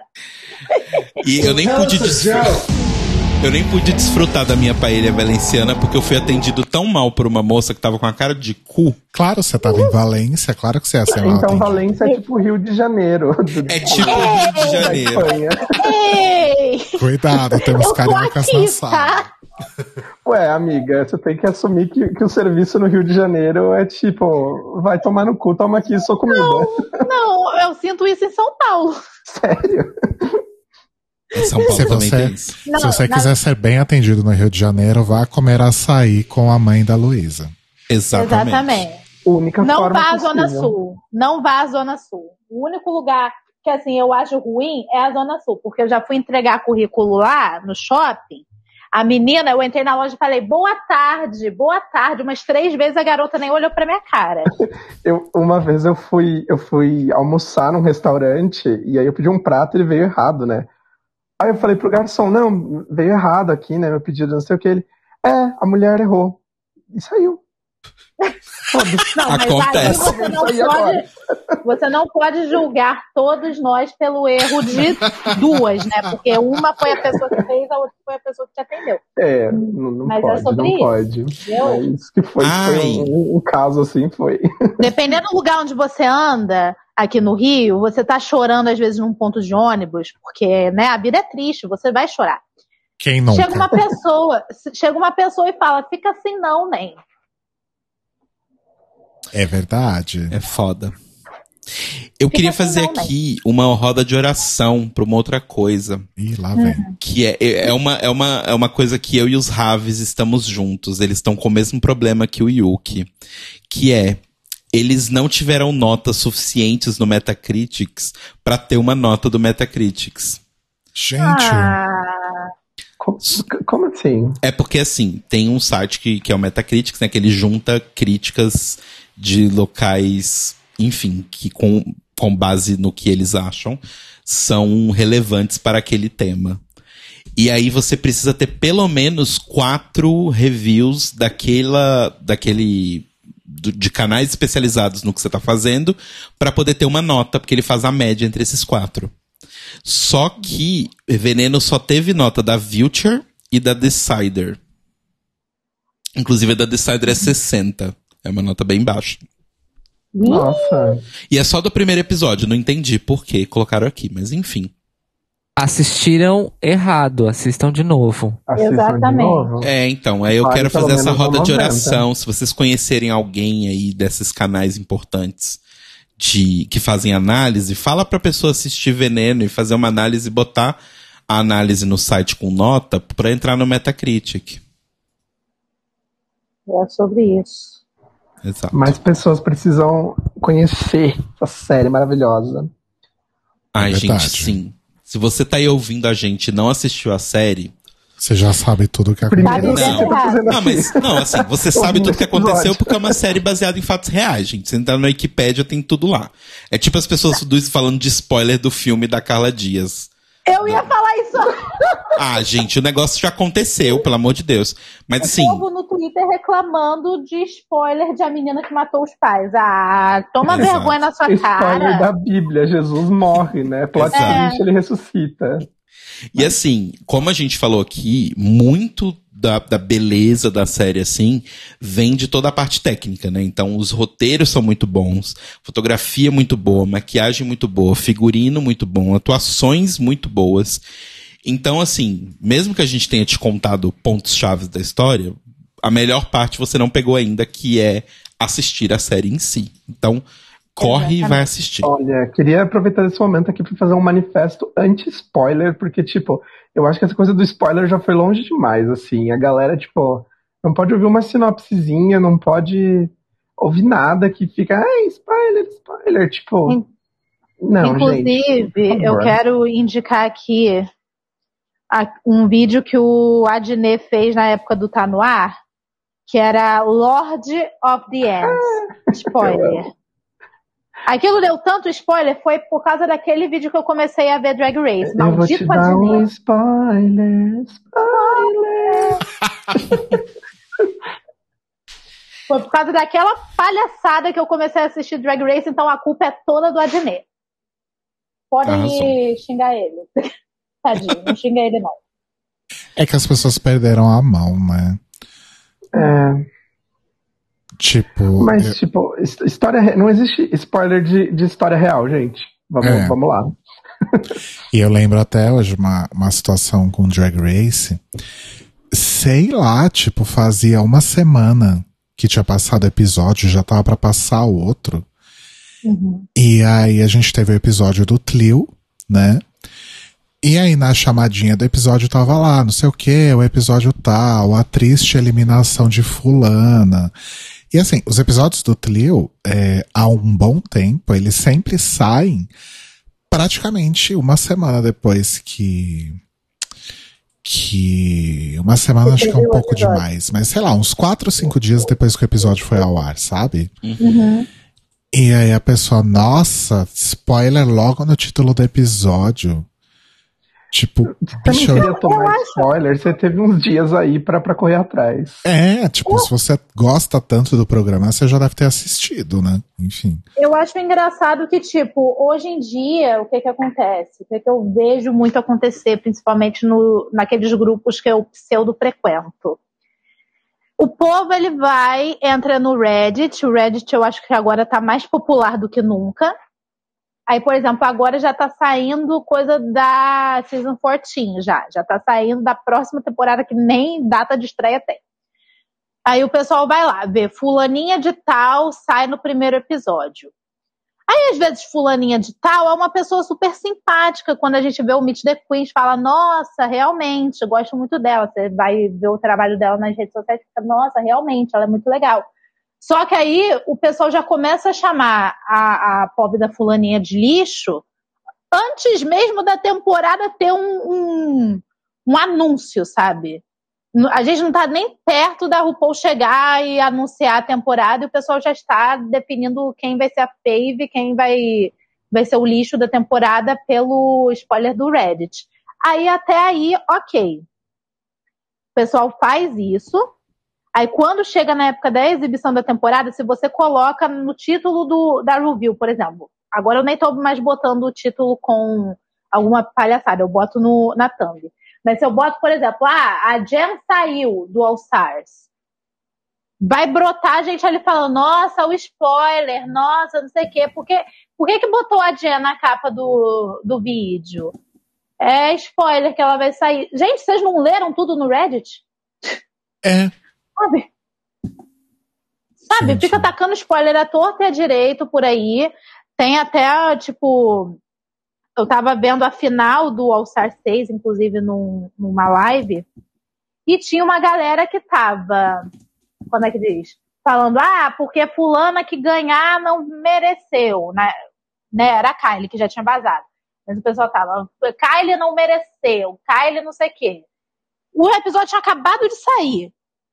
E eu nem pude desfrutar. Eu nem pude desfrutar da minha paella valenciana porque eu fui atendido tão mal por uma moça que tava com a cara de cu. Claro, você tava em Valência, claro que você ia ser mal Então atendido. Valência é tipo Rio de Janeiro. É tipo Rio de Da Janeiro. Espanha. Ei! Cuidado, temos Eu tô cariocas aqui, na sala. tá? Ué, amiga, você tem que assumir que, que o serviço no Rio de Janeiro é tipo, vai tomar no cu, toma aqui sua comida. Não, eu sinto isso em São Paulo. Sério? Em São Paulo Se também você, tem isso. Não, se você na- quiser ser bem atendido no Rio de Janeiro, vá comer açaí com a mãe da Luísa. Exatamente. Exatamente. Única Não forma vá à possível. Zona Sul. Não vá à Zona Sul. O único lugar que assim eu acho ruim é a Zona Sul, porque eu já fui entregar currículo lá no shopping. A menina, eu entrei na loja e falei, boa tarde, boa tarde. Umas três vezes a garota nem olhou pra minha cara. Eu, uma vez eu fui, eu fui almoçar num restaurante e aí eu pedi um prato e ele veio errado, né? Aí eu falei pro garçom, não, veio errado aqui, né? Meu pedido, não sei o que. Ele, é, a mulher errou. E saiu. Foda-se. Não, mas Acontece. aí você não, E agora? pode, você não pode julgar todos nós pelo erro de duas, né? Porque uma foi a pessoa que fez, a outra foi a pessoa que te atendeu. É, não, não Mas é pode, sobre não isso. pode. Eu- É isso que foi, Ai. foi um, um caso assim, foi. Dependendo do lugar onde você anda, aqui no Rio, você tá chorando às vezes num ponto de ônibus, porque, né, a vida é triste, você vai chorar. Quem nunca? Chega uma pessoa, chega uma pessoa e fala, fica assim não, nem. É verdade. É foda. Eu queria assim, fazer não, né? aqui uma roda de oração pra uma outra coisa. Ih, lá vem. Que é, é, uma, é, uma, é uma coisa que eu e os Raves estamos juntos. Eles estão com o mesmo problema que o Yuki. Que é, eles não tiveram notas suficientes no Metacritics pra ter uma nota do Metacritics. Gente, Ah, Como, como assim? É porque, assim, tem um site que, que é o Metacritics, né? Que ele junta críticas de locais, enfim, que com, com base no que eles acham, são relevantes para aquele tema. E aí você precisa ter pelo menos quatro reviews daquela, daquele, do- de canais especializados no que você tá fazendo, para poder ter uma nota, porque ele faz a média entre esses quatro. Só que Veneno só teve nota da Vulture e da Decider. Inclusive a da Decider é sessenta. É uma nota bem baixa. Nossa. E é só do primeiro episódio. Não entendi por que colocaram aqui, mas enfim. Assistiram errado, assistam de novo. Assistam Exatamente. de novo. É, então, aí eu Vale quero pelo fazer essa menos roda de noventa. oração. Se vocês conhecerem alguém aí desses canais importantes de que fazem análise, fala pra pessoa assistir Veneno e fazer uma análise e botar a análise no site com nota pra entrar no Metacritic. é sobre isso. Exato. Mais pessoas precisam conhecer essa série maravilhosa. Ai, É gente, verdade. sim. Se você tá aí ouvindo a gente e não assistiu a série. você já sabe tudo o que Primeiro, aconteceu. o que Não. você tá fazendo Não, aqui? mas, não, assim, você sabe Ouvindo tudo que esse episódio. aconteceu porque é uma série baseada em fatos reais, gente. Você entrar na Wikipédia, tem tudo lá. É tipo as pessoas do- falando de spoiler do filme da Carla Dias. Eu ia falar isso. Ah, gente, o negócio já aconteceu, pelo amor de Deus. Mas assim, O povo no Twitter reclamando de spoiler de A Menina que Matou os Pais. Ah, toma Exato. vergonha na sua Spoiler cara. da Bíblia, Jesus morre, né? Plot Exato. twist, ele ressuscita. e assim, como a gente falou aqui, muito da, da beleza da série, assim, vem de toda a parte técnica, né? Então, os roteiros são muito bons, fotografia muito boa, maquiagem muito boa, figurino muito bom, atuações muito boas. Então, assim, mesmo que a gente tenha te contado pontos-chave da história, a melhor parte você não pegou ainda, que é assistir a série em si. Então, corre e vai assistir. Olha, queria aproveitar esse momento aqui para fazer um manifesto anti-spoiler, porque, tipo, eu acho que essa coisa do spoiler já foi longe demais, assim. A galera, tipo, não pode ouvir uma sinopsezinha, não pode ouvir nada que fica, ai, spoiler, spoiler, tipo... In- Não, Inclusive, gente, por eu favor. quero indicar aqui a- um vídeo que o Adnet fez na época do Tá No Ar, que era Lord of the Ends. Spoiler. Aquilo deu tanto spoiler, foi por causa daquele vídeo que eu comecei a ver Drag Race. Eu vou te Maldito dar um Adnet. spoiler, spoiler. Foi por causa daquela palhaçada que eu comecei a assistir Drag Race, então a culpa é toda do Adnet. Podem Arrasou. me xingar ele. Tadinho, não xinga ele não. É que as pessoas perderam a mão, né? É, Tipo, mas, eu- tipo, his- história re- não existe spoiler de, de história real, gente. Vamos, É. vamos lá. e eu lembro até hoje uma, uma situação com Drag Race sei lá, tipo, fazia uma semana que tinha passado o episódio, já tava pra passar o outro. Uhum. E aí a gente teve o episódio do Tlio, né? E aí na chamadinha do episódio tava lá, não sei o que, o episódio tal, a triste eliminação de fulana. E assim, os episódios do Tlio, é, há um bom tempo, eles sempre saem praticamente uma semana depois que... que uma semana acho que é um pouco demais, mas sei lá, uns quatro ou cinco dias depois que o episódio foi ao ar, sabe? Uhum. E aí a pessoa, nossa, spoiler logo no título do episódio. Tipo, Você bicho, não queria tomar spoiler, você teve uns dias aí pra, pra correr atrás. é, tipo, se você gosta tanto do programa, você já deve ter assistido, né? Enfim. Eu acho engraçado que, tipo, hoje em dia, o que que acontece? O que que eu vejo muito acontecer, principalmente no, naqueles grupos que eu pseudo-frequento. O povo, ele vai, entra no Reddit. O Reddit eu acho que agora tá mais popular do que nunca. Aí, por exemplo, agora já tá saindo coisa da Season quatorze já. Já tá saindo da próxima temporada que nem data de estreia tem. Aí o pessoal vai lá, vê fulaninha de tal, sai no primeiro episódio. Aí, às vezes, fulaninha de tal é uma pessoa super simpática. Quando a gente vê o Meet the Queens, fala, nossa, realmente, eu gosto muito dela. Você vai ver o trabalho dela nas redes sociais e fica, nossa, realmente, ela é muito legal. Só que aí o pessoal já começa a chamar a, a pobre da fulaninha de lixo antes mesmo da temporada ter um, um, um anúncio, sabe? A gente não tá nem perto da RuPaul chegar e anunciar a temporada e o pessoal já está definindo quem vai ser a fave, quem vai, vai ser o lixo da temporada pelo spoiler do Reddit. Aí até aí, ok. O pessoal faz isso. Aí quando chega na época da exibição da temporada, se você coloca no título do, da review, por exemplo. Agora eu nem tô mais botando o título com alguma palhaçada, eu boto no, na thumb. Mas se eu boto, por exemplo, ah, a Jen saiu do All Stars, vai brotar a gente ali falando, nossa, o spoiler, nossa, não sei o quê. Por que, por que que botou a Jen na capa do, do vídeo? É spoiler que ela vai sair. Gente, vocês não leram tudo no Reddit? É. Sabe? Sabe, Sim, fica sim. tacando spoiler à torta e à direito por aí. Tem até, tipo... Eu tava vendo a final do All Star seis, inclusive, num, numa live, e tinha uma galera que tava, como é que diz? Falando, ah, porque fulana que ganhar não mereceu, né? né? Era a Kylie, que já tinha vazado. Mas o pessoal tava, Kylie não mereceu, Kylie não sei o quê. O episódio tinha acabado de sair.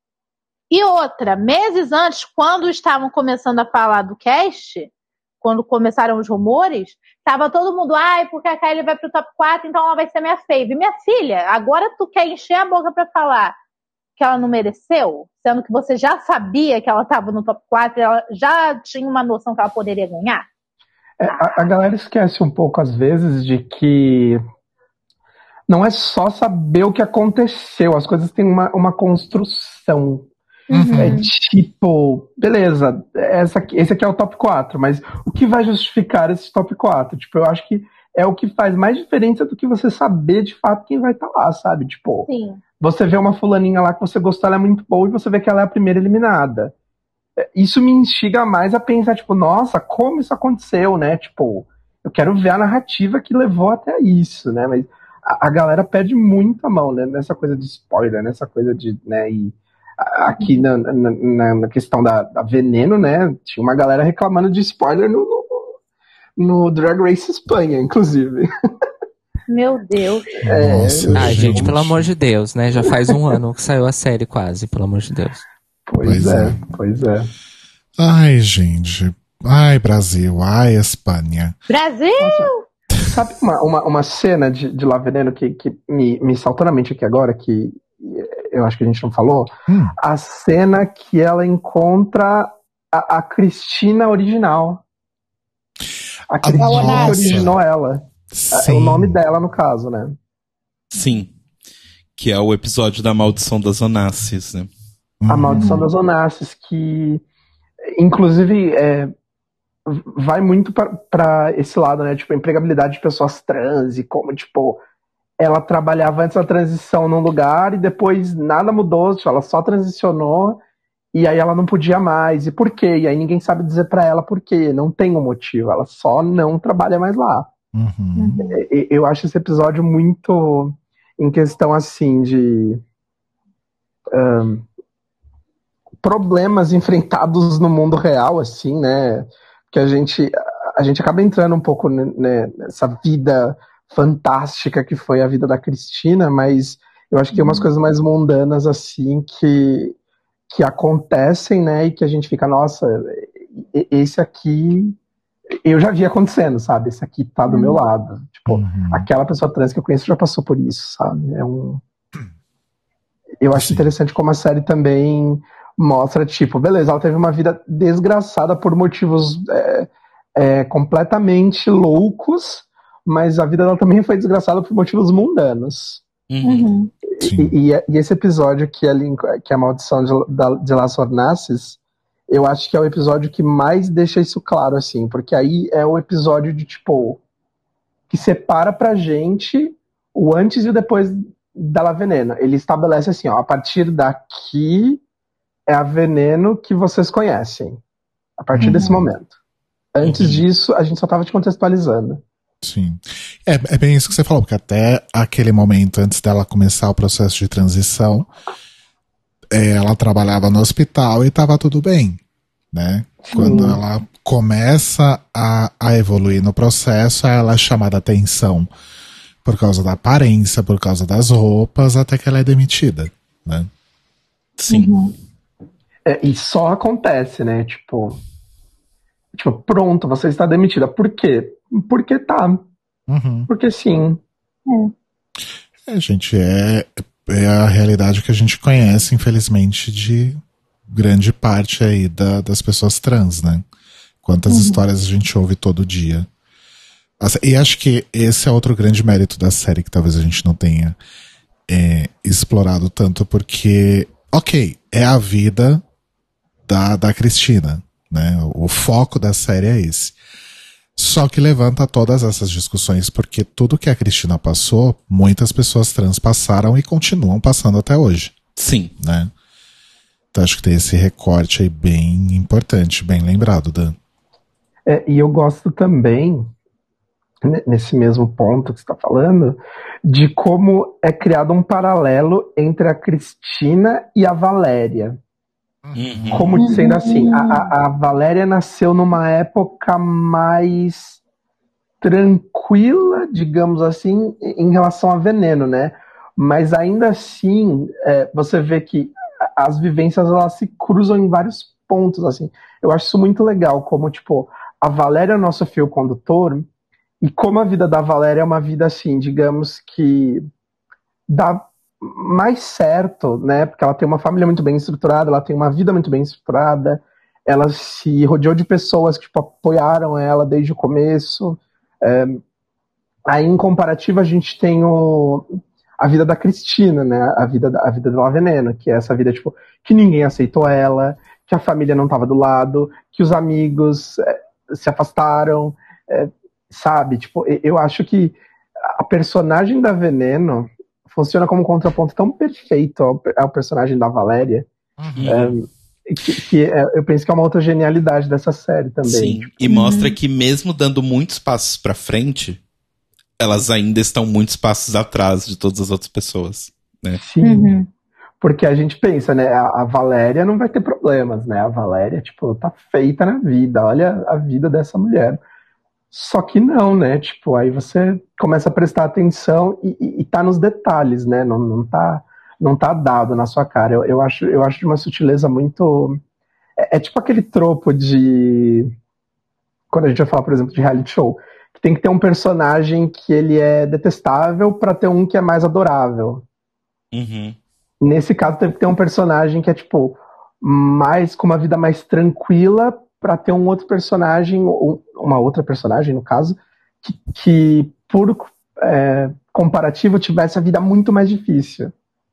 E outra, meses antes, quando estavam começando a falar do cast, quando começaram os rumores, tava todo mundo, ai, porque a Kylie vai pro top quatro, então ela vai ser minha fave. Minha filha, agora tu quer encher a boca pra falar que ela não mereceu? Sendo que você já sabia que ela tava no top quatro, ela já tinha uma noção que ela poderia ganhar? É, a, a galera esquece um pouco, às vezes, de que não é só saber o que aconteceu, as coisas têm uma, uma construção. Uhum. É tipo, beleza, essa aqui, esse aqui é o top quatro, mas o que vai justificar esse top quatro? Tipo, eu acho que é o que faz mais diferença do que você saber de fato quem vai estar lá, sabe? Tipo, Sim. Você vê uma fulaninha lá que você gostou, ela é muito boa, e você vê que ela é a primeira eliminada. Isso me instiga mais a pensar, tipo, nossa, como isso aconteceu, né? Tipo, eu quero ver a narrativa que levou até isso, né? Mas a, a galera perde muito a mão, né? Nessa coisa de spoiler, nessa coisa de, né, e aqui na, na, na questão da, da Veneno, né? Tinha uma galera reclamando de spoiler no, no, no Drag Race Espanha, inclusive. Meu Deus. É, Nossa, Ai, gente, gente. pelo amor de Deus, né? Já faz um ano que saiu a série quase, pelo amor de Deus. Pois, Pois é, é. pois é. Ai, gente. Ai, Brasil. Ai, Espanha. Brasil! Sabe uma, uma, uma cena de, de La Veneno que, que me, me saltou na mente aqui agora, que eu acho que a gente não falou? Hum. A cena que ela encontra a, a Cristina original. A Cristina que nossa. originou ela. É Sim. o nome dela, no caso, né? Sim. Que é o episódio da Maldição das Onassis, né? A Maldição das Onassis, que inclusive é, vai muito para esse lado, né? Tipo, a empregabilidade de pessoas trans e como, tipo, ela trabalhava antes da transição num lugar e depois nada mudou, tipo, ela só transicionou e aí ela não podia mais. E por quê? E aí ninguém sabe dizer pra ela por quê. Não tem um motivo, ela só não trabalha mais lá. Uhum. Eu acho esse episódio muito em questão assim de um, problemas enfrentados no mundo real, assim, né? Que a gente, a gente acaba entrando um pouco, né, nessa vida fantástica que foi a vida da Cristina, mas eu acho que tem umas coisas mais mundanas assim que, que acontecem, né, e que a gente fica, nossa, esse aqui eu já vi acontecendo, sabe? Esse aqui tá do Uhum. meu lado. Tipo, Uhum. aquela pessoa trans que eu conheço já passou por isso, sabe? É um... Eu acho Sim. interessante como a série também mostra, tipo, beleza, ela teve uma vida desgraçada por motivos é, é, completamente loucos, mas a vida dela também foi desgraçada por motivos mundanos. Uhum. Uhum. Sim. E, e, e esse episódio que é, que é a maldição de, da- de Las Hornaces, eu acho que é o episódio que mais deixa isso claro, assim, porque aí é o episódio de, tipo, que separa pra gente o antes e o depois da La Veneno. Ele estabelece assim, ó, a partir daqui é a Veneno que vocês conhecem. A partir Uhum. desse momento. Antes Uhum. disso, a gente só tava te contextualizando. Sim. É, é bem isso que você falou, porque até aquele momento, antes dela começar o processo de transição, é, ela trabalhava no hospital e estava tudo bem, né? Quando ela começa a, a evoluir no processo, ela é chamada a atenção por causa da aparência, por causa das roupas, até que ela é demitida, né? Sim. Uhum. É, e só acontece, né? Tipo, tipo, pronto, você está demitida. Por quê? Porque tá. Uhum. Porque sim. É, gente, é, é a realidade que a gente conhece, infelizmente, de grande parte aí da, das pessoas trans, né? Quantas histórias a gente ouve todo dia. Assim, e acho que esse é outro grande mérito da série que talvez a gente não tenha é, explorado tanto, porque, ok, é a vida da, da Cristina, né? O foco da série é esse. Só que levanta todas essas discussões, porque tudo que a Cristina passou, muitas pessoas trans passaram e continuam passando até hoje, Sim. né? Então acho que tem esse recorte aí bem importante, bem lembrado, Dan. É, e eu gosto também, ne- nesse mesmo ponto que você está falando, de como é criado um paralelo entre a Cristina e a Valéria. Uhum. Como sendo assim, a, a, a Valéria nasceu numa época mais tranquila, digamos assim, em relação a Veneno, né? Mas ainda assim, é, você vê que as vivências elas se cruzam em vários pontos, assim. Eu acho isso muito legal, como, tipo, a Valéria é o nosso fio condutor, e como a vida da Valéria é uma vida, assim, digamos que dá mais certo, né? Porque ela tem uma família muito bem estruturada, ela tem uma vida muito bem estruturada, ela se rodeou de pessoas que, tipo, apoiaram ela desde o começo. É, aí, em comparativo, a gente tem o, a vida da Cristina, né? A vida da, a vida do La Veneno, que é essa vida, tipo, que ninguém aceitou ela, que a família não estava do lado, que os amigos é, se afastaram, é, sabe? Tipo, eu acho que a personagem da Veneno funciona como um contraponto tão perfeito ao, ao personagem da Valéria, Uhum. é, que, que é, eu penso que é uma outra genialidade dessa série também. Sim. E mostra que mesmo dando muitos passos pra frente, elas ainda estão muitos passos atrás de todas as outras pessoas, né? Sim. Uhum. Porque a gente pensa, né? A, a Valéria não vai ter problemas, né? A Valéria, tipo, tá feita na vida. Olha a vida dessa mulher. Só que não, né? Tipo, aí você começa a prestar atenção e, e, e tá nos detalhes, né? Não, não, tá, não tá dado na sua cara. Eu, eu, acho, eu acho de uma sutileza muito... É, é tipo aquele tropo de... Quando a gente vai falar, por exemplo, de reality show, que tem que ter um personagem que ele é detestável pra ter um que é mais adorável. Uhum. Nesse caso, teve que ter um personagem que é, tipo, mais com uma vida mais tranquila pra ter um outro personagem, ou uma outra personagem, no caso, que, que por é, comparativo, tivesse a vida muito mais difícil.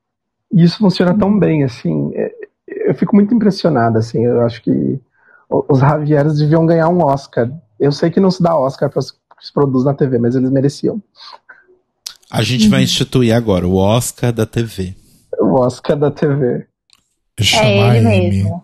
E isso funciona tão bem, assim. é, Eu fico muito impressionado, assim. Eu acho que o- os Javieres deviam ganhar um Oscar. Eu sei que não se dá Oscar para os que se produz na T V, mas eles mereciam. A gente vai instituir agora o Oscar da T V. O Oscar da T V. Chama É a ele Amy. mesmo.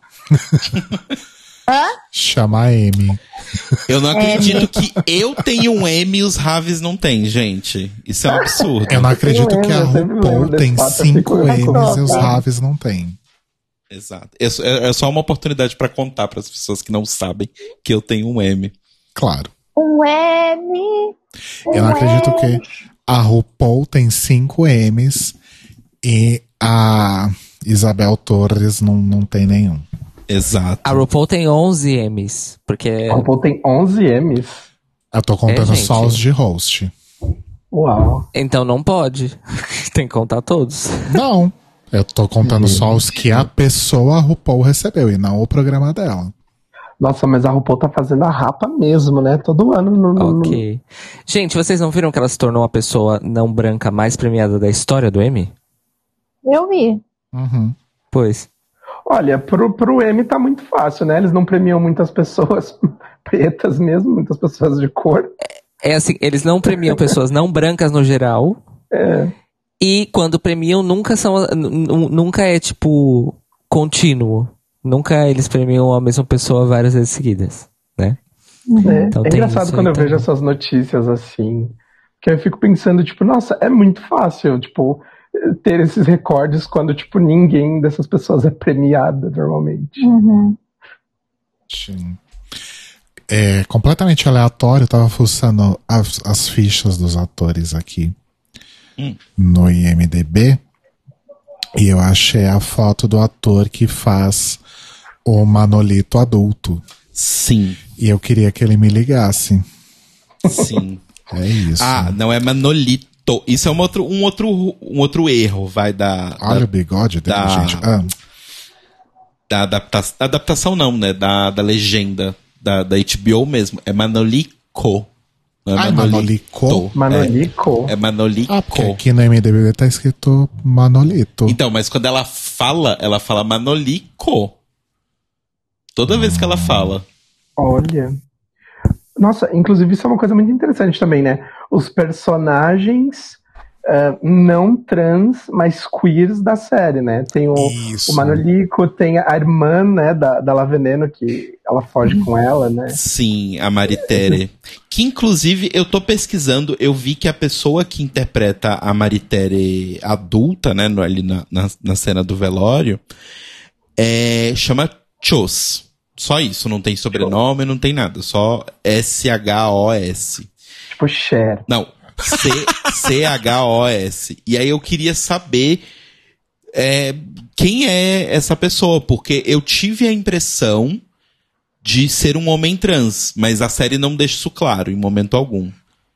Hã? Chama a Amy. Eu não acredito que eu tenho um M e os Raves não têm, gente. Isso é um absurdo. Eu não acredito Eu que a lembro, eu sempre RuPaul lembro desse tem fato, eu cinco fico M's e os revoltado. Raves não tem. Exato. É só- É é só uma oportunidade pra contar para as pessoas que não sabem que eu tenho um M. Claro. Um M. Eu não acredito que a RuPaul tem cinco M's e a Isabel Torres não, não tem nenhum. Exato. A RuPaul tem onze M's, porque A RuPaul tem onze M's. Eu tô contando É, gente. só os de host. Uau. então não pode. Tem que contar todos. Não. Eu tô contando só os que a pessoa RuPaul recebeu e não o programa dela. Nossa, mas a RuPaul tá fazendo a rapa mesmo, né? Todo ano. No, no- Ok. Gente, vocês não viram que ela se tornou a pessoa não branca mais premiada da história do Emmy? Eu vi. Uhum. Pois. Olha, pro, pro M tá muito fácil, né? Eles não premiam muitas pessoas pretas mesmo, muitas pessoas de cor. É assim, eles não premiam pessoas não brancas no geral. É. E quando premiam, nunca são. n- n- Nunca é tipo contínuo. Nunca eles premiam a mesma pessoa várias vezes seguidas, né? É, Então é tem engraçado isso aí quando eu vejo também. essas notícias assim, que eu fico pensando, tipo, nossa, é muito fácil, tipo, ter esses recordes quando, tipo, ninguém dessas pessoas é premiada normalmente. Uhum. Sim. É completamente aleatório, eu tava fuçando as, as fichas dos atores aqui Hum. no I M D B e eu achei a foto do ator que faz o Manolito adulto. Sim, E eu queria que ele me ligasse. sim. É isso. Ah, não é Manolito. Isso é um outro, um outro, um outro erro, vai da, Olha da, o bigode dele, da- gente. Ah, da adaptação. Adaptação não, né? Da, da legenda da, da H B O mesmo. É Manolico. Não é Ah, Manolico? Manolico? É, é Manolico. ah, porque aqui no I M D B tá escrito Manolito. Então, mas quando ela fala, ela fala Manolico. Toda vez que ela fala. Olha. Nossa, inclusive isso é uma coisa muito interessante também, né? Os personagens ah, não trans, mas queers da série, né? Tem o, Isso. o Manolico, tem a irmã, né, da, da La Veneno, que ela foge com ela, né? Sim, a Maritere. Que inclusive eu tô pesquisando, eu vi que a pessoa que interpreta a Maritere adulta, né, no- ali na, na, na cena do velório, é, chama Chos. Só isso, não tem sobrenome, não tem nada, só S H O S. Tipo, Cher. Não, C- C H O S. E aí eu queria saber é, quem é essa pessoa, porque eu tive a impressão de ser um homem trans, mas a série não deixa isso claro em momento algum.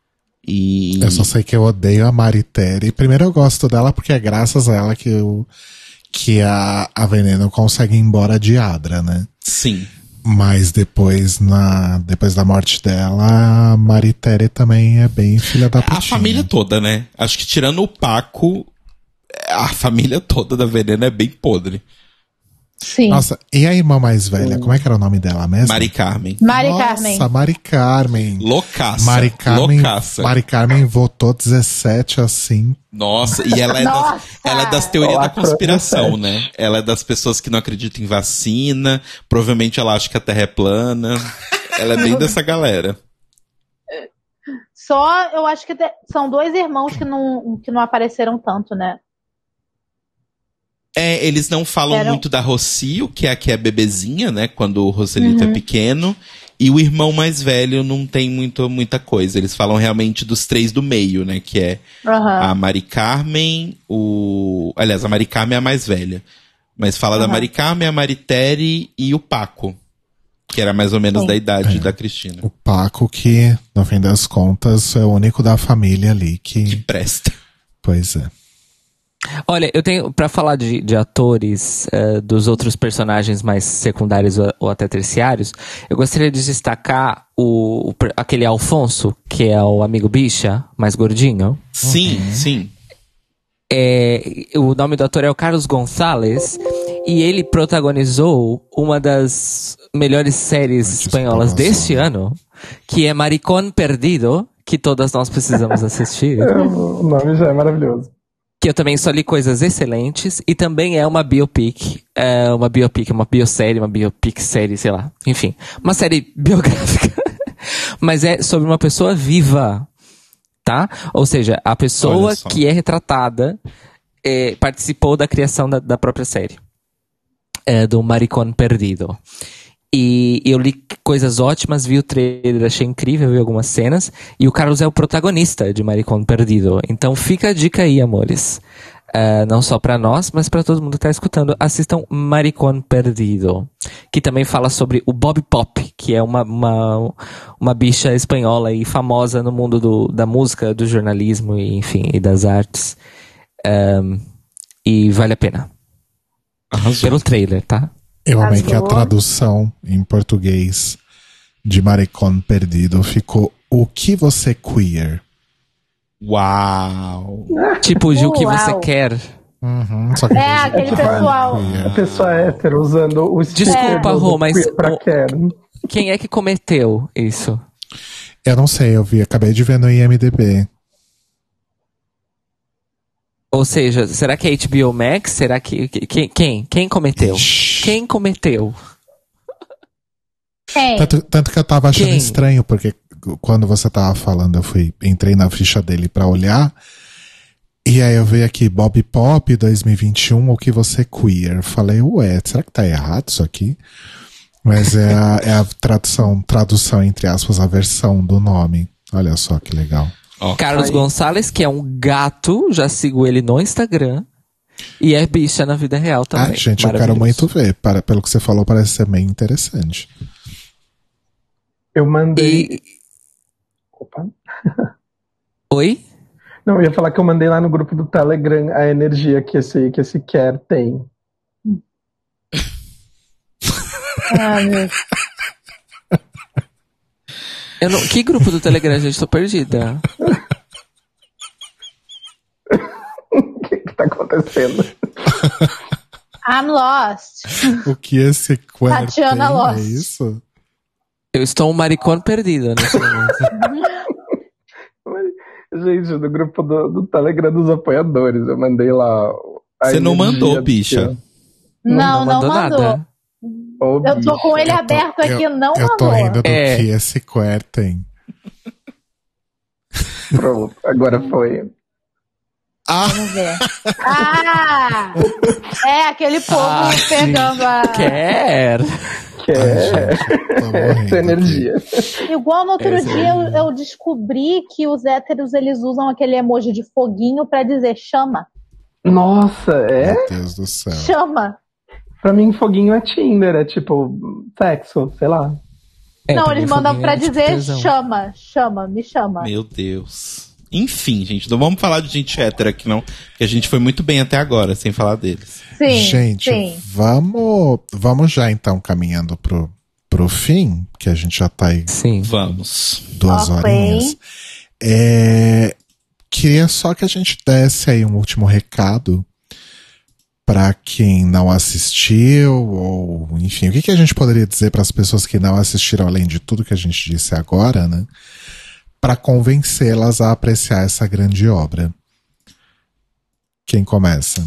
E Eu só sei que eu odeio a Maritere. Primeiro eu gosto dela porque é graças a ela que, eu, que a, a Veneno consegue ir embora de Adra, né? sim, Mas depois, na, depois da morte dela, a Maritere também é bem filha da putinha. a família toda, né? Acho que tirando o Paco, a família toda da Veneno é bem podre. Sim. Nossa, e a irmã mais velha? Como é que era o nome dela mesmo? Mari Carmen. Mari Nossa, Carmen. Mari Carmen. Loucaça. Mari Carmen, Loucaça. Mari Carmen votou dezessete assim. Nossa, e ela é, das, Nossa! ela é das teorias da Lacrou conspiração, dezessete. né? Ela é das pessoas que não acreditam em vacina. Provavelmente ela acha que a Terra é plana. Ela é bem dessa galera. Só, eu acho que te- são dois irmãos que não, que não apareceram tanto, né? É, eles não falam Eram- muito da Rocio, que é a que é bebezinha, né? Quando o Roselito é pequeno. E o irmão mais velho não tem muito, muita coisa. Eles falam realmente dos três do meio, né? Que é Aham. a Mari Carmen, o... Aliás, a Mari Carmen é a mais velha. Mas fala da Aham. Mari Carmen, a Maritere e o Paco. Que era mais ou menos Sim. da idade da Cristina. O Paco, que, no fim das contas, é o único da família ali Que que. presta. Pois é. Olha, eu tenho, pra falar de, de atores, eh, dos outros personagens mais secundários ou, ou até terciários, eu gostaria de destacar o, o per- aquele Alfonso, que é o amigo bicha, mais gordinho. Sim, sim. É, o nome do ator é o Carlos Gonçalves, e ele protagonizou uma das melhores séries Antes espanholas promoção. deste ano, que é Maricón Perdido, que todas nós precisamos assistir. O nome já é maravilhoso. Que eu também só li coisas excelentes. E também é uma biopic. É uma biopic, uma biosérie, uma biopic série, sei lá. Enfim, uma série biográfica. Mas é sobre uma pessoa viva, tá? Ou seja, a pessoa que é retratada é, participou da criação da, da própria série. É, do Maricón Perdido. E eu li coisas ótimas, vi o trailer, achei incrível, vi algumas cenas. E o Carlos é o protagonista de Maricón Perdido. Então fica a dica aí, amores. Uh, não só pra nós, mas pra todo mundo que tá escutando. Assistam Maricón Perdido. Que também fala sobre o Bob Pop, que é uma, uma, uma bicha espanhola e famosa no mundo do, da música, do jornalismo, e, enfim, e das artes. Um, e vale a pena. Arrasou. Pelo trailer, tá? Eu amei que a Arrasou. tradução em português de Maricón Perdido ficou o que você queer. Uau! Tipo, de o que você Uau. quer. Uhum, só que É, aquele pessoal. A pessoa hétero usando o estilo Desculpa, do Rô, mas queer pra o- quer. Quem é que cometeu isso? Eu não sei, eu vi, acabei de ver no I M D B. Ou seja, será que é H B O Max? Será que... que- Quem? Quem, quem cometeu? Ixi. Quem cometeu? Quem? Tanto, tanto que eu tava achando Quem? estranho, porque quando você tava falando, eu fui, entrei na ficha dele pra olhar. E aí eu vi aqui, Bob Pop dois mil e vinte e um, o que você queer. Falei, ué, será que tá errado isso aqui? Mas é a, é a tradução, tradução, entre aspas, a versão do nome. Olha só que legal. Ó, Carlos Aí. Gonçalves, que é um gato, já sigo ele no Instagram. E é bicha na vida real também. Ah, gente, eu quero Maravilhoso. muito ver. Para, pelo que você falou, parece ser bem interessante. Eu mandei. E... Opa. Oi? Não, eu ia falar que eu mandei lá no grupo do Telegram a energia que esse, que esse quer tem. Ah, meu. Eu não... Que grupo do Telegram, gente? Tô perdida. O que que tá acontecendo? I'm lost. O que esse queer Tatiana tem, Lost. é isso? Eu estou um maricón perdido nesse momento. Gente, no grupo do, do Telegram dos apoiadores, eu mandei lá. a Você não energia mandou, que- bicha. Não, não, mandou mandou. nada. Ô, Eu tô com ele Eu tô- aberto aqui, eu- não Eu tô mandou. rindo do É. que esse queer tem. Pronto, agora foi. Ah, Vamos ver. Ah! É aquele povo Ah, pegando a. Quer? Que é tô morrendo essa energia. Igual no outro É, dia eu, eu descobri que os héteros eles usam aquele emoji de foguinho pra dizer chama. Nossa, é? Meu Deus do céu. Chama. Pra mim, foguinho é Tinder, é tipo sexo, sei lá. É, Não, pra eles mim, mandam foguinho pra é tipo dizer tesão. chama, chama, me chama. Meu Deus. Enfim, gente, não vamos falar de gente hétera aqui, não. Porque a gente foi muito bem até agora, sem falar deles. Sim, Gente, sim. vamos, vamos já então caminhando pro, pro fim, que a gente já tá aí Sim. Vamos. duas Ok. horinhas. É, queria só que a gente desse aí um último recado para quem não assistiu, ou enfim, o que, que a gente poderia dizer para as pessoas que não assistiram, além de tudo que a gente disse agora, né? Para convencê-las a apreciar essa grande obra. Quem começa?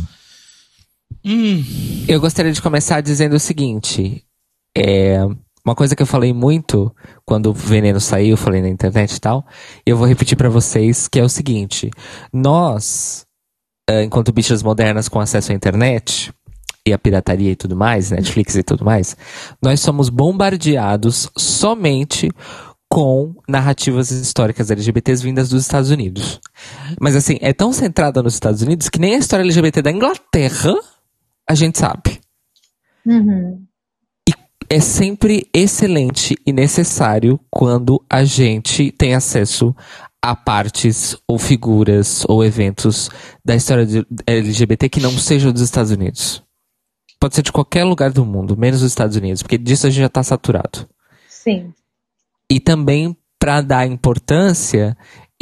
Hum, Eu gostaria de começar dizendo o seguinte. É, uma coisa que eu falei muito quando o Veneno saiu, eu falei na internet e tal. Eu vou repetir pra vocês, que é o seguinte. Nós, é, enquanto bichas modernas com acesso à internet e a pirataria e tudo mais, Netflix e tudo mais, nós somos bombardeados somente com narrativas históricas L G B Ts vindas dos Estados Unidos. Mas assim, é tão centrada nos Estados Unidos que nem a história L G B T da Inglaterra a gente sabe. Uhum. É sempre excelente e necessário quando a gente tem acesso a partes ou figuras ou eventos da história de L G B T que não sejam dos Estados Unidos. Pode ser de qualquer lugar do mundo, menos dos Estados Unidos, porque disso a gente já tá saturado. Sim. E também para dar importância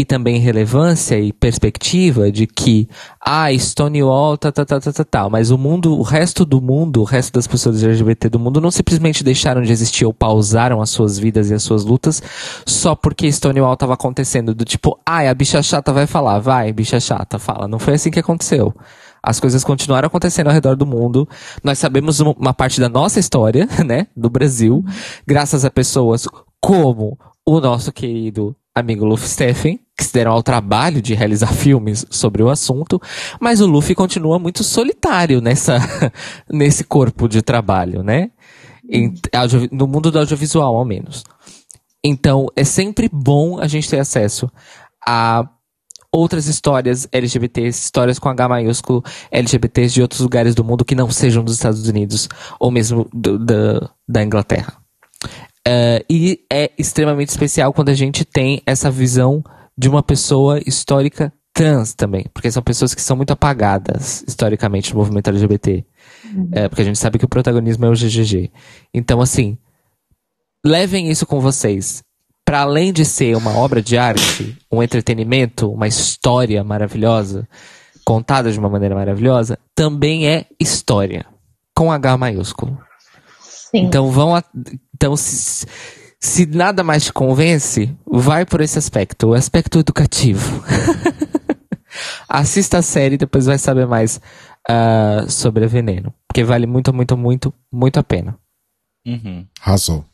e também relevância e perspectiva de que, ah, Stonewall, tá, tá, tá, tá, tá, tá, mas o mundo, o resto do mundo, o resto das pessoas L G B T do mundo não simplesmente deixaram de existir ou pausaram as suas vidas e as suas lutas só porque Stonewall tava acontecendo, do tipo, ah, a bicha chata vai falar, vai, bicha chata, fala. Não foi assim que aconteceu. As coisas continuaram acontecendo ao redor do mundo. Nós sabemos uma parte da nossa história, né, do Brasil, graças a pessoas como o nosso querido amigo Luffy Stephen, que se deram ao trabalho de realizar filmes sobre o assunto, mas o Luffy continua muito solitário nessa, nesse corpo de trabalho, né? Em, audio, no mundo do audiovisual, ao menos. Então, é sempre bom a gente ter acesso a outras histórias L G B Ts, histórias com H maiúsculo, L G B Ts de outros lugares do mundo que não sejam dos Estados Unidos ou mesmo do, da, da Inglaterra. Uh, e é extremamente especial quando a gente tem essa visão de uma pessoa histórica trans também, porque são pessoas que são muito apagadas historicamente no movimento L G B T. Uhum. É, porque a gente sabe que o protagonismo é o G G G. Então, assim, levem isso com vocês. Para além de ser uma obra de arte, um entretenimento, uma história maravilhosa, contada de uma maneira maravilhosa, também é história, com H maiúsculo. Sim. Então, vão a, então se, se nada mais te convence, vai por esse aspecto, o aspecto educativo. Assista a série e depois vai saber mais uh, sobre a Veneno. Porque vale muito, muito, muito, muito a pena. Uhum. Arrasou.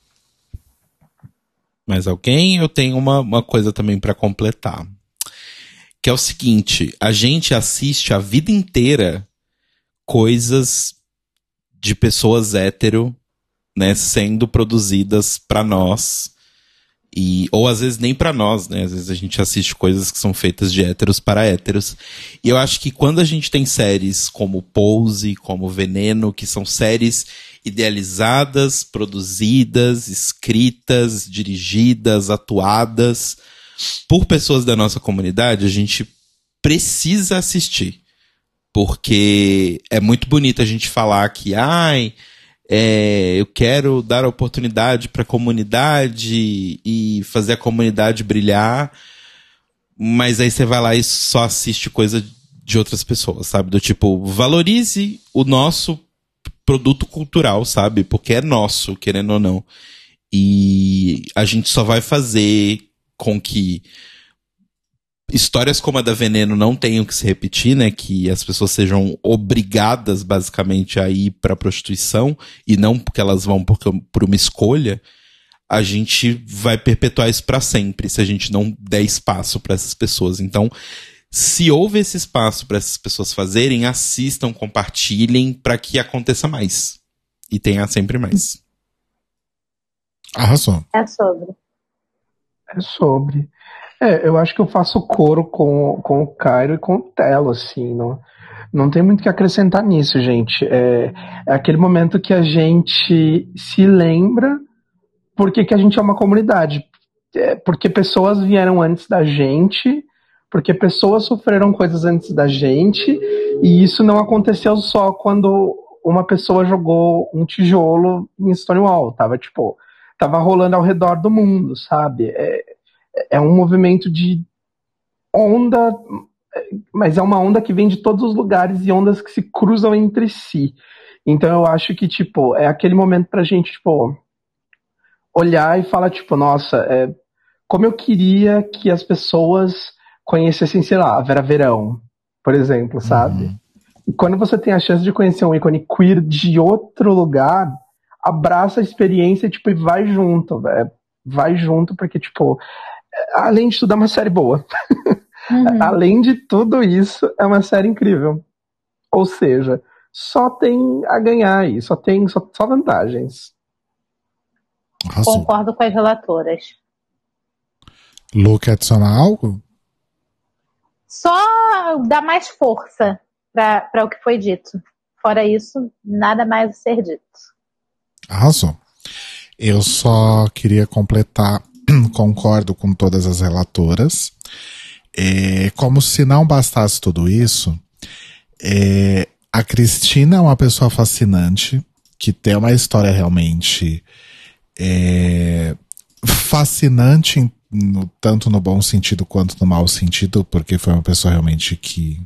Mais alguém? Eu tenho uma, uma coisa também pra completar. Que é o seguinte, a gente assiste a vida inteira coisas de pessoas hétero, né, sendo produzidas pra nós. E, ou às vezes nem pra nós, né? Às vezes a gente assiste coisas que são feitas de héteros para héteros. E eu acho que quando a gente tem séries como Pose, como Veneno, que são séries idealizadas, produzidas, escritas, dirigidas, atuadas por pessoas da nossa comunidade, a gente precisa assistir. Porque é muito bonito a gente falar que, ai, é, eu quero dar oportunidade para a comunidade e fazer a comunidade brilhar, mas aí você vai lá e só assiste coisa de outras pessoas, sabe? Do tipo, valorize o nosso produto cultural, sabe? Porque é nosso, querendo ou não. E a gente só vai fazer com que histórias como a da Veneno não tenham que se repetir, né? Que as pessoas sejam obrigadas, basicamente, a ir pra prostituição e não porque elas vão por, por uma escolha. A gente vai perpetuar isso pra sempre se a gente não der espaço pra essas pessoas. Então, se houve esse espaço para essas pessoas fazerem, assistam, compartilhem para que aconteça mais. E tenha sempre mais. Arrasou. É sobre. É sobre. É, eu acho que eu faço coro com, com o Cairo e com o Telo, assim, não, não tem muito o que acrescentar nisso, gente. É, é aquele momento que a gente se lembra porque que a gente é uma comunidade. É, porque pessoas vieram antes da gente, porque pessoas sofreram coisas antes da gente, e isso não aconteceu só quando uma pessoa jogou um tijolo em Stonewall, tava, tipo, tava rolando ao redor do mundo, sabe? É, é um movimento de onda, mas é uma onda que vem de todos os lugares e ondas que se cruzam entre si. Então eu acho que, tipo, é aquele momento pra gente, tipo, olhar e falar, tipo, nossa, é, como eu queria que as pessoas conhecessem, sei lá, a Vera Verão, por exemplo, sabe? Uhum. E quando você tem a chance de conhecer um ícone queer de outro lugar, abraça a experiência, tipo, e vai junto, velho. Vai junto, porque, tipo, além de tudo, é uma série boa. Uhum. Além de tudo isso, é uma série incrível. Ou seja, só tem a ganhar aí, só tem só, só vantagens. Arrasou. Concordo com as relatoras. Lu, quer adicionar algo? Só dá mais força para o que foi dito. Fora isso, nada mais a ser dito. Arrasou. Eu só queria completar, concordo com todas as relatoras. É, como se não bastasse tudo isso, é, a Cristina é uma pessoa fascinante, que tem uma história realmente é, fascinante em no, tanto no bom sentido quanto no mau sentido, porque foi uma pessoa realmente que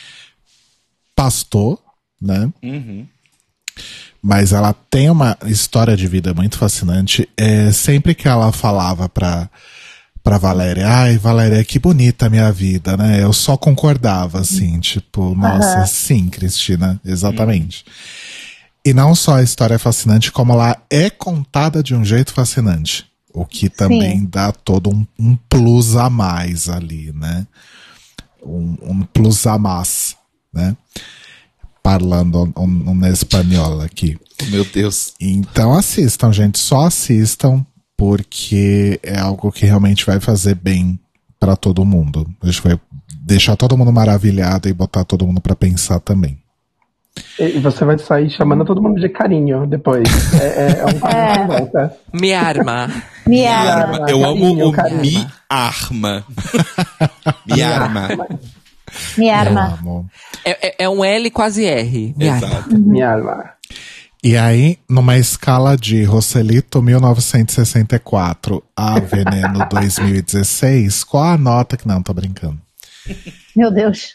pastou, né? Uhum. Mas ela tem uma história de vida muito fascinante. É, sempre que ela falava pra, pra Valéria, ai, Valéria, que bonita a minha vida, né? Eu só concordava, assim, tipo, nossa, Uhum. sim, Cristina, exatamente. E não só a história é fascinante, como ela é contada de um jeito fascinante. O que também Sim. dá todo um, um plus a mais ali, né? Um, um plus a mais, né? Parlando um, um espanhol aqui. Meu Deus. Então assistam, gente. Só assistam, porque é algo que realmente vai fazer bem pra todo mundo. A gente vai deixar todo mundo maravilhado e botar todo mundo pra pensar também. E você vai sair chamando todo mundo de carinho depois. É, é, é um caminho sem volta. Me arma. Me Arma. ama. Eu amo carinho, o carinho. Me Arma. Me Arma. Me Eu arma. amo. É, é, é um L quase R. Me arma. Exato. Me arma. E aí, numa escala de Roselito mil novecentos e sessenta e quatro a Veneno dois mil e dezesseis, qual a nota que... Não, tô brincando. Meu Deus.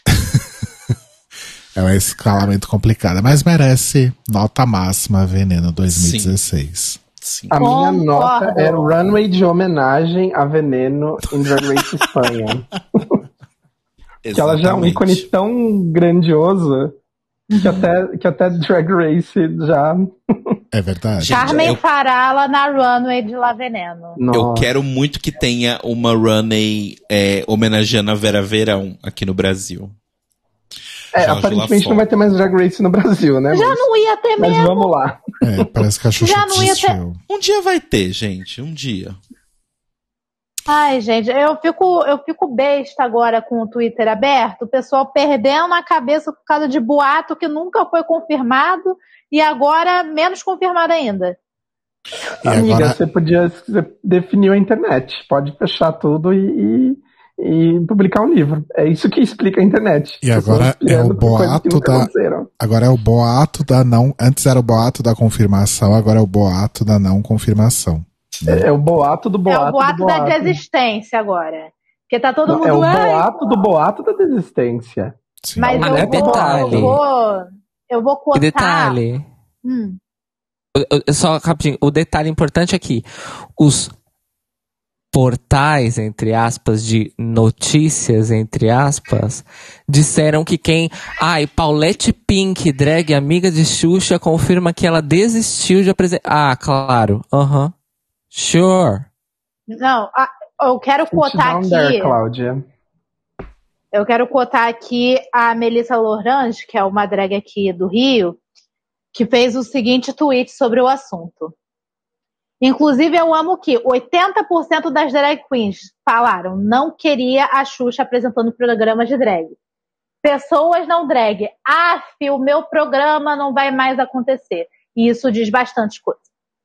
É uma escala muito complicada, mas merece nota máxima Veneno dois mil e dezesseis. Sim. A minha Concordo. nota é runway de homenagem a Veneno em Drag Race Espanha. Que ela já é um ícone tão grandioso que até, que até Drag Race já... É verdade? Gente, Carmen eu- Farala na runway de La Veneno. Eu Nossa. quero muito que tenha uma runway é, homenageando a Vera Verão aqui no Brasil. É, Jorge aparentemente Lafont. não vai ter mais Drag Race no Brasil, né? Já mas, não ia ter mas mesmo. vamos lá. É, parece que a Xuxa Já não ia ter- desistiu. Um dia vai ter, gente. Um dia. Ai, gente, eu fico, eu fico besta agora com o Twitter aberto, o pessoal perdendo a cabeça por causa de boato que nunca foi confirmado e agora menos confirmado ainda. E Amiga, agora, você podia você definiu a internet. Pode fechar tudo e, e, e publicar um livro. É isso que explica a internet. E Pessoas agora é pirando o por coisas que boato nunca da- aconteceram. agora é o boato da não... Antes era o boato da confirmação, agora é o boato da não confirmação. É, é o boato do boato é o boato, do boato. da desistência agora. Porque tá todo Não, mundo... é o "Ai, boato do boato da desistência. Sim. Mas Mas eu, é vou, detalhe. eu vou... Eu vou E cotar... detalhe. Hum, Eu- eu- Só rapidinho, o detalhe importante aqui. Os portais, entre aspas, de notícias, entre aspas, disseram que quem... Ai, Paulette Pink, drag amiga de Xuxa, confirma que ela desistiu de apresentar... Ah, claro. Aham. Sure. não, a- eu quero Sit cotar down aqui... there, Cláudia. Eu quero cotar aqui a Melissa Lorange, que é uma drag aqui do Rio, que fez o seguinte tweet sobre o assunto. Inclusive, eu amo que oitenta por cento das drag queens falaram não queria a Xuxa apresentando programas de drag. Pessoas não drag. Af, o meu programa não vai mais acontecer. E isso diz bastante coisa.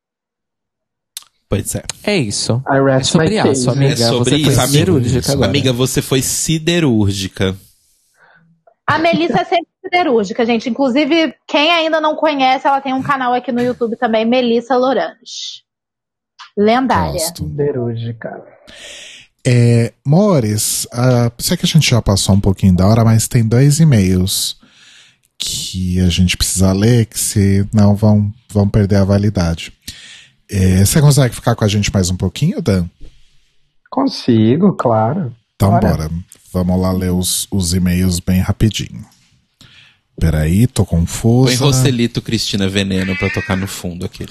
Pois é. É isso. I É rest my sobre case. aço, amiga. É sobre você foi isso, amigo. siderúrgica agora. Amiga, você foi siderúrgica. A Melissa é sempre siderúrgica, gente. Inclusive, quem ainda não conhece, ela tem um canal aqui no YouTube também, Melissa Lorange. Lendária. Gosto. Siderúrgica. É, Mores, uh, sei que a gente já passou um pouquinho da hora, mas tem dois e-mails que a gente precisa ler, que se não vão, vão perder a validade. É, você consegue ficar com a gente mais um pouquinho, Dan? Consigo, claro. Então Bora. bora. Vamos lá ler os, os e-mails bem rapidinho. Peraí, tô Põe confusa. Roselito Cristina Veneno pra tocar no fundo aqui.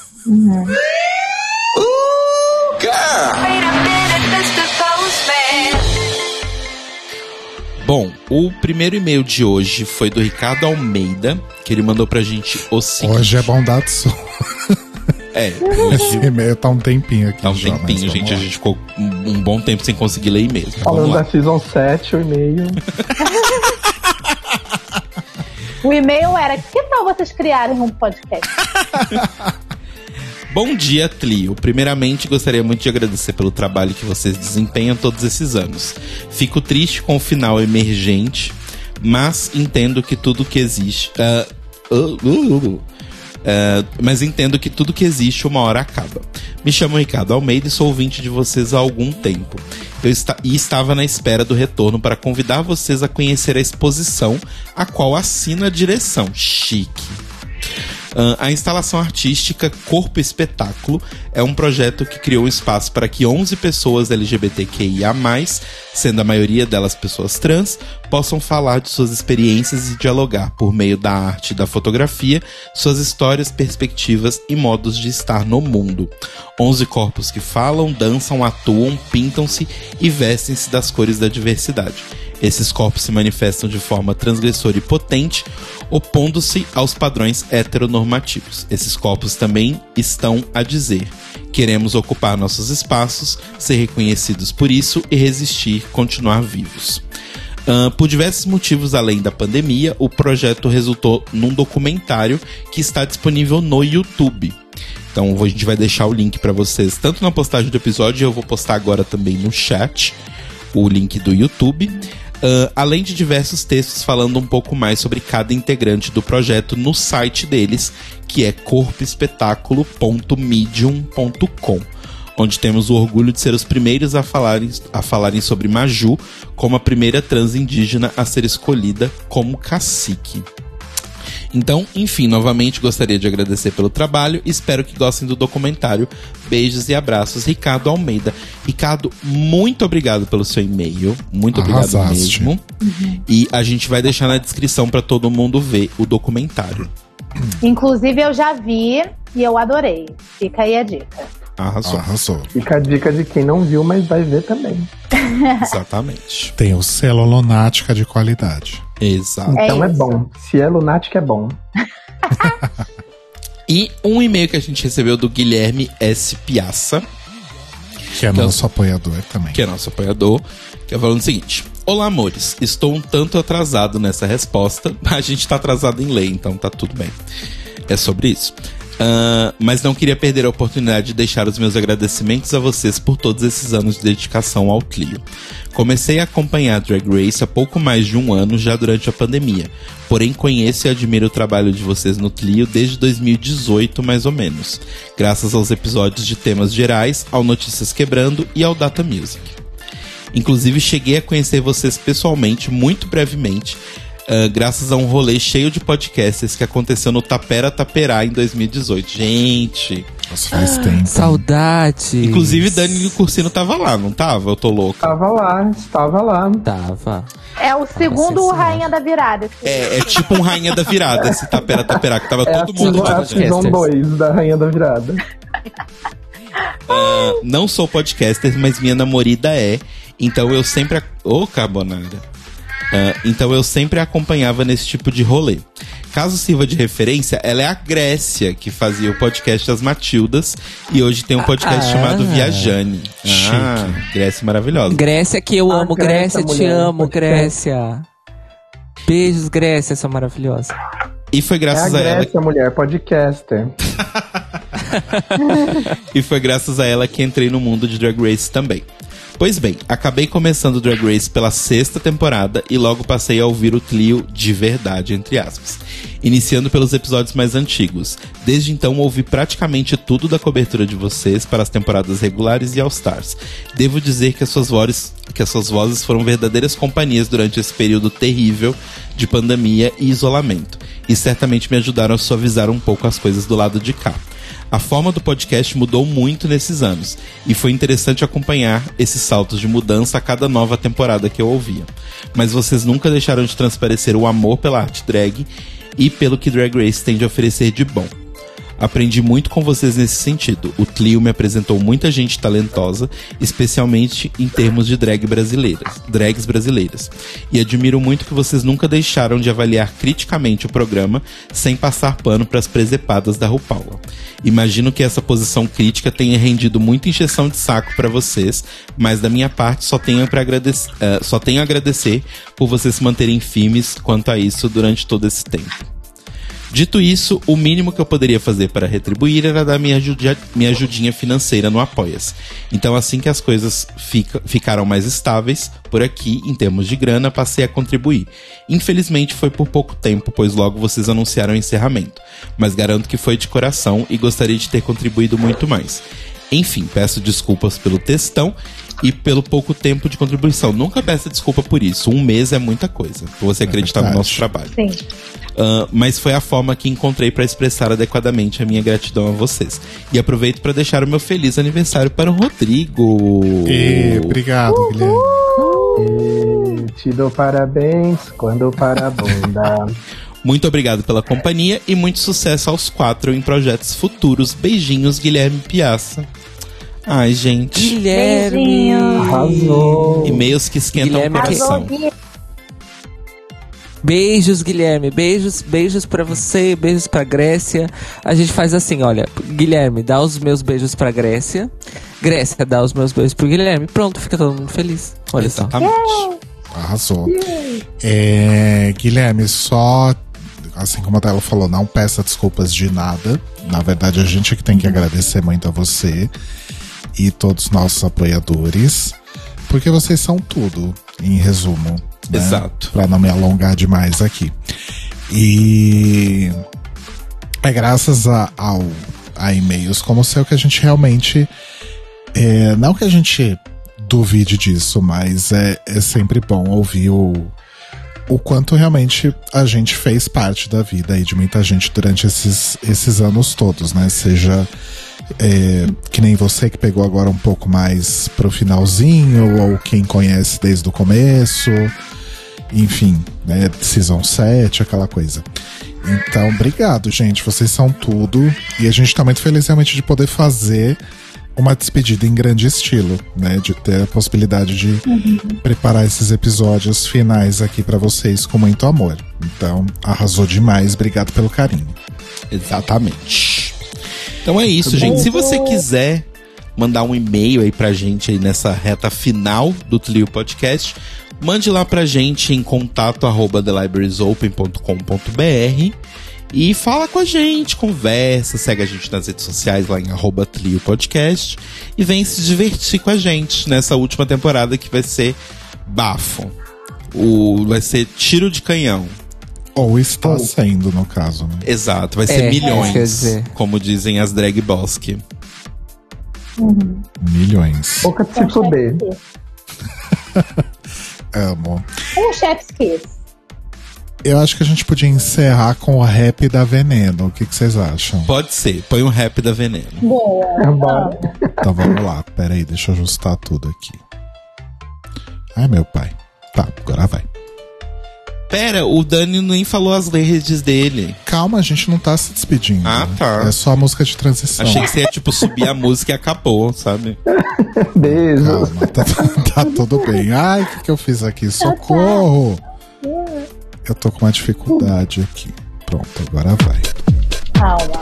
Bom, o primeiro e-mail de hoje foi do Ricardo Almeida, que ele mandou pra gente o seguinte. Hoje é bondade sua. É, Esse hoje e-mail tá um tempinho aqui dá um já, mas tempinho, vamos gente. lá. A gente ficou um, um bom tempo sem conseguir ler e-mails. mas Falando Vamos lá. da Season sete, o e-mail. O e-mail era, que tal vocês criarem um podcast? Bom dia, Tlio. Primeiramente, gostaria muito de agradecer pelo trabalho que vocês desempenham todos esses anos. Fico triste com o final emergente, mas entendo que tudo que existe... ah, uh, uh, uh, Uh, mas entendo que tudo que existe uma hora acaba. Me chamo Ricardo Almeida e sou ouvinte de vocês há algum tempo. Eu esta- e estava na espera do retorno para convidar vocês a conhecer a exposição, a qual assino a direção. Chique. Uh, a instalação artística Corpo Espetáculo é um projeto que criou um espaço para que onze pessoas L G B T Q I A mais, sendo a maioria delas pessoas trans, possam falar de suas experiências e dialogar, por meio da arte e da fotografia, suas histórias, perspectivas e modos de estar no mundo. onze corpos que falam, dançam, atuam, pintam-se e vestem-se das cores da diversidade. Esses corpos se manifestam de forma transgressora e potente, opondo-se aos padrões heteronormativos. Esses corpos também estão a dizer: queremos ocupar nossos espaços, ser reconhecidos por isso e resistir, continuar vivos. Uh, por diversos motivos além da pandemia, o projeto resultou num documentário que está disponível no YouTube. Então a gente vai deixar o link para vocês, tanto na postagem do episódio, eu vou postar agora também no chat, o link do YouTube. Uh, além de diversos textos falando um pouco mais sobre cada integrante do projeto no site deles, que é corpo espetáculo ponto medium ponto com, onde temos o orgulho de ser os primeiros a falarem, a falarem sobre Maju como a primeira trans indígena a ser escolhida como cacique. Então, enfim, novamente gostaria de agradecer pelo trabalho. Espero que gostem do documentário. Beijos e abraços, Ricardo Almeida. Ricardo, muito obrigado pelo seu e-mail. Muito obrigado Arrasaste. mesmo. Uhum. E a gente vai deixar na descrição para todo mundo ver o documentário. Inclusive, eu já vi e eu adorei. Fica aí a dica. Arrasou. Arrasou. Fica a dica de quem não viu, mas vai ver também. Exatamente. Tem o selo Lunática de qualidade. Exato. É Então é isso. bom. Se é lunático, é bom. E um e-mail que a gente recebeu do Guilherme S. Piazza, Que é Que é o- nosso apoiador também. que é nosso apoiador, que é falando o seguinte: olá, amores, estou um tanto atrasado nessa resposta. A gente tá atrasado em lei, então tá tudo bem. É sobre isso. Uh, mas não queria perder a oportunidade de deixar os meus agradecimentos a vocês por todos esses anos de dedicação ao Clio. Comecei a acompanhar Drag Race há pouco mais de um ano, já durante a pandemia. Porém, conheço e admiro o trabalho de vocês no Clio desde dois mil e dezoito, mais ou menos. Graças aos episódios de temas gerais, ao Notícias Quebrando e ao Data Music. Inclusive, cheguei a conhecer vocês pessoalmente, muito brevemente, Uh, graças a um rolê cheio de podcasts que aconteceu no Tapera Taperá em dois mil e dezoito. Gente! Nossa, faz tempo. Saudade. Inclusive, Dani Cursino tava lá, não tava? Eu tô louca. Estava lá, estava lá. Tava. É o segundo sensacional. Rainha da Virada. É, é tipo um Rainha da Virada, esse Tapera Taperá, que tava É a, todo mundo season- de a podcast. season dois da Rainha da Virada. Uh, não sou podcaster, mas minha namorada é. Então eu sempre... Ô, oh, carbonara. Uh, então eu sempre a acompanhava nesse tipo de rolê. Caso sirva de referência, ela é a Grécia, que fazia o podcast Das Matildas, e hoje tem um podcast Ah. chamado Viajane. Ah, Chique. Grécia maravilhosa. Grécia que eu Ah, amo. Grécia, Grécia, te mulher, amo, pode crer. Grécia. Beijos, Grécia, essa maravilhosa. E foi É a graças a, ela Grécia, mulher, podcaster. e foi graças a ela que entrei no mundo de Drag Race também. Pois bem, acabei começando Drag Race pela sexta temporada e logo passei a ouvir o Clio de verdade, entre aspas. Iniciando pelos episódios mais antigos. Desde então ouvi praticamente tudo da cobertura de vocês para as temporadas regulares e All Stars. Devo dizer que as suas vozes, que as suas vozes foram verdadeiras companhias durante esse período terrível de pandemia e isolamento. E certamente me ajudaram a suavizar um pouco as coisas do lado de cá. A forma do podcast mudou muito nesses anos, e foi interessante acompanhar esses saltos de mudança a cada nova temporada que eu ouvia. Mas vocês nunca deixaram de transparecer o amor pela arte drag e pelo que Drag Race tem de oferecer de bom. Aprendi muito com vocês nesse sentido. O Clio me apresentou muita gente talentosa, especialmente em termos de drag brasileiras, drags brasileiras. E admiro muito que vocês nunca deixaram de avaliar criticamente o programa sem passar pano para as presepadas da RuPaul. Imagino que essa posição crítica tenha rendido muita encheção de saco para vocês, mas da minha parte só tenho, pra agradecer, uh, só tenho a agradecer por vocês se manterem firmes quanto a isso durante todo esse tempo. Dito isso, o mínimo que eu poderia fazer para retribuir era dar minha, ajudinha, minha ajudinha financeira no Apoia-se. Então, assim que as coisas fica, ficaram mais estáveis, por aqui, em termos de grana, passei a contribuir. Infelizmente foi por pouco tempo, pois logo vocês anunciaram o encerramento. Mas garanto que foi de coração e gostaria de ter contribuído muito mais. Enfim, peço desculpas pelo textão e pelo pouco tempo de contribuição. Nunca peça desculpa por isso. Um mês é muita coisa, pra você acreditar no nosso trabalho. Sim. Uh, mas foi a forma que encontrei para expressar adequadamente a minha gratidão a vocês. E aproveito para deixar o meu feliz aniversário para o Rodrigo. E, obrigado, Guilherme. E te dou parabéns quando para a bunda. Muito obrigado pela companhia e muito sucesso aos quatro em projetos futuros. Beijinhos, Guilherme Piazza. Ai, gente. Guilherme. Beijinho. Arrasou. E-mails que esquentam Guilherme o coração. Arrasou, Beijos, Guilherme. Beijos, beijos pra você, beijos pra Grécia. A gente faz assim, olha, Guilherme, dá os meus beijos pra Grécia. Grécia, dá os meus beijos pro Guilherme. Pronto, fica todo mundo feliz. Olha só. Exatamente. Arrasou. É, Guilherme, só assim como a Tela falou, não peça desculpas de nada. Na verdade, a gente é que tem que agradecer muito a você e todos os nossos apoiadores, porque vocês são tudo, em resumo. Né? Exato. Pra não me alongar demais aqui. E é graças a, ao, a e-mails como o seu que a gente realmente. É, não que a gente duvide disso, mas é, é sempre bom ouvir o, o quanto realmente a gente fez parte da vida aí de muita gente durante esses, esses anos todos, né? Seja é, que nem você que pegou agora um pouco mais pro finalzinho, ou quem conhece desde o começo. Enfim, né, Season sete, aquela coisa. Então, obrigado, gente. Vocês são tudo. E a gente tá muito feliz realmente de poder fazer uma despedida em grande estilo, né? De ter a possibilidade de uhum. preparar esses episódios finais aqui pra vocês com muito amor. Então, arrasou demais. Obrigado pelo carinho. Exatamente. Então é isso, gente. Se você quiser mandar um e-mail aí pra gente aí nessa reta final do Tlio Podcast, mande lá pra gente em contato arroba the libraries open ponto com ponto b r e fala com a gente, conversa, segue a gente nas redes sociais lá em arroba Tlio Podcast e vem se divertir com a gente nessa última temporada que vai ser bafo. O, vai ser tiro de canhão. Ou está sendo, no caso, né? Exato, vai É, ser milhões, quer dizer. como dizem as drag boski. Uhum. Milhões. Boca de se fuder. Amo. Um chef's kiss. Eu acho que a gente podia encerrar com o rap da Veneno. O que, que vocês acham? Pode ser, põe um rap da Veneno. Boa. Bora. Então vamos lá. Pera aí, deixa eu ajustar tudo aqui. Ai, meu pai. Tá, agora vai. Pera, o Dani nem falou as redes dele. Calma, a gente não tá se despedindo. Ah, tá. É só a música de transição. Achei que você ia, tipo, subir a música e acabou, sabe? Beijo. Calma, tá, tá tudo bem. Ai, o que, que eu fiz aqui? Socorro! Eu tô com uma dificuldade aqui. Pronto, agora vai. Calma.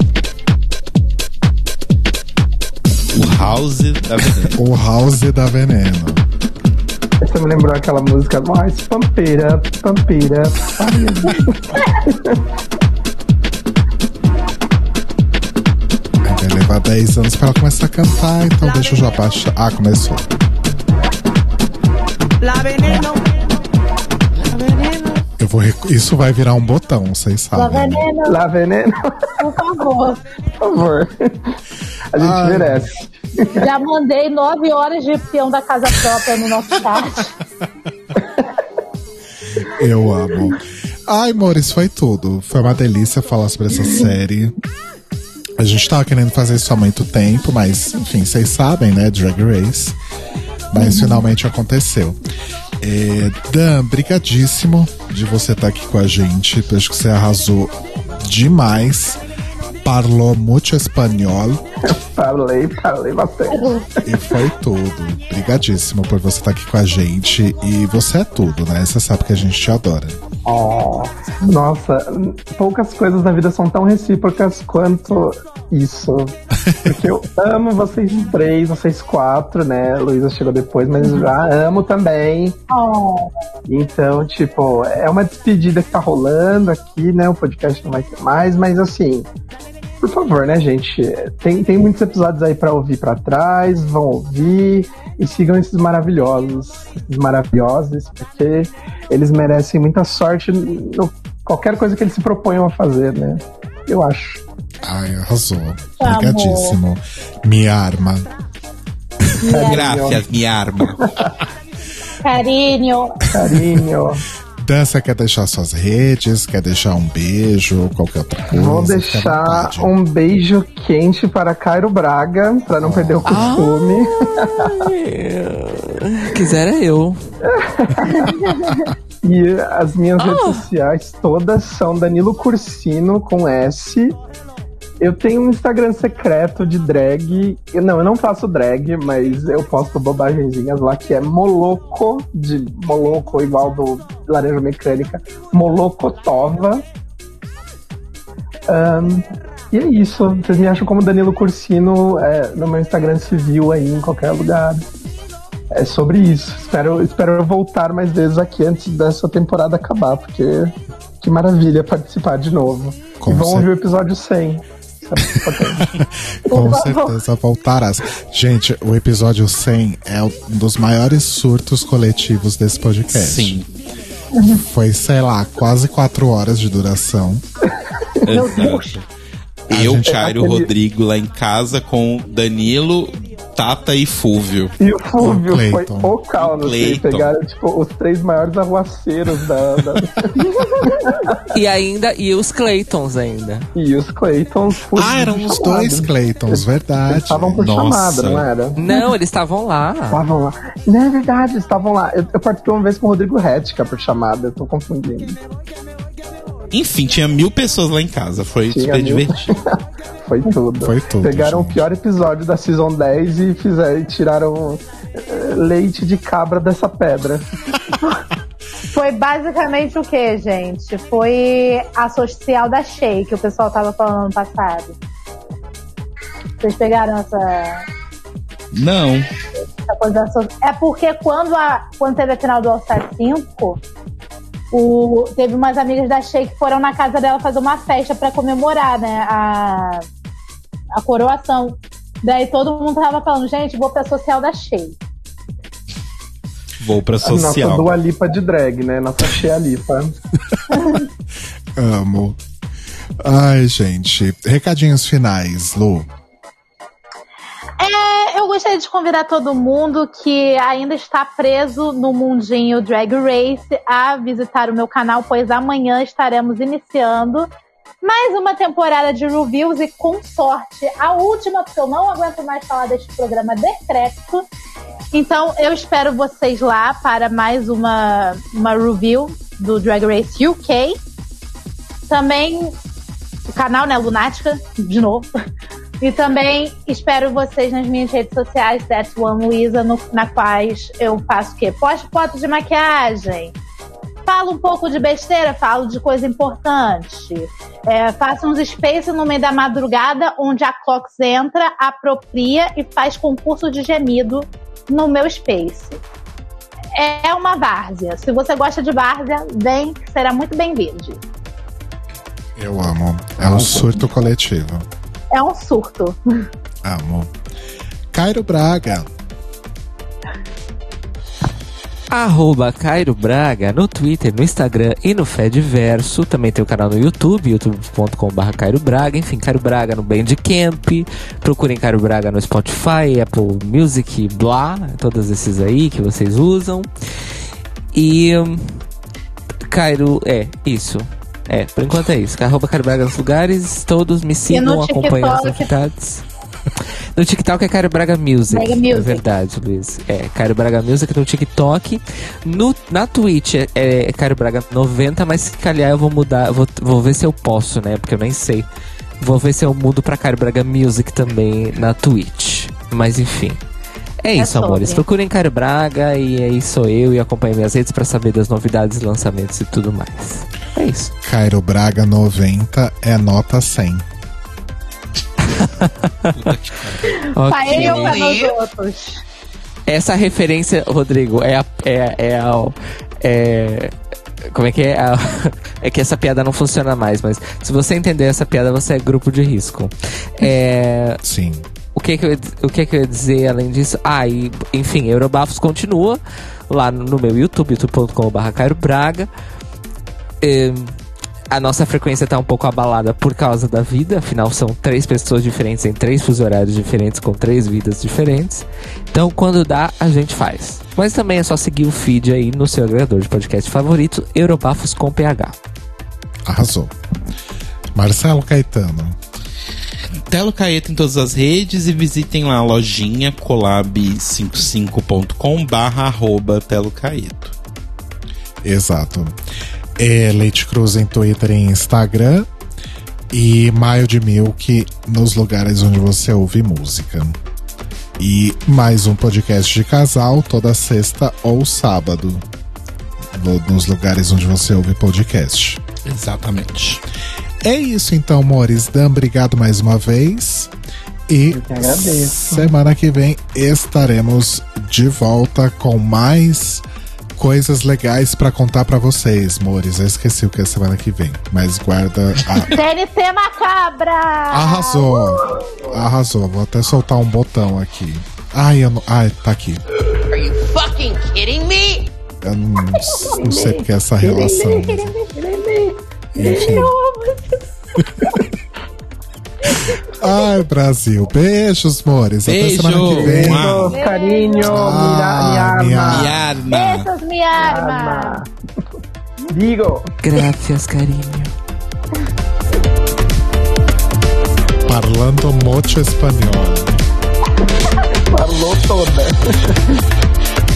O House da Veneno. O House da Veneno. Você me lembrou aquela música mais pampira, pampira. Vai levar dez anos pra ela começar a cantar, então deixa eu já baixar. Ah, começou. La Veneno. La Veneno. Eu vou rec... Isso vai virar um botão, vocês Lá sabem. né? veneno, Lá veneno, por favor. por favor. A gente Ai. merece. Já mandei nove horas de peão da casa própria no nosso chat. Eu amo. Ai, amores, foi tudo. Foi uma delícia falar sobre essa série. A gente tava querendo fazer isso há muito tempo, mas, enfim, vocês sabem, né? Drag Race. Mas finalmente aconteceu. É, Dan, brigadíssimo de você estar aqui com a gente. Eu acho que você arrasou demais. Parlou muito espanhol. Falei, falei bastante. E foi tudo. Brigadíssimo por você estar aqui com a gente. E você é tudo, né? Você sabe que a gente te adora. Oh, nossa, poucas coisas na vida são tão recíprocas quanto isso. Porque eu amo vocês três, vocês quatro, né? Luísa chegou depois, mas já amo também. Oh. Então, tipo, é uma despedida que tá rolando aqui, né? O podcast não vai ter mais, mas assim, por favor, né, gente? Tem, tem muitos episódios aí pra ouvir pra trás, vão ouvir e sigam esses maravilhosos, esses maravilhosos, porque eles merecem muita sorte no qualquer coisa que eles se proponham a fazer, né? Eu acho. Ai, arrasou. Obrigadíssimo. Me arma. Graças, minha arma. Carinho. Carinho. Dança, quer deixar suas redes? Quer deixar um beijo? Qualquer outra coisa? Vou deixar um beijo quente para Cairo Braga, para não oh. perder o costume. Ai, quisera eu. E as minhas oh. redes sociais todas são Danilo Cursino com S. Eu tenho um Instagram secreto de drag. Eu, não, eu não faço drag, mas eu posto bobagenzinhas lá, que é Moloco, de Moloco igual do Laranja Mecânica, Molocotova. Um, e é isso. Vocês me acham como Danilo Cursino é, no meu Instagram civil aí, em qualquer lugar. É sobre isso. Espero, espero voltar mais vezes aqui antes dessa temporada acabar, porque que maravilha participar de novo. Com e vão certeza. Ouvir o episódio cem. Com certeza voltarás. Gente, o episódio cem é um dos maiores surtos coletivos desse podcast. Sim. Foi, sei lá, quase quatro horas de duração. Exato. Eu, Cairo, aquele... Rodrigo lá em casa com Danilo, Tata e Fúvio. E o Fúvio o foi o caos. Pegaram tipo, os três maiores arruaceiros da. da... e ainda, e os Claytons ainda. E os Claytons. Ah, eram os dois Claytons, verdade. Eles estavam por Nossa. chamada, não era? Não, eles estavam lá. Estavam lá. Não é verdade, eles estavam lá. Eu, eu participei uma vez com o Rodrigo Retica por chamada, eu tô confundindo. Enfim, tinha mil pessoas lá em casa. Foi tinha super mil... divertido. Foi tudo. Foi tudo. Pegaram gente. O pior episódio da Season dez e fizeram, e tiraram uh, leite de cabra dessa pedra. Foi basicamente o que, gente? Foi a social da Shea, que o pessoal tava falando no passado. Vocês pegaram essa... Não. Essa coisa da so... É porque quando, a... quando teve a final do All Star cinco... O, teve umas amigas da Shea que foram na casa dela fazer uma festa pra comemorar, né, a, a coroação. Daí todo mundo tava falando, gente, vou pra social da Shea. Vou pra social. Nossa Dua Lipa de drag, né? Nossa Shea Lipa. Amo. Ai, gente. Recadinhos finais, Lu. É, eu gostaria de convidar todo mundo que ainda está preso no mundinho Drag Race a visitar o meu canal, pois amanhã estaremos iniciando mais uma temporada de reviews e, com sorte, a última, porque eu não aguento mais falar deste programa decrépito. Então, eu espero vocês lá para mais uma, uma review do Drag Race U K. Também o canal, né, Lunática, de novo. E também espero vocês nas minhas redes sociais, That's One Luisa, no, na quais eu faço o quê? Posto fotos de maquiagem, falo um pouco de besteira, falo de coisa importante, é, faço uns spaces no meio da madrugada, onde a Clocks entra, apropria e faz concurso de gemido no meu space. É uma várzea. Se você gosta de várzea, vem, que será muito bem-vindo. Eu amo. É um surto coletivo. É um surto. Amo. Cairo Braga. Arroba Cairo Braga no Twitter, no Instagram e no Fediverso. Também tem o canal no YouTube, youtube ponto com barra Cairo Braga. Enfim, Cairo Braga no Bandcamp. Procurem Cairo Braga no Spotify, Apple Music, blá. Todos esses aí que vocês usam. E... Um, Cairo... É, isso. É, por enquanto é isso. Arroba Cairo Braga nos lugares. Todos me sigam, acompanhem as novidades. No TikTok é Cairo Braga Music. Braga Music. É verdade, Luiz. É, Cairo Braga Music no TikTok. No, na Twitch é, é Cairo Braga noventa, mas se calhar eu vou mudar. Vou, vou ver se eu posso, né? Porque eu nem sei. Vou ver se eu mudo pra Cairo Braga Music também na Twitch. Mas enfim. É isso, É sobre. amores. Procurem Cairo Braga e aí sou eu e acompanhe minhas redes pra saber das novidades, lançamentos e tudo mais. É isso. Cairo Braga noventa é nota cem. Pra ele ou pra Ok. nós outros? Essa referência, Rodrigo, é a. É, é a é, como é que é? A- é que essa piada não funciona mais, mas se você entender essa piada, você é grupo de risco. É. Sim. O que que eu, ia- o que que eu ia dizer além disso? Ah, e, enfim, Eurobafos continua lá no, no meu YouTube, youtube ponto com barra Cairo Braga. É, a nossa frequência tá um pouco abalada por causa da vida, afinal são três pessoas diferentes em três fusos horários diferentes, com três vidas diferentes. Então, quando dá, a gente faz. Mas também é só seguir o feed aí no seu agregador de podcast favorito, Eurobafos com P H. Arrasou. Marcelo Caetano. Telo Caeto em todas as redes e visitem lá a lojinha colab cinquenta e cinco ponto com barra arroba Telo Caeto. Exato. É Leite Cruz em Twitter e Instagram. E Maio de Milk nos lugares onde você ouve música. E mais um podcast de casal toda sexta ou sábado. no- Nos lugares onde você ouve podcast. Exatamente. É isso então, amores. Dan, obrigado mais uma vez. E Eu que agradeço. semana que vem estaremos de volta com mais coisas legais pra contar pra vocês, amores. Eu esqueci o que é semana que vem, mas guarda a... T N T Macabra! Arrasou! Arrasou. Vou até soltar um botão aqui. Ai, eu não... Ai, tá aqui. Are you fucking kidding me? Eu não, não sei porque essa relação. Enfim. Ai, Brasil. Beijos, amores. Beijo. Até semana que vem. Mua. Beijos, carinho, Ah, mira, mi minha- arma. Mi arma. Beijos, minha arma! Arma. Digo. Gracias, carinho. Parlando mucho espanhol. Falou toda.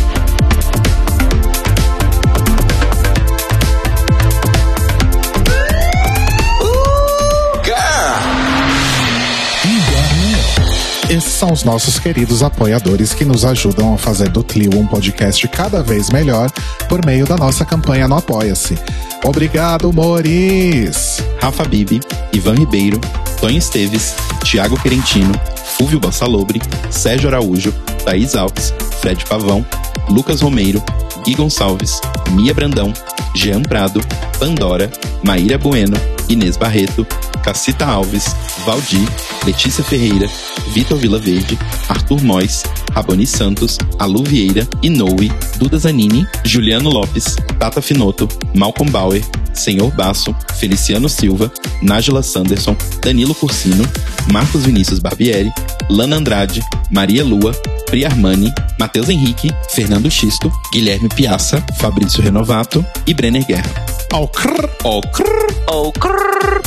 Esses são os nossos queridos apoiadores que nos ajudam a fazer do Tlio um podcast cada vez melhor por meio da nossa campanha no Apoia-se. Obrigado, Moris! Rafa Bibi, Ivan Ribeiro, Tonho Esteves, Thiago Querentino, Fúvio Bassalobre, Sérgio Araújo, Thaís Alves, Fred Pavão, Lucas Romeiro, Gui Gonçalves, Mia Brandão, Jean Prado, Pandora, Maíra Bueno, Inês Barreto, Cacita Alves, Valdir, Letícia Ferreira, Vitor Vilaverde, Arthur Mois, Raboni Santos, Alu Vieira, Inoue, Duda Zanini, Juliano Lopes, Tata Finoto, Malcolm Bauer, Senhor Basso, Feliciano Silva, Nájila Sanderson, Danilo Cursino, Marcos Vinícius Barbieri, Lana Andrade, Maria Lua, Pri Armani, Matheus Henrique, Fernando Xisto, Guilherme Piazza, Fabrício Renovato e Brenner Guerra. Au crrr, au crrr, au crrr.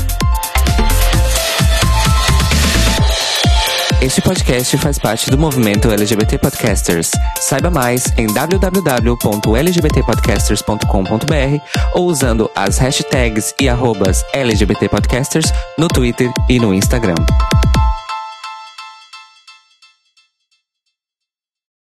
Este podcast faz parte do movimento L G B T Podcasters. Saiba mais em w w w ponto l g b t podcasters ponto com ponto b r ou usando as hashtags e arrobas L G B T Podcasters no Twitter e no Instagram.